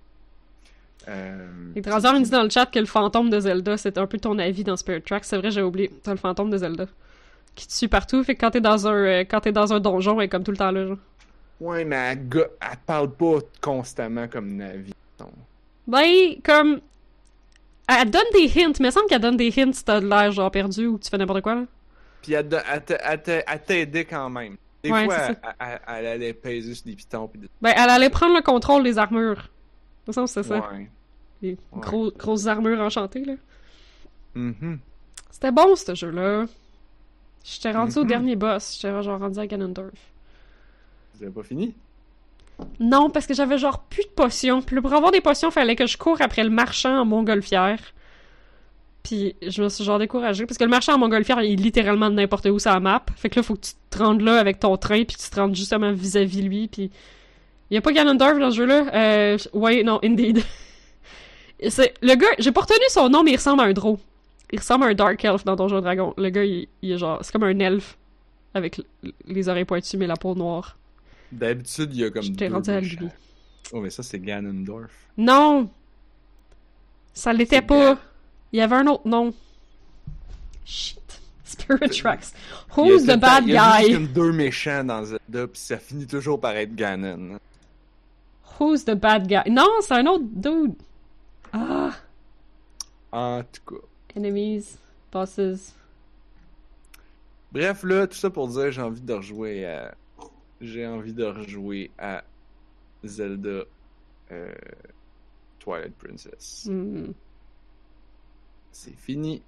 Euh, Et Transor me dit dans le chat que le fantôme de Zelda, c'est un peu ton avis dans Spirit Tracks. C'est vrai, j'ai oublié. T'as le fantôme de Zelda. Qui te suit partout, fait que quand t'es dans un donjon, elle est comme tout le temps là, genre. Ouais, mais elle parle pas constamment comme Navi. Non. Ben, comme... Elle donne des hints, mais il me semble qu'elle donne des hints si t'as de l'air genre perdu ou que tu fais n'importe quoi, là. Puis elle t'aidait quand même. Des Ouais, fois, c'est elle allait peser sur des pitons. Puis Ben, elle allait prendre le contrôle des armures. Il me semble que c'est ça. Ouais. Les Ouais. grosses armures enchantées, là. Mhm. C'était bon, ce jeu-là. J'étais rendu au Mhm. dernier boss. J'étais genre rendu à Ganondorf. Vous avez pas fini? Non, parce que j'avais genre plus de potions. Puis pour avoir des potions, fallait que je cours après le marchand en montgolfière. Puis je me suis genre découragée. Parce que le marchand en montgolfière, il est littéralement de n'importe où sur la map. Fait que là, faut que tu te rendes là avec ton train, puis tu te rendes justement vis-à-vis lui. Puis il y a pas Ganondorf dans ce jeu-là. Ouais, non, indeed. Le gars, j'ai pas retenu son nom, mais il ressemble à un draw. Il ressemble à un Dark Elf dans Donjon Dragon. Le gars, il est genre... C'est comme un elfe. Avec les oreilles pointues, mais la peau noire. D'habitude, il y a comme J'étais deux rendu à méchants. lui. Oh, mais ça, c'est Ganondorf. Non! Ça l'était C'est pas. Gan- Il y avait un autre nom. Shit. Spirit Tracks. Il y a Who's the bad il y a juste guy? comme deux méchants dans Zelda, pis ça finit toujours par être Ganon. Who's the bad guy? Non, c'est un autre dude. Ah! En tout cas. Enemies. Bosses. Bref, là, tout ça pour dire, j'ai envie de rejouer à... J'ai envie de rejouer à Zelda Twilight Princess. Hmm. C'est fini.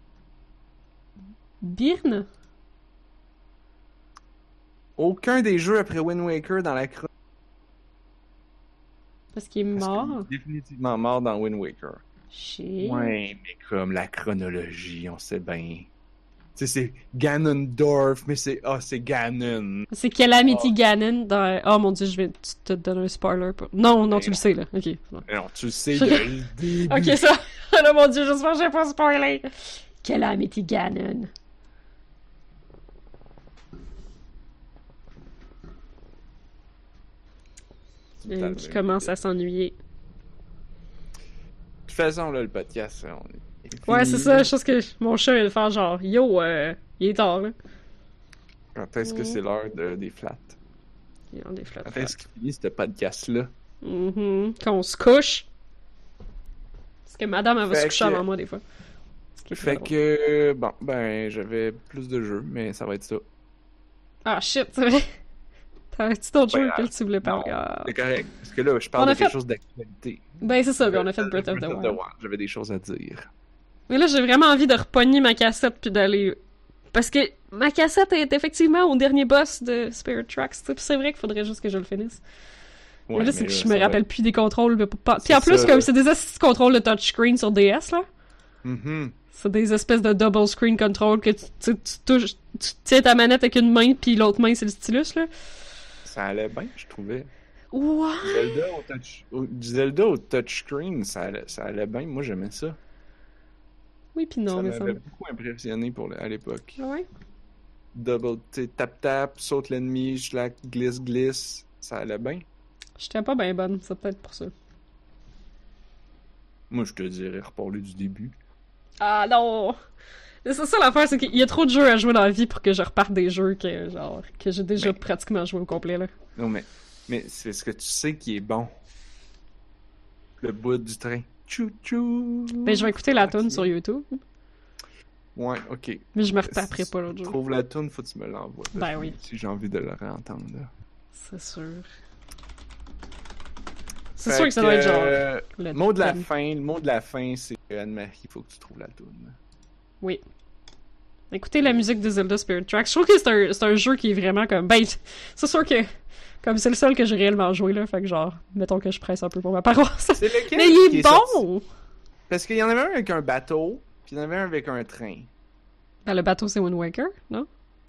Byrne? Aucun des jeux après Wind Waker dans la chronique. Parce qu'il est mort. Définitivement mort dans Wind Waker. Shit. Ouais, mais comme la chronologie, on sait bien. Tu sais, c'est Ganondorf, mais c'est Ganon. C'est Calamity Ganon dans... Oh mon dieu, je vais te donner un spoiler. Non, non, Mais tu le non. sais, là. Ok. Non. Non, tu le sais dès le début. Ok, ça. Oh mon dieu, j'espère que j'ai pas spoilé. Calamity Ganon. Qui commence à s'ennuyer. De toute façon, là, le podcast, on est Ouais, fini. c'est ça. Je pense que mon chat il va faire genre, yo, il est tard, là. Quand est-ce que c'est l'heure des flats? Il y a des flottes. Quand est-ce qu'il finit ce podcast-là? Qu'on se couche. Parce que madame, elle va Fait se coucher que- avant moi, des fois. Ce qui est Fait drôle. que, bon, ben, j'avais plus de jeux, mais ça va être ça. Ah, shit, c'est vrai. T'avais-tu d'autres Ouais, jeux que tu voulais parler? non. Ah. C'est correct. Parce que là, je On parle a de quelque fait- chose d'actualité. Ben, c'est ça, puis on a fait Breath of the Wild. J'avais des choses à dire. Mais là, j'ai vraiment envie de repogner ma cassette puis d'aller... Parce que ma cassette est effectivement au dernier boss de Spirit Tracks, tu sais, puis c'est vrai qu'il faudrait juste que je le finisse. Ouais, mais là, c'est que je ça me va rappelle être- plus des contrôles. Mais Puis C'est en plus, ça, comme là. c'est des astuces de contrôle de touchscreen sur DS, là. Mhm. C'est des espèces de double screen control que tu touches... Tu tiens ta manette avec une main, puis l'autre main, c'est le stylus, là. Ça allait bien, je trouvais. Ouais! Zelda au touchscreen, ça allait bien. Moi, j'aimais ça. Oui, puis non, Ça mais ça... m'avait beaucoup impressionné à l'époque. Ah ouais? Double, tu sais, tap-tap, saute l'ennemi, schlack, glisse, ça allait bien. J'étais pas bien bonne, c'est peut-être pour ça. Moi, je te dirais, reparler du début. Ah non! C'est ça l'affaire, c'est qu'il y a trop de jeux à jouer dans la vie pour que je reparte des jeux que j'ai déjà Mais- pratiquement joué au complet, là. Non, mais c'est ce que tu sais qui est bon. Le bout du train. Tchou-tchou! Ben, je vais écouter la tune sur YouTube, Ouais, ok. mais je me retaperai pas l'autre jour. Trouve la tune, faut que tu me l'envoies. Ben oui. Si j'ai envie de le réentendre. Là. C'est sûr. C'est Fait sûr que ça doit être que, genre... le mot de la thème. fin, le mot de la fin, c'est Anne-Marie, il faut que tu trouves la tune. Oui. Écoutez la musique de Zelda Spirit Tracks. Je trouve que c'est un jeu qui est vraiment comme... Ben, c'est sûr que... Comme c'est le seul que j'ai réellement joué, là, fait que genre, mettons que je presse un peu pour ma paroisse. C'est lequel Mais il qui est est bon! sorti? Parce qu'il y en avait un avec un bateau, puis il y en avait un avec un train. Ben, le bateau, c'est Wind Waker, non?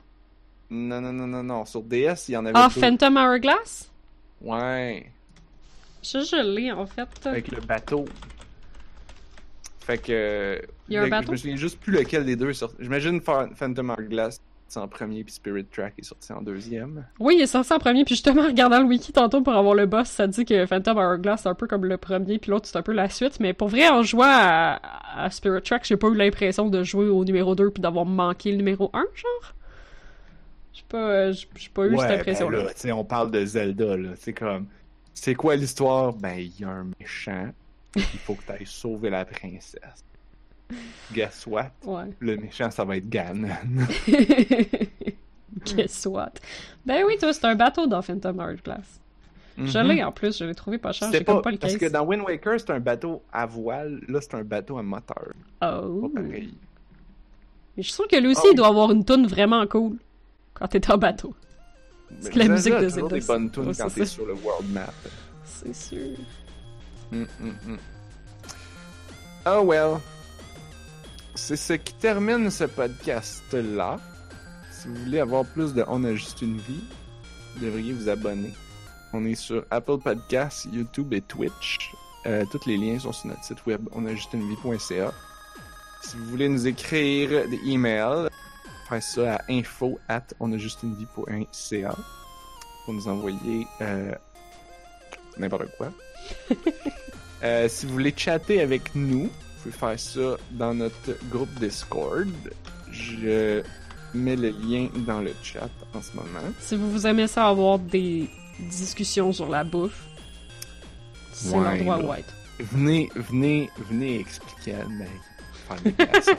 Non. Sur DS, il y en avait Ah, deux. Phantom Hourglass? Ouais. Je l'ai, en fait. Avec le bateau. Fait que... Il y a un bateau? Je me souviens juste plus lequel des deux est sorti. J'imagine Phantom Hourglass c'est en premier, puis Spirit Track est sorti en deuxième. Oui, il est sorti en premier, puis justement, en regardant le wiki tantôt pour avoir le boss, ça dit que Phantom Hourglass c'est un peu comme le premier, puis l'autre c'est un peu la suite, mais pour vrai, en jouant à Spirit Track, j'ai pas eu l'impression de jouer au numéro 2 puis d'avoir manqué le numéro 1, genre. J'ai pas eu cette impression-là. Ben là, tu sais, on parle de Zelda, là. C'est comme... C'est quoi l'histoire? Ben, il y a un méchant. Il faut que tu ailles sauver la princesse. Guess what? Ouais. Le méchant, ça va être Ganon. Guess what? Ben oui, toi, c'est un bateau dans Phantom Hourglass. Je l'ai en plus, je l'ai trouvé pas cher, j'ai comme pas le parce case. que dans Wind Waker, c'est un bateau à voile. Là, c'est un bateau à moteur. Oh. Pas pareil. Mais je suis sûr que lui aussi, il doit avoir une toune vraiment cool quand t'es en bateau. Parce que la musique de Zelda, Zelda, des bonnes tunes ouais, quand c'est t'es ça. sur le world map. C'est sûr. Oh well. C'est ce qui termine ce podcast-là. Si vous voulez avoir plus de On a juste une vie, vous devriez vous abonner. On est sur Apple Podcasts, YouTube et Twitch. Tous les liens sont sur notre site web onajustunevie.ca. Si vous voulez nous écrire des emails, faites ça à info@onajustunevie.ca pour nous envoyer n'importe quoi. Si vous voulez chatter avec nous, vous pouvez faire ça dans notre groupe Discord. Je mets le lien dans le chat en ce moment. Si vous aimez ça avoir des discussions sur la bouffe, c'est l'endroit où être. Venez expliquer à Anne-Marie. Faire des créations.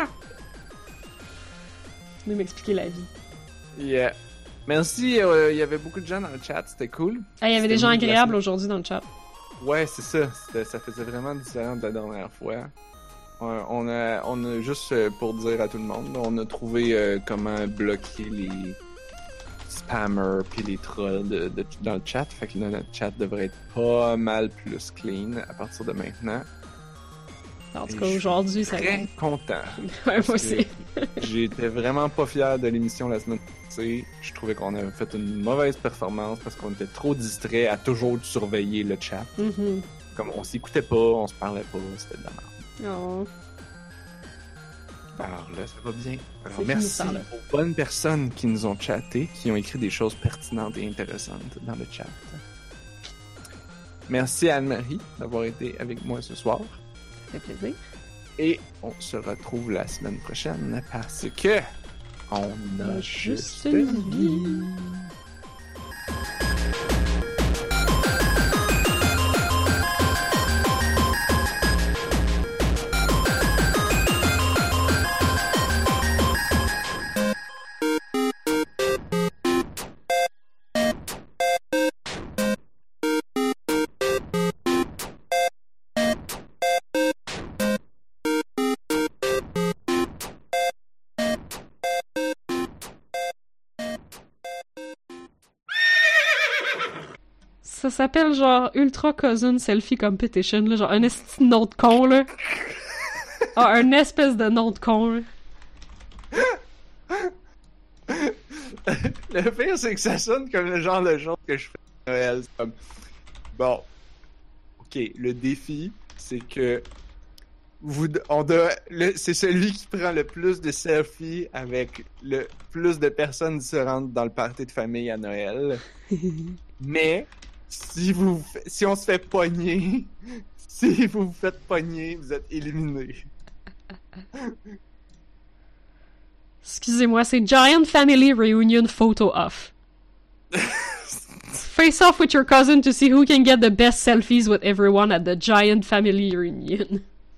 Venez m'expliquer la vie. Yeah. Merci, il y avait beaucoup de gens dans le chat, c'était cool. Ah, il y avait des gens agréables aujourd'hui dans le chat. Ouais, c'est ça. Ça faisait vraiment différent de la dernière fois. On a juste pour dire à tout le monde, on a trouvé comment bloquer les spammers puis les trolls dans le chat. Fait que là, notre chat devrait être pas mal plus clean à partir de maintenant. En tout cas, aujourd'hui, ça va. Très content. Ouais, moi aussi. J'étais vraiment pas fier de l'émission la semaine passée. Je trouvais qu'on avait fait une mauvaise performance parce qu'on était trop distrait à toujours surveiller le chat. Mm-hmm. Comme on s'écoutait pas, on se parlait pas, c'était de la merde. Oh. Alors là, ça va bien. Alors C'est merci finissant, là. aux bonnes personnes qui nous ont chatté, qui ont écrit des choses pertinentes et intéressantes dans le chat. Merci à Anne-Marie d'avoir été avec moi ce soir. Ça fait plaisir. Et on se retrouve la semaine prochaine parce que on a juste une vie. Ça s'appelle genre Ultra Cousin Selfie Competition, là, genre un esti de nom de con, là. Ah, un espèce de nom de con, là. Le pire, c'est que ça sonne comme le genre de choses que je fais à Noël. C'est comme, bon, ok, le défi, c'est que c'est celui qui prend le plus de selfies avec le plus de personnes différentes dans le party de famille à Noël. Mais si on se fait pogner, si vous vous faites pogner, vous êtes éliminés. Excusez-moi, c'est Giant Family Reunion Photo Off. Face off with your cousin to see who can get the best selfies with everyone at the Giant Family Reunion.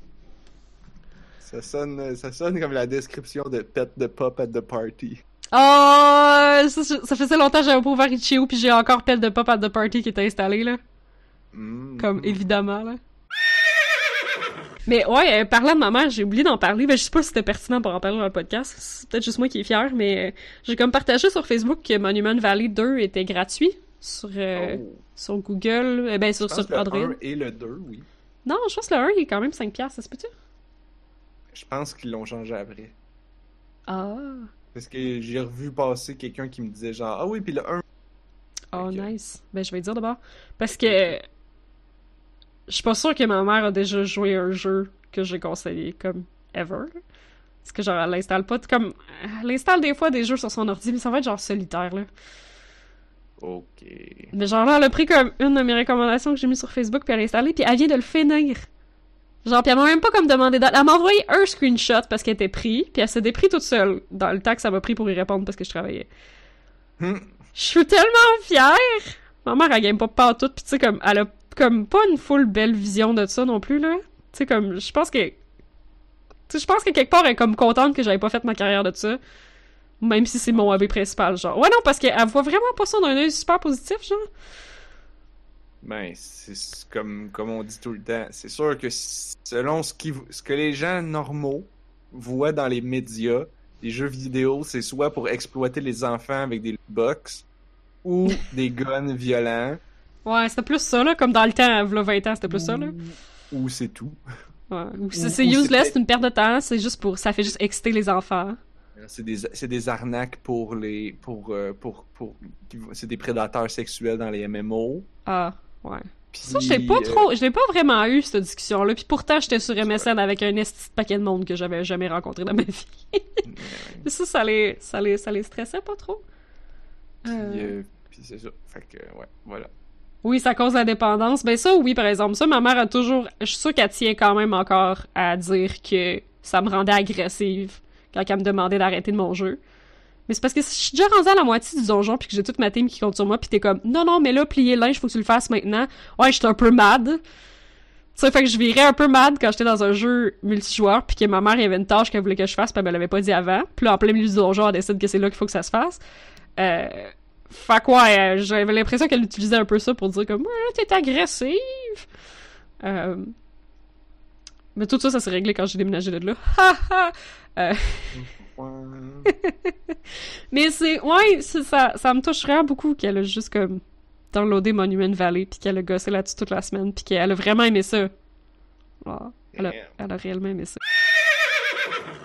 Ça sonne comme la description de Pet the Pop at the Party. Oh, ça faisait longtemps que j'avais pas ouvert Itch.io puis j'ai encore Pet the Pop at the Party qui était installé, là. Comme, évidemment, là. Mais ouais, parlant de ma mère, j'ai oublié d'en parler. Ben, je sais pas si c'était pertinent pour en parler dans le podcast. C'est peut-être juste moi qui est fière, mais j'ai comme partagé sur Facebook que Monument Valley 2 était gratuit sur Google, sur Android. Le 1 et le 2, oui. Non, je pense que le 1 il est quand même 5$, ça se peut-tu? Je pense qu'ils l'ont changé après. Ah. Parce que j'ai revu passer quelqu'un qui me disait genre, ah oui, puis le 1. Oh, nice. Ben, je vais dire d'abord. Parce que je suis pas sûre que ma mère a déjà joué un jeu que j'ai conseillé comme ever. Parce que genre, elle l'installe pas. Comme, elle installe des fois des jeux sur son ordi, mais ça va être genre solitaire, là. Ok. Mais genre là, elle a pris comme une de mes recommandations que j'ai mis sur Facebook, puis elle a installé, puis elle vient de le finir. Genre, puis elle m'a même pas comme demandé d'aide. Elle m'a envoyé un screenshot parce qu'elle était pris, puis elle s'est dépris toute seule dans le temps que ça m'a pris pour y répondre parce que je travaillais. Je suis tellement fière! Ma mère, elle game pas partout, pis tu sais, comme, elle a comme pas une full belle vision de ça non plus, là. Tu sais, comme, je pense que quelque part, elle est comme contente que j'avais pas fait ma carrière de ça. Même si c'est mon hobby principal, genre. Ouais, non, parce qu'elle voit vraiment pas ça d'un œil super positif, genre. Ben, c'est comme on dit tout le temps. C'est sûr que selon ce que les gens normaux voient dans les médias, les jeux vidéo, c'est soit pour exploiter les enfants avec des lootbox ou des guns violents. Ouais, c'était plus ça, là. Comme dans le temps, v'là 20 ans, c'était plus ça, là. Ou c'est tout. Ouais. Ou c'est useless, c'est une perte de temps, c'est juste ça fait juste exciter les enfants. C'est des arnaques pour c'est des prédateurs sexuels dans les MMO. Ah, ouais. Puis, ça, je l'ai pas vraiment eu, cette discussion-là. Puis pourtant, j'étais sur MSN avec un esti de paquet de monde que j'avais jamais rencontré dans ma vie. Ça les stressait pas trop. Puis c'est ça. Fait que, ouais, voilà. Oui, ça cause la dépendance. Ben ça, oui, par exemple. Ça, ma mère a toujours... Je suis sûre qu'elle tient quand même encore à dire que ça me rendait agressive quand elle me demandait d'arrêter de mon jeu. Mais c'est parce que je suis déjà rendue à la moitié du donjon puis que j'ai toute ma team qui compte sur moi puis t'es comme « Non, mais là, plier le linge, faut que tu le fasses maintenant. » Ouais, j'étais un peu mad. Tu sais, fait que je virais un peu mad quand j'étais dans un jeu multijoueur puis que ma mère, il y avait une tâche qu'elle voulait que je fasse puis elle me l'avait pas dit avant. Puis là, en plein milieu du donjon, elle décide que c'est là qu'il faut que ça se fasse. Fait que ouais, j'avais l'impression qu'elle utilisait un peu ça pour dire comme « Ouais, t'es agressive! » Mais tout ça, ça s'est réglé quand j'ai déménagé de là. Mais ça me touche vraiment beaucoup qu'elle a juste comme downloadé Monument Valley puis qu'elle a gossé là-dessus toute la semaine puis qu'elle a vraiment aimé ça. Oh, elle a réellement aimé ça.